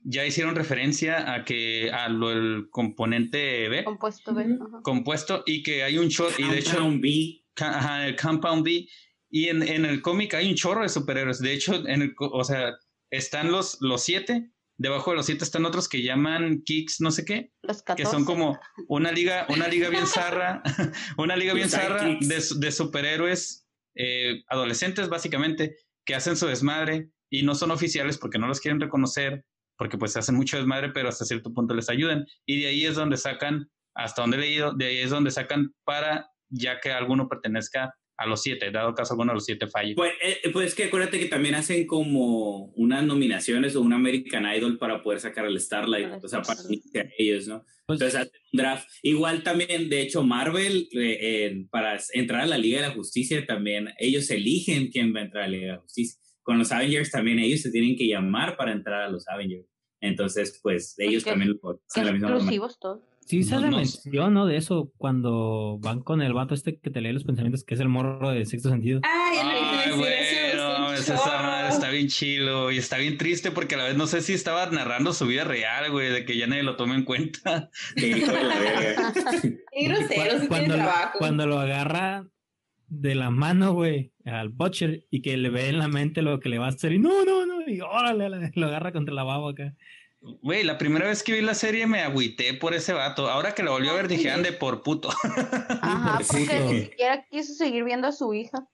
B: ya hicieron referencia a que a lo el componente B,
E: Compuesto B.
F: Ujú.
E: Ajá.
B: compuesto, y que hay un chorro, y de hecho,
D: Compound B.
B: ca- ajá, el Compound B, y en, en el cómic hay un chorro de superhéroes. De hecho, en el, co- o sea, están los, los siete, debajo de los siete están otros que llaman Kicks, no sé qué,
E: Los
B: que
E: catorce.
B: son como una liga, una liga bien zarra, una liga bien
D: Los
B: zarra
D: sidekicks.
B: de, su- de superhéroes eh, adolescentes, básicamente, que hacen su desmadre y no son oficiales porque no los quieren reconocer, porque pues hacen mucho desmadre, pero hasta cierto punto les ayudan. Y de ahí es donde sacan, hasta donde he leído, de ahí es donde sacan para ya que alguno pertenezca a los siete, dado caso alguno de los siete falle.
D: Pues, eh, pues es que acuérdate que también hacen como unas nominaciones o un American Idol para poder sacar al Starlight, o sea, para unirse a ellos, ¿no?
C: Pues,
D: Entonces hacen un draft. Igual también, de hecho, Marvel, eh, eh, para entrar a la Liga de la Justicia también, ellos eligen quién va a entrar a la Liga de la Justicia. Con los Avengers también ellos se tienen que llamar para entrar a los Avengers. Entonces, pues ellos
E: qué-
D: también lo
E: Qué
D: hacen de la misma manera.
E: exclusivos todos.
C: sí se
B: No,
C: hace
B: no sé.
C: mención, ¿no? De eso cuando van con el vato este que te lee los pensamientos, que es el morro de Sexto Sentido.
F: Ay, el
B: Ay,
F: decir eso es
B: bueno,
F: un
B: esa
F: chorro.
B: madre está bien chilo y está bien triste porque a la vez no sé si estaba narrando su vida real, güey, de que ya nadie lo tome en cuenta.
D: Qué hijo de la verga.
F: Qué grosero, si tiene
C: cuando,
F: trabajo.
C: cuando lo agarra de la mano, güey, al Butcher y que le ve en la mente lo que le va a hacer y no, no, no, y órale, lo agarra contra la baba acá.
B: Güey, la primera vez que vi la serie me agüité por ese vato. Ahora que lo volvió a ver dije, ande por puto.
E: Ajá,
C: por
E: porque
C: puto.
E: ni siquiera quiso seguir viendo a su hija.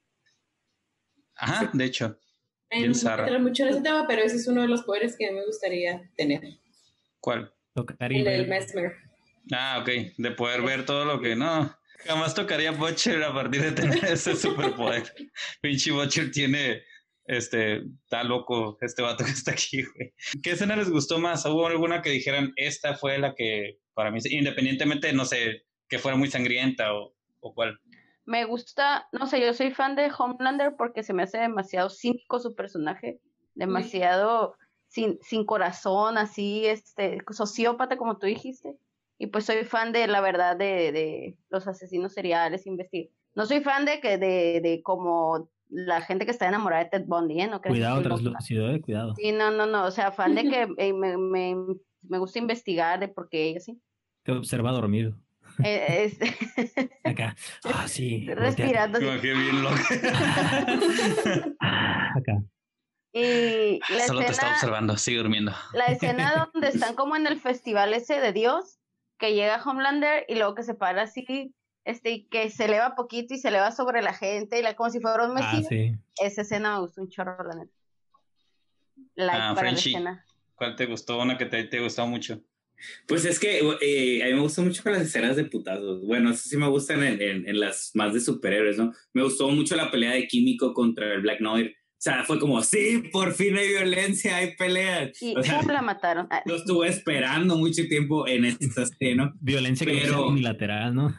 B: Ajá, de hecho.
F: Ay,
B: bien
F: no quiero
B: zarra.
F: entrar mucho en ese tema, pero ese es uno de los poderes que me gustaría tener.
B: ¿Cuál?
C: Tocar y
F: El del
C: ver.
F: Mesmer.
B: Ah, ok, de poder ver todo lo que no. Jamás tocaría Butcher a partir de tener ese superpoder. Pinche Butcher tiene, este, está loco este vato que está aquí, güey. ¿Qué escena les gustó más? ¿Hubo alguna que dijeran, esta fue la que, para mí, independientemente, no sé, que fuera muy sangrienta o, o cuál?
E: Me gusta, no sé, yo soy fan de Homelander porque se me hace demasiado cínico su personaje, demasiado sin, sin corazón, así, este, sociópata como tú dijiste. Y pues soy fan de la verdad de, de los asesinos seriales, investig no soy fan de que de, de como la gente que está enamorada de Ted Bundy, ¿eh? No creas que
C: Cuidado,
E: estoy loca.
C: translúcido, eh, cuidado.
E: Sí, no, no, no, o sea, fan de que eh, me, me, me gusta investigar de por qué ella sí.
C: Te observa dormido.
E: Eh, este,
C: Acá. Ah, sí. volteate.
E: respirando. así.
B: Como que bien loco.
C: Ah, acá.
E: Y la
B: Solo te estaba
E: escena,
B: observando, sigue durmiendo.
E: la escena donde están como en el festival ese de Dios, que llega Homelander y luego que se para así, este, y que se eleva poquito y se eleva sobre la gente, y la, como si fuera un
C: Ah,
E: mesías.
C: sí.
E: Esa escena me gustó un chorro, la neta. Like
B: Ah,
E: para
B: Frenchie.
E: la escena.
B: ¿Cuál te gustó? Una que te, te gustó mucho.
D: Pues es que eh, a mí me gustan mucho las escenas de putazos. Bueno, eso sí me gustan en, en, en las más de superhéroes, ¿no? Me gustó mucho la pelea de Químico contra el Black Noir. O sea, fue como, sí, por fin hay violencia, hay peleas.
E: Y
D: O sea,
E: ¡pum! La mataron. Ah,
D: lo estuve esperando mucho tiempo en esta serie, ¿no?
C: Violencia que
D: Pero-
C: no sea unilateral, ¿no?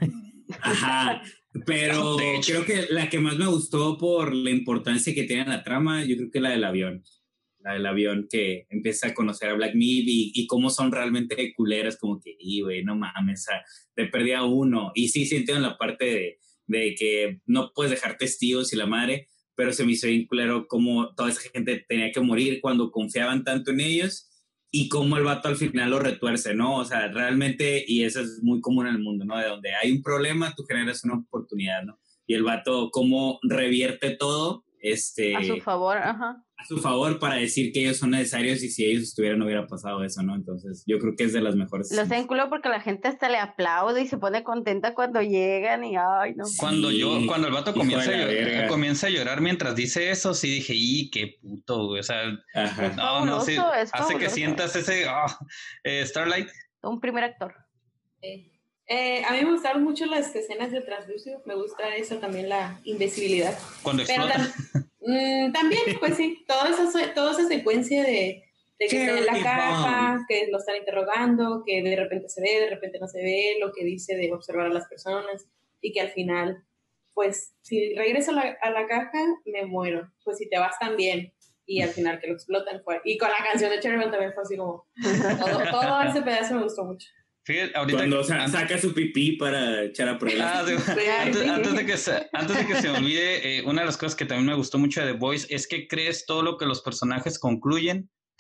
D: Ajá, pero
B: De hecho.
D: creo que la que más me gustó por la importancia que tiene en la trama, yo creo que la del avión. La del avión que empieza a conocer a Black Mid y, y cómo son realmente culeras, como que, y güey, no mames, o sea, te perdí a uno. Y sí, sí entiendo la parte de, de que no puedes dejar testigos y la madre, pero se me hizo bien culero cómo toda esa gente tenía que morir cuando confiaban tanto en ellos y cómo el vato al final lo retuerce, ¿no? O sea, realmente, y eso es muy común en el mundo, ¿no? De donde hay un problema, tú generas una oportunidad, ¿no? Y el vato, cómo revierte todo, este...
E: a su favor, ajá.
D: a su favor para decir que ellos son necesarios y si ellos estuvieran no hubiera pasado eso, ¿no? Entonces, yo creo que es de las mejores.
E: Lo sé en culo porque la gente hasta le aplaude y se pone contenta cuando llegan y ay, no.
D: Sí.
B: Cuando yo, cuando el vato
D: hijo
B: comienza
D: de
B: a,
D: la
B: llorar,
D: verga.
B: comienza a llorar mientras dice eso, sí dije, y qué puto, güey. O sea,
D: Ajá.
B: no, no, sí,
E: fabuloso, es
B: hace que
E: fabuloso.
B: sientas ese ah, eh, Starlight.
E: Un primer actor.
F: Eh, eh, a mí me gustaron mucho las escenas de translúcido. Me gusta eso también, la invisibilidad.
B: Cuando
F: Pero
B: explota.
F: tam- mm, también, pues sí, toda esa, toda esa secuencia de, de que está en la
D: Cherry
F: caja,
D: bomb.
F: que lo están interrogando, que de repente se ve, de repente no se ve, lo que dice de observar a las personas y que al final, pues, si regreso a la, a la caja, me muero. Pues si te vas también. Y al final que lo explotan fue. Y con la canción de Cherry Bomb también fue así como. Todo, todo ese pedazo me gustó mucho.
B: Fíjate, ahorita.
D: Cuando sa-
B: antes-
D: saca su pipí para echar a prueba.
B: Ah, sí. antes, antes de que se, antes de que se me olvide, eh, una de las cosas que también me gustó mucho de The Boys es que crees todo lo que los personajes concluyen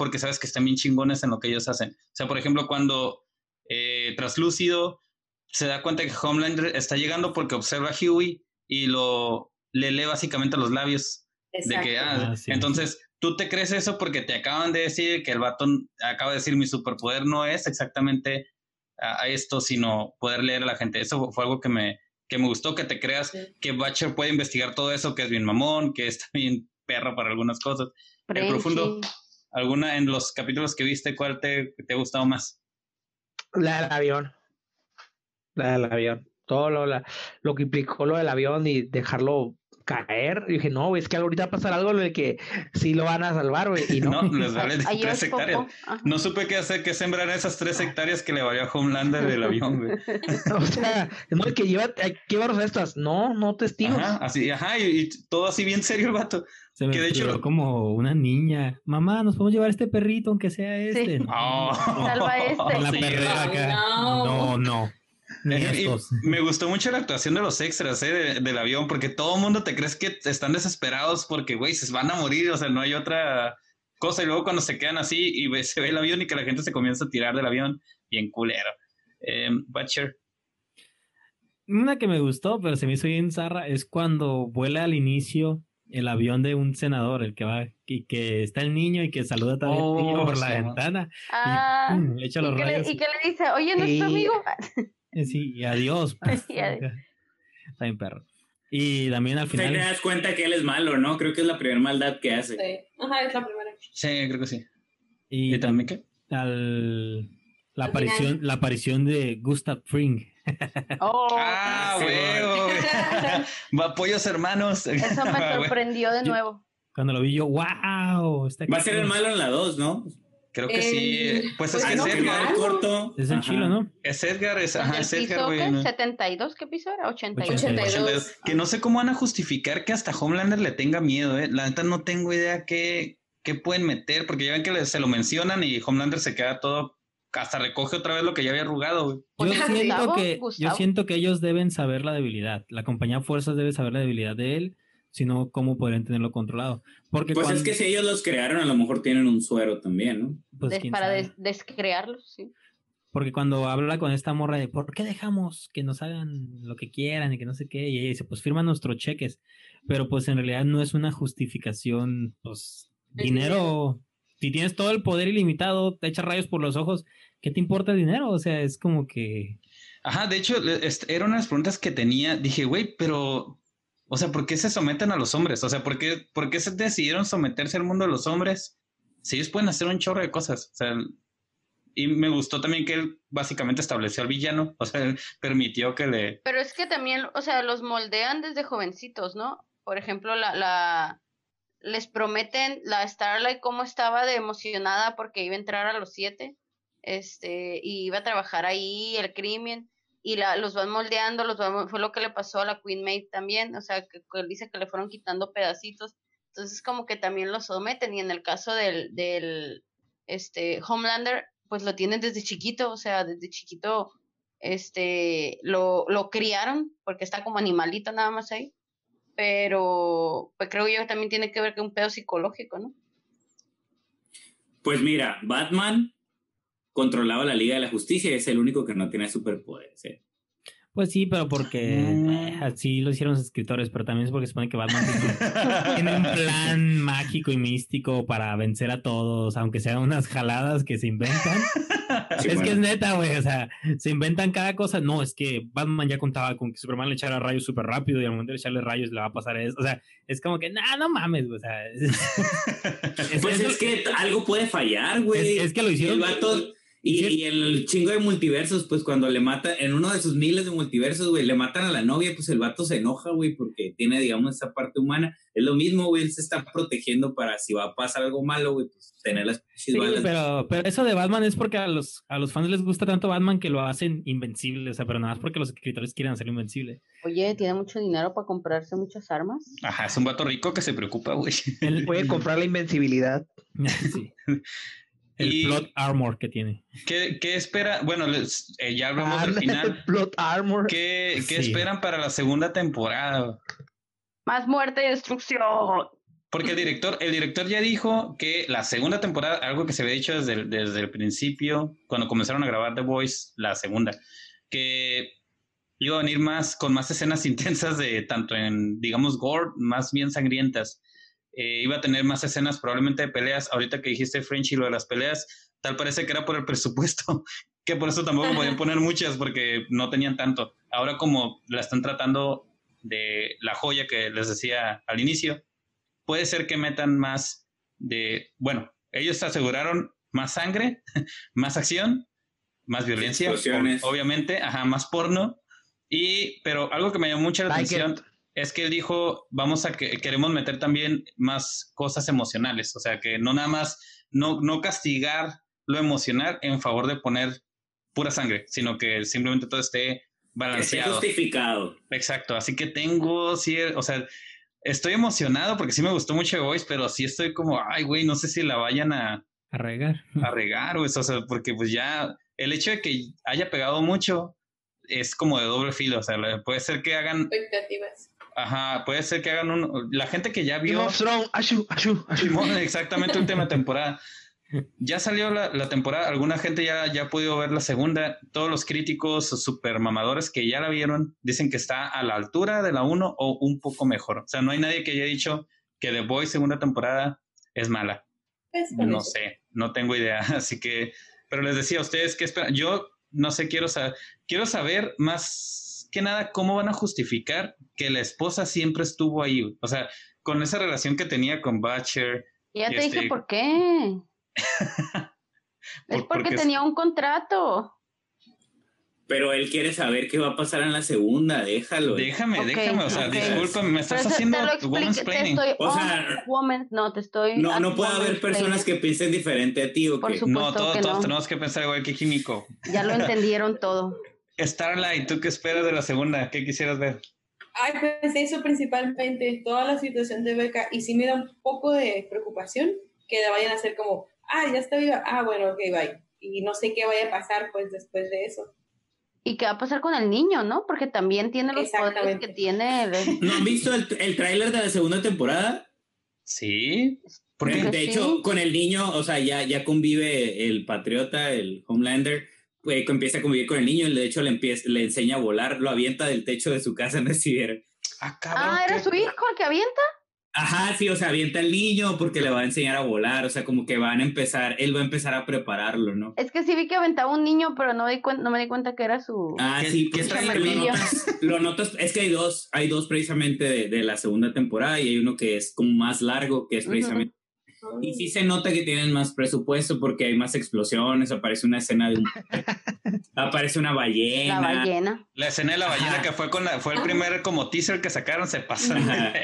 B: porque sabes que están bien chingones en lo que ellos hacen. O sea, por ejemplo, cuando eh, Translúcido se da cuenta que Homelander está llegando porque observa a Huey y lo le lee básicamente los labios. Exacto. De que, ah, ah, sí. Entonces, tú te crees eso porque te acaban de decir que el vato acaba de decir mi superpoder no es exactamente a, a esto, sino poder leer a la gente. Eso fue algo que me, que me gustó, que te creas sí. que Butcher puede investigar todo eso, que es bien mamón, que está bien perro para algunas cosas. El profundo, ¿alguna en los capítulos que viste, cuál te, te ha gustado más?
A: La del avión. La del avión. Todo lo, la, lo que implicó lo del avión y dejarlo caer. Y dije, no, güey, es que ahorita va a pasar algo de que sí lo van a salvar, güey. Y no,
B: no les vale tres hectáreas. No supe qué hacer, qué sembrar esas tres hectáreas que le valió a Homelander del avión, güey.
A: O sea, no es que lleva, ¿qué barros estas? No, no testigos.
B: Ajá, así, ajá, y, y todo así bien serio el vato.
C: Se me que de hecho como una niña. Mamá, ¿nos podemos llevar este perrito aunque sea este?
E: Sí.
C: No,
E: oh, no. Salva este.
C: En la perrera acá. No, no. no.
B: Eh, y me gustó mucho la actuación de los extras eh, de, del avión, porque todo el mundo te crees que están desesperados porque, güey, se van a morir, o sea, no hay otra cosa. Y luego cuando se quedan así y ve, se ve el avión y que la gente se comienza a tirar del avión, bien culero. Eh, Butcher.
C: Una que me gustó, pero se me hizo bien zarra, es cuando vuela al inicio el avión de un senador, el que va y que está el niño y que saluda también oh, al niño por la sí. ventana.
E: Ah,
C: y, pum, le echa los
E: y, que
C: rayos.
E: le, y que le dice, oye, ¿no es tu amigo?
C: Sí, y adiós. Pues.
E: y adiós.
C: Está bien, perro. Y también al final...
D: Te das cuenta que él es malo, ¿no? Creo que es la primera maldad que hace.
F: Sí, ajá, es la primera.
B: Sí, creo que sí.
C: ¿Y, ¿Y también qué? Al... La, al aparición, la aparición de Gustav Fring.
E: Oh,
B: ah, güey. Apoyos hermanos.
E: Eso me sorprendió de nuevo.
C: Cuando lo vi yo, wow.
D: Está Va a ser el malo en la dos, ¿no?
B: Creo que
F: el...
B: sí. Pues es
F: pues
B: que
F: no,
B: es Edgar.
F: Claro.
D: Corto.
C: Es el ajá. Chilo, ¿no?
B: Es Edgar. Es, ajá, es Edgar,
E: güey.
B: ¿no?
E: ¿setenta y dos? ¿Qué piso era? ochenta y dos.
F: ochenta y dos.
B: Que no sé cómo van a justificar que hasta Homelander le tenga miedo, ¿eh? La neta no tengo idea qué, qué pueden meter, porque ya ven que le, se lo mencionan y Homelander se queda todo... Hasta recoge otra vez lo que ya había arrugado, güey.
C: Yo siento, que, yo siento que ellos deben saber la debilidad. La compañía Fuerzas debe saber la debilidad de él, sino cómo podrían tenerlo controlado. Porque
D: pues cuando... es que si ellos los crearon, a lo mejor tienen un suero también, ¿no?
C: Pues,
E: Des, para des, descrearlos, sí.
C: Porque cuando habla con esta morra de ¿por qué dejamos que nos hagan lo que quieran y que no sé qué? Y ella dice, pues firman nuestros cheques. Pero pues en realidad no es una justificación, pues dinero... Si tienes todo el poder ilimitado, te echas rayos por los ojos, ¿qué te importa el dinero? O sea, es como que...
B: Ajá, de hecho, era una de las preguntas que tenía. Dije, güey, pero... O sea, ¿por qué se someten a los hombres? O sea, ¿por qué, ¿por qué se decidieron someterse al mundo de los hombres? Si ellos pueden hacer un chorro de cosas. O sea, y me gustó también que él básicamente estableció al villano. O sea, él permitió que le...
E: Pero es que también, o sea, los moldean desde jovencitos, ¿no? Por ejemplo, la... la... les prometen la Starlight cómo estaba de emocionada porque iba a entrar a los siete, este, y iba a trabajar ahí el crimen, y la, los van moldeando, los van, fue lo que le pasó a la Queen Maid también, o sea, que, que dice que le fueron quitando pedacitos, entonces como que también los someten, y en el caso del, del este, Homelander, pues lo tienen desde chiquito, o sea, desde chiquito, este, lo, lo criaron, porque está como animalito nada más ahí, pero pues creo yo también tiene que ver con un pedo psicológico, ¿no?
D: Pues mira, Batman controlaba la Liga de la Justicia y es el único que no tiene superpoderes, ¿eh?
C: Pues sí, pero porque eh, así lo hicieron los escritores, pero también es porque se supone que Batman tiene, tiene un plan mágico y místico para vencer a todos, aunque sean unas jaladas que se inventan. Sí, es bueno. Que es neta, güey, o sea, se inventan cada cosa. No, es que Batman ya contaba con que Superman le echara rayos súper rápido y al momento de echarle rayos le va a pasar eso. O sea, es como que, nah, no mames, güey, o sea. Es,
D: es, pues es, es que algo puede fallar, güey.
C: Es, es que lo hicieron.
D: El vato... Y, ¿sí? Y el chingo de multiversos, pues cuando le matan, en uno de sus miles de multiversos, güey, le matan a la novia, pues el vato se enoja, güey, porque tiene, digamos, esa parte humana. Es lo mismo, güey, él se está protegiendo para si va a pasar algo malo, güey, pues tener las
C: sí, balas. Pero, pero eso de Batman es porque a los, a los fans les gusta tanto Batman que lo hacen invencible, o sea, pero nada más porque los escritores quieren hacerlo invencible.
E: Oye, ¿tiene mucho dinero para comprarse muchas armas?
B: Ajá, es un vato rico que se preocupa, güey.
A: Él puede comprar la invencibilidad.
C: Sí. El y plot armor que tiene.
B: ¿Qué, qué espera? Bueno, les, eh, ya hablamos ah, del final.
A: El plot armor.
B: ¿Qué, qué sí. esperan para la segunda temporada?
E: Más muerte y destrucción.
B: Porque el director, el director ya dijo que la segunda temporada, algo que se había dicho desde el, desde el principio, cuando comenzaron a grabar The Boys, la segunda, que iba a venir más con más escenas intensas de tanto en, digamos, gore, más bien sangrientas. Eh, iba a tener más escenas probablemente de peleas. Ahorita que dijiste, Frenchy, lo de las peleas, tal parece que era por el presupuesto, que por eso tampoco podían poner muchas porque no tenían tanto. Ahora como la están tratando de la joya que les decía al inicio, puede ser que metan más de, bueno, ellos aseguraron más sangre, más acción, más violencia,
D: explosiones,
B: obviamente, ajá, más porno, y, pero algo que me llamó mucho la
A: Like
B: atención
A: it.
B: es que él dijo, vamos a que queremos meter también más cosas emocionales, o sea, que no nada más, no, no castigar lo emocional en favor de poner pura sangre, sino que simplemente todo esté balanceado.
D: Esté justificado.
B: Exacto, así que tengo, sí, o sea, estoy emocionado porque sí me gustó mucho The Voice, pero sí estoy como, ay, güey, no sé si la vayan a,
C: A regar.
B: a regar, o, eso, o sea, porque pues ya el hecho de que haya pegado mucho es como de doble filo, o sea, puede ser que hagan...
F: Expectativas.
B: Ajá, puede ser que hagan un... La gente que ya
A: Game
B: vio...
A: of Thrones, ashu, ashu, ashu.
B: Exactamente, última temporada. Ya salió la, la temporada, alguna gente ya, ya ha podido ver la segunda. Todos los críticos super mamadores que ya la vieron dicen que está a la altura de la uno o un poco mejor. O sea, no hay nadie que haya dicho que The Boys segunda temporada es mala.
F: Pues,
B: No
F: eso.
B: sé, no tengo idea. Así que, pero les decía a ustedes qué esperan. Yo no sé, quiero saber, quiero saber más que nada cómo van a justificar que la esposa siempre estuvo ahí. O sea, con esa relación que tenía con Butcher.
E: Ya te
B: este,
E: dije por qué.
B: Por-
E: Es porque
B: porque-
E: tenía un contrato.
D: Pero él quiere saber qué va a pasar en la segunda, déjalo.
B: Déjame,
E: Ok,
B: déjame, o sea,
E: ok.
B: discúlpame, me
E: Pero
B: estás
E: eso
B: haciendo
E: te lo expliqué, te
B: womansplaining.
E: estoy
D: O sea,
E: oh, woman, no, te estoy
D: No, no puede
E: haciendo
D: haber personas que piensen diferente a ti o
E: Por
D: que...
E: supuesto.
B: No, todos,
E: que
B: todos
E: no.
B: tenemos que pensar igual que Químico.
E: Ya lo entendieron todo.
B: Starlight, ¿tú qué esperas de la segunda? ¿Qué quisieras ver?
F: Ay, pues eso principalmente, toda la situación de Becca, y sí me da un poco de preocupación que la vayan a hacer como, ah, ya está viva, ah, bueno, ok, bye. Y no sé qué vaya a pasar pues después de eso.
E: ¿Y qué va a pasar con el niño, no? Porque también tiene los poderes
F: Exactamente.
E: que tiene. el-
D: ¿No han visto el, el tráiler de la segunda temporada?
B: Sí. Porque
E: Creo que
D: De
E: sí.
D: hecho, con el niño, o sea, ya, ya convive el patriota, el Homelander, pues, empieza a convivir con el niño, y de hecho le, empieza, le enseña a volar, lo avienta del techo de su casa, no sé si vieron.
B: Ah, cabrón,
E: Ah, ¿era
B: ¿qué?
E: su hijo el que avienta?
D: Ajá, sí, o sea, avienta al niño porque le va a enseñar a volar, o sea, como que van a empezar, él va a empezar a prepararlo, ¿no?
E: Es que sí vi que aventaba un niño, pero no, di cuen- no me di cuenta que era su...
D: Ah,
B: ¿Qué-
D: sí,
B: qué
D: pues
B: tráiler
D: lo
B: vi?
D: notas, lo notas, es que hay dos, hay dos precisamente de, de la segunda temporada y hay uno que es como más largo, que es precisamente... Y sí se nota que tienen más presupuesto porque hay más explosiones, aparece una escena de un... aparece una ballena.
E: La ballena.
B: La escena de la ballena
D: Ajá.
B: que fue con la, fue el primer como teaser que sacaron, se pasan.
D: Ajá.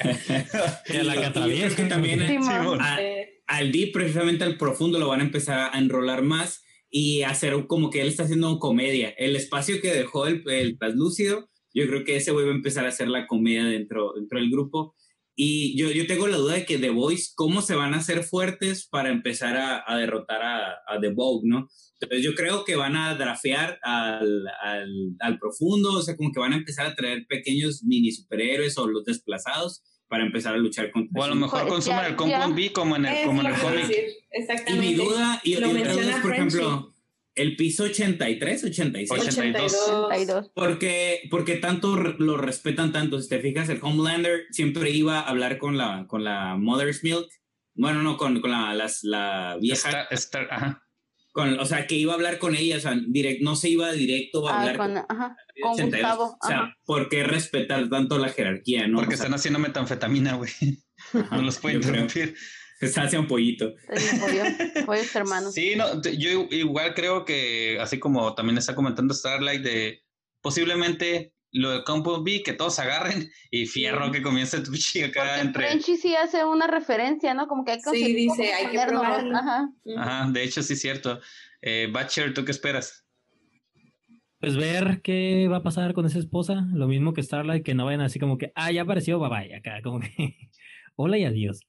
C: Que la que
D: Y yo
C: atraviesa.
D: creo que también
E: Sí, man.
B: Simón.
D: a-
F: Eh,
D: al deep, precisamente al profundo, lo van a empezar a enrolar más y hacer como que él está haciendo comedia. El espacio que dejó el, el translúcido, yo creo que ese güey va a empezar a hacer la comedia dentro, dentro del grupo. Y yo, yo tengo la duda de que The Boys, ¿cómo se van a hacer fuertes para empezar a, a derrotar a, a The Vogue, ¿no? Entonces yo creo que van a drafear al, al, al profundo, o sea, como que van a empezar a traer pequeños mini superhéroes o los desplazados para empezar a luchar contra
B: O a lo
D: eso.
B: mejor
E: Pues
B: consumen
E: ya-
B: el Compound
E: ya.
B: B como en el,
F: es
B: como en
F: lo
B: el
F: que iba a
B: cómic.
F: decir,
D: Y
F: exactamente.
D: mi duda, y, y
F: Lo
D: otra
F: menciona
D: vez, por
F: Frenchy.
D: ejemplo, el piso ochenta y tres, ochenta y seis.
B: ochenta y dos.
E: ochenta y dos.
D: Porque, porque tanto re- lo respetan tanto. Si te fijas, el Homelander siempre iba a hablar con la, con la Mother's Milk. Bueno, no, con, con la, las, la vieja.
B: Star- Star- ajá.
D: Con, o sea, que iba a hablar con ella. O sea, direct, no se iba directo a
E: Ah,
D: hablar
E: con,
D: con,
E: ajá, con
D: ochenta y dos.
E: Gustavo.
D: O sea,
E: Ajá.
D: ¿por qué respetar tanto la jerarquía, no?
B: Porque
D: O sea,
B: están haciendo metanfetamina, güey.
D: ajá,
B: No los pueden
D: yo creo.
B: interrumpir.
D: Se hace un pollito.
E: Es mi pollo, pollos hermanos.
B: Sí, no, te- yo igual creo que, así como también está comentando Starlight, de posiblemente lo de Compound B, que todos agarren y fierro que comience tu pichi acá
E: Porque
B: entre...
E: Frenchy sí hace una referencia, ¿no? Como que hay que
F: Sí, dice,
E: cómo
F: hay que
E: ponérnoslo.
F: probarlo.
E: Ajá.
B: Ajá, de hecho sí es cierto. Eh, Butcher, ¿tú qué esperas?
C: Pues ver qué va a pasar con esa esposa. Lo mismo que Starlight, que no vayan así como que, ah, ya apareció, bye bye, acá, como que, hola y adiós.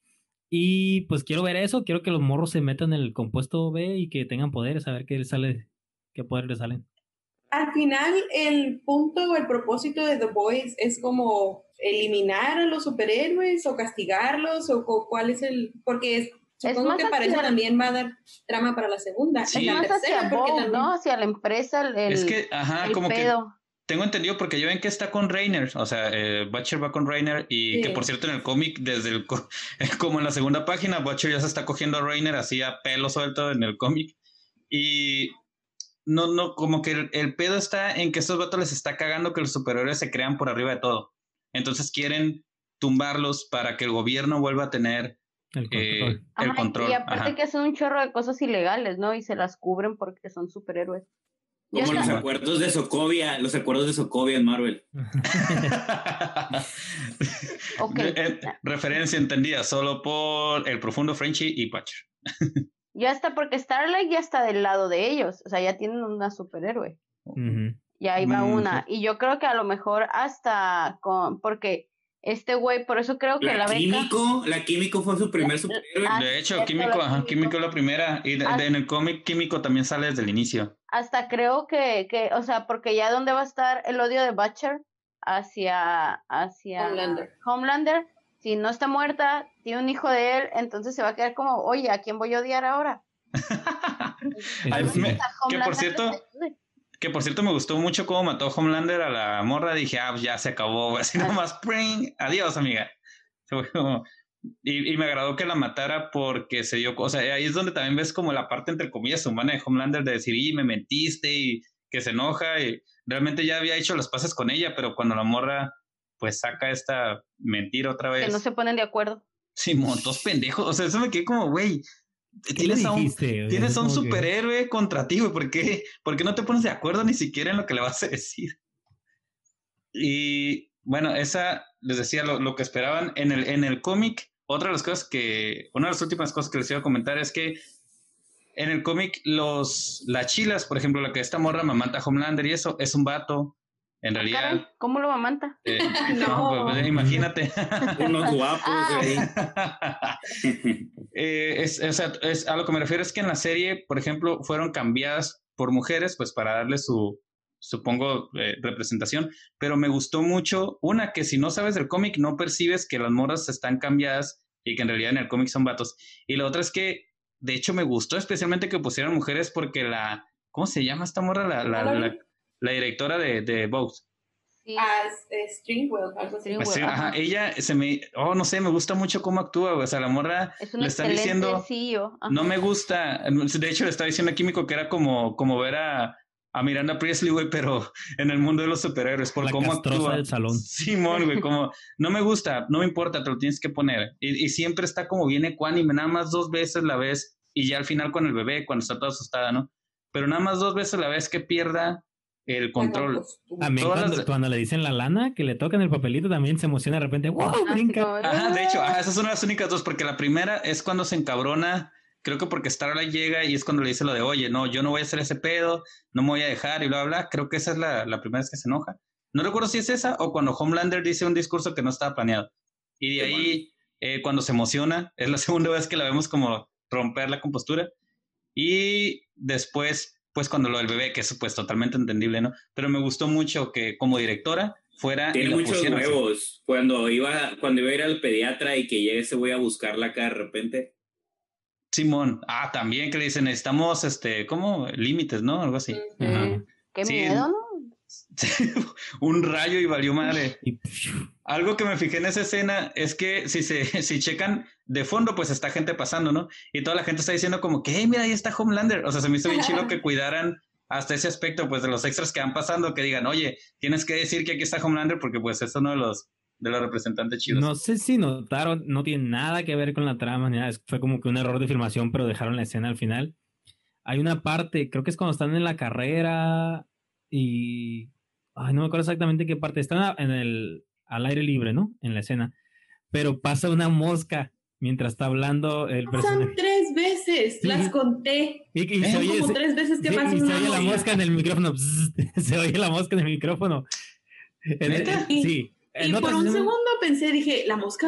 C: Y pues quiero ver eso, quiero que los morros se metan en el compuesto B y que tengan poderes, a ver qué les sale, qué poderes les salen.
F: al final el punto o el propósito de The Boys es como eliminar a los superhéroes o castigarlos o, o cuál es el... Porque es, supongo que para eso también va a dar trama para la segunda.
E: Sí.
F: La
E: Es más
F: tercera,
E: hacia
F: porque
E: Bob,
F: también...
E: ¿no? Hacia la empresa, el,
B: Es que, ajá,
E: el
B: como
E: pedo.
B: que tengo entendido porque ya ven que está con Rainer, o sea, eh, Butcher va con Rainer y
F: Sí.
B: que por cierto en el cómic, desde el co- como en la segunda página, Butcher ya se está cogiendo a Rainer así a pelo suelto en el cómic y no, no, como que el, el pedo está en que estos vatos les está cagando que los superhéroes se crean por arriba de todo. Entonces quieren tumbarlos para que el gobierno vuelva a tener
C: El
B: eh,
C: control.
B: el
E: Ajá,
B: control.
E: y aparte
B: Ajá.
E: que hacen un chorro de cosas ilegales, ¿no? Y se las cubren porque son superhéroes. Ya
D: Como los
E: está.
D: acuerdos de Sokovia, los acuerdos de Sokovia en Marvel.
E: Ok.
B: Eh, referencia entendida solo por el profundo Frenchie y Butcher.
E: Ya está, porque Starlight ya está del lado de ellos. O sea, ya tienen una superhéroe.
C: Ujú.
E: Y ahí va
B: Mm,
E: una.
B: sí.
E: Y yo creo que a lo mejor hasta con... Porque este güey, por eso creo que la,
D: La
E: beca...
D: Químico, la Químico fue su primer superhéroe.
E: Ah,
B: De hecho,
E: cierto,
B: Químico,
E: la
B: ajá,
E: Químico.
B: Químico es la primera. Y de-
E: Ah.
B: de- en el cómic, Químico también sale desde el inicio.
E: Hasta creo que, que, o sea, porque ya dónde va a estar el odio de Butcher hacia, hacia
F: Homelander.
E: Homelander, si no está muerta, tiene un hijo de él, entonces se va a quedar como, oye, ¿a quién voy a odiar ahora?
B: Ay,
C: Eso sí.
B: me-
E: A
B: que por
E: Homelander
B: cierto,
E: les ayude.
B: que por cierto me gustó mucho cómo mató Homelander a la morra. Dije, ah, pues ya se acabó. Así
E: Ah.
B: nomás, ¡pring! Adiós, amiga. Fue como- Y, y me agradó que la matara porque se dio, o sea, ahí es donde también ves como la parte entre comillas humana de Homelander de decir, y me mentiste y que se enoja y realmente ya había hecho las paces con ella, pero cuando la morra pues saca esta mentira otra vez.
E: Que no se ponen de acuerdo.
B: Simón, dos pendejos, o sea, eso me quedé como, güey,
C: ¿Qué le
B: tienes a un,
C: dijiste? O sea,
B: tienes
C: es
B: a un
C: como que-
B: superhéroe contra ti, güey, ¿por qué? ¿Por qué no te pones de acuerdo ni siquiera en lo que le vas a decir? Y bueno, esa, les decía, lo, lo que esperaban en el, en el cómic. Otra de las cosas que, una de las últimas cosas que les iba a comentar es que en el cómic, los, las chilas, por ejemplo, la que esta morra mamanta a Homelander y eso, es un vato. En
E: Caray,
B: realidad,
E: ¿cómo lo amamanta?
B: eh,
F: No.
B: no, pues, pues, imagínate.
D: Unos guapos
E: Ah.
D: ahí.
B: Eh, es, o sea, es, a lo que me refiero es que en la serie, por ejemplo, fueron cambiadas por mujeres, pues para darle su, supongo, eh, representación, pero me gustó mucho, una, que si no sabes del cómic, no percibes que las morras están cambiadas y que en realidad en el cómic son vatos. Y la otra es que, de hecho, me gustó especialmente que pusieran mujeres porque la, ¿cómo se llama esta morra? La, la, la, la directora de, de Vogue.
E: Sí.
F: Ah, es, es Stringwell, algo así.
E: Stringwell.
B: Sí,
E: Ajá.
B: ajá, ella se me, oh, no sé, me gusta mucho cómo actúa, güey. O sea, la morra
E: Es un
B: le están
E: excelente
B: diciendo,
E: C E O. Ajá.
B: no me gusta, de hecho le estaba diciendo a Químico que era como, como ver a, a Miranda Priestley, güey, pero en el mundo de los superhéroes, por
C: La
B: cómo
C: castrosa
B: actúa.
C: del salón.
B: Simón, güey, como, no me gusta, no me importa, te lo tienes que poner. Y, y siempre está como bien ecuánime, nada más dos veces la ves, y ya al final con el bebé, cuando está toda asustada, ¿no? Pero nada más dos veces la ves que pierda el control.
C: También
B: Todas
C: cuando,
B: las-
C: cuando le dicen la lana, que le tocan el papelito, también se emociona de repente. ¡Wow!
E: Así
C: Brinca.
E: como,
B: Ajá, de hecho, ajá, esas son las únicas dos, porque la primera es cuando se encabrona, creo que porque Starlight llega y es cuando le dice lo de, oye, no, yo no voy a hacer ese pedo, no me voy a dejar y bla, bla, bla. Creo que esa es la, la primera vez que se enoja. No recuerdo si es esa o cuando Homelander dice un discurso que no estaba planeado. Y de ahí, eh, cuando se emociona, es la segunda vez que la vemos como romper la compostura. Y después, pues cuando lo del bebé, que es pues totalmente entendible, ¿no? Pero me gustó mucho que como directora fuera... y
D: Tiene
B: la
D: muchos
B: pusieran así.
D: huevos. Cuando iba, cuando iba a ir al pediatra y que llegue ese güey a buscarla acá de repente.
B: Simón, ah, también que le dicen, necesitamos, este, ¿cómo? Límites, ¿no? Algo así.
E: Sí.
B: Ajá.
E: Qué
B: Sí.
E: miedo, ¿no?
B: Un rayo y valió madre.
C: Y,
B: Algo que me fijé en esa escena es que si se si checan de fondo, pues está gente pasando, ¿no? Y toda la gente está diciendo como que, hey, mira, ahí está Homelander. O sea, se me hizo bien chido que cuidaran hasta ese aspecto, pues, de los extras que van pasando, que digan, oye, tienes que decir que aquí está Homelander porque, pues, es uno de los, de los representantes chidos.
C: no sé si notaron, no tiene nada que ver con la trama ni nada. es- Fue como que un error de filmación, pero dejaron la escena al final. Hay una parte, creo que es cuando están en la carrera y... Ay, no me acuerdo exactamente qué parte. Están a- en el, al aire libre, ¿no? En la escena. Pero pasa una mosca mientras está hablando el
F: Pasan
C: personaje.
F: tres veces,
C: Sí.
F: las conté.
C: Y, y
B: ¿Eh?
C: se oye,
F: Como
C: se-
F: tres veces que
C: sí,
F: pasa
C: y se
F: una
C: oye la
F: mosca.
C: mosca en el micrófono. Bzz, se oye la mosca en el micrófono. En-
B: ¿Neta?
C: sí.
F: Y
C: En
F: por
C: otras
F: un
C: escenas-
F: segundo pensé, dije, la mosca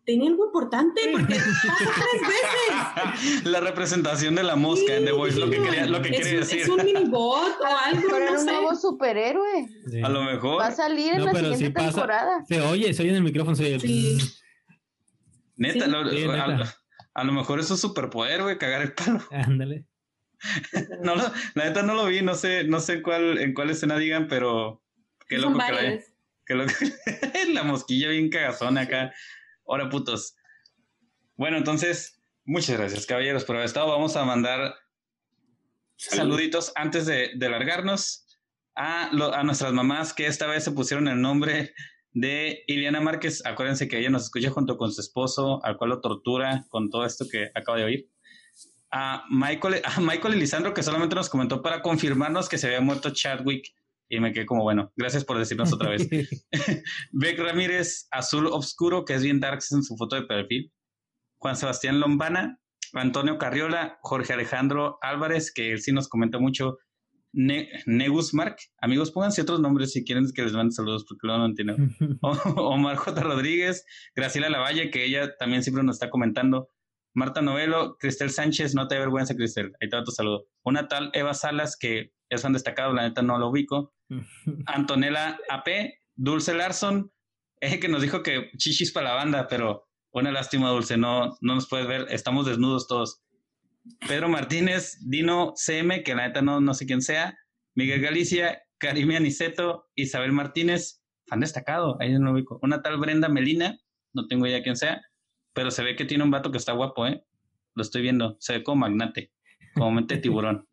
F: tiene algo importante porque pasa tres veces.
B: La representación de la mosca sí, en The Voice, lo que quería, lo que
F: es,
B: quería decir.
F: Es un minibot o algo,
E: pero
F: no
E: es un
F: sé.
E: nuevo superhéroe.
C: Sí.
B: A lo mejor.
E: Va a salir en
C: no,
E: la
C: pero
E: siguiente
C: si
E: temporada.
C: Pasa, se oye, se oye en el micrófono, se oye.
F: Sí.
B: Neta,
F: sí.
B: Lo,
C: Sí,
B: a,
C: neta.
B: a lo mejor es un superpoder, güey, cagar el palo.
C: Ándale.
B: No, lo, la neta no lo vi, no sé, no sé cuál, en cuál escena digan, pero qué
F: Son
B: loco que la,
F: varias.
B: que loco, la mosquilla bien cagazona acá. Ahora putos. Bueno, entonces, muchas gracias, caballeros, por haber estado. Vamos a mandar Salud. saluditos antes de, de largarnos a, lo, a nuestras mamás que esta vez se pusieron el nombre de Ileana Márquez. Acuérdense que ella nos escucha junto con su esposo, al cual lo tortura con todo esto que acaba de oír. A Michael, a Michael Elisandro, que solamente nos comentó para confirmarnos que se había muerto Chadwick. Y me quedé como, bueno, gracias por decirnos otra vez. Beck Ramírez, Azul Obscuro, que es bien darks en su foto de perfil. Juan Sebastián Lombana, Antonio Carriola, Jorge Alejandro Álvarez, que él sí nos comenta mucho. Ne- Negus Mark, amigos, pónganse otros nombres si quieren que les mande saludos, porque luego no entiendo. Omar J. Rodríguez, Graciela Lavalle, que ella también siempre nos está comentando. Marta Novelo, Cristel Sánchez, no te dé vergüenza, Cristel, ahí te va tu saludo. Una tal Eva Salas, que es fan destacado, la neta no lo ubico. Antonella A P, Dulce Larson, eh, que nos dijo que chichis para la banda, pero una lástima, Dulce, no, no nos puedes ver, estamos desnudos todos. Pedro Martínez, Dino C M, que la neta no, no sé quién sea, Miguel Galicia, Karime Aniceto, Isabel Martínez, fan destacado, ahí no lo ubico. Una tal Brenda Melina, no tengo idea quién sea, pero se ve que tiene un vato que está guapo, ¿eh? Lo estoy viendo, se ve como magnate, como mente de tiburón.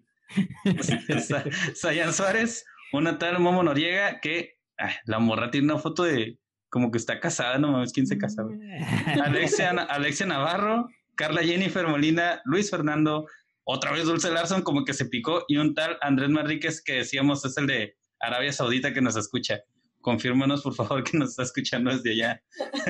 B: Sayan Suárez, una tal Momo Noriega, que ay, la morra tiene una foto de como que está casada, no mames, ¿quién se casa? Alexia, Alexia Navarro, Carla Jennifer Molina, Luis Fernando, otra vez Dulce Larson, como que se picó, y un tal Andrés Manríquez, que decíamos es el de Arabia Saudita que nos escucha. Confírmanos, por favor, que nos está escuchando desde allá.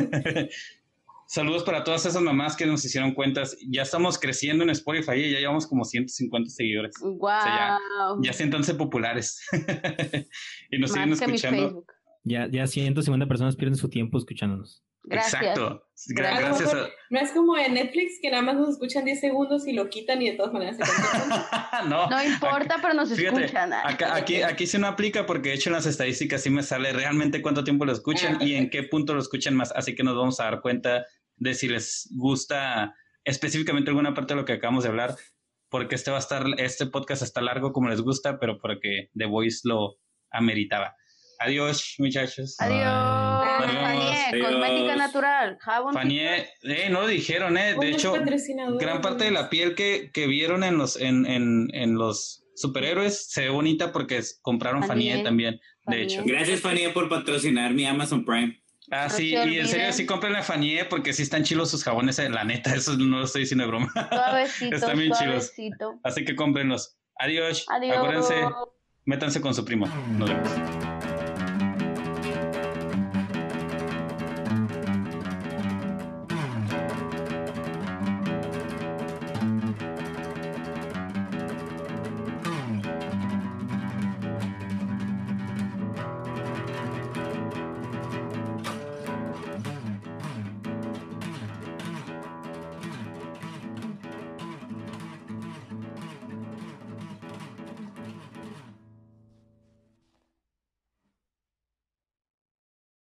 B: Saludos para todas esas mamás que nos hicieron cuentas. Ya estamos creciendo en Spotify y ya llevamos como ciento cincuenta seguidores.
E: Wow.
B: O sea, ya, ya siéntanse populares. Y nos Más siguen escuchando.
C: Ya, ya ciento cincuenta personas pierden su tiempo escuchándonos.
E: Gracias.
B: Exacto. Gra-
F: a
B: gracias.
F: A... No es como en Netflix que nada más nos escuchan diez segundos y lo quitan y de todas maneras se contestan.
B: no,
E: no importa,
B: acá,
E: pero nos
B: fíjate,
E: escuchan.
B: Acá, aquí, aquí sí no aplica porque de hecho en las estadísticas sí me sale realmente cuánto tiempo lo escuchan ah, y en qué punto lo escuchan más. Así que nos vamos a dar cuenta de si les gusta específicamente alguna parte de lo que acabamos de hablar, porque este va a estar, este podcast está largo como les gusta, pero porque The Voice lo ameritaba. Adiós, muchachos.
E: Adiós. Fanie, cosmética natural.
B: Fanie, eh, no lo dijeron, eh. De hecho, gran parte de la piel que, que vieron en los, en, en, en los superhéroes se ve bonita porque compraron Fanie, Fanie también, Fanie. De hecho.
D: Gracias, Fanie, por patrocinar mi Amazon Prime.
B: Ah, no sí, y en serio, sí compren la Fanie porque sí están chilos sus jabones, la neta, eso no lo estoy diciendo de broma.
E: Suavecito,
B: están bien
E: suavecito.
B: Chilos. Así que cómprenlos. Adiós.
E: Adiós.
B: Acuérdense, métanse con su primo. Nos vemos.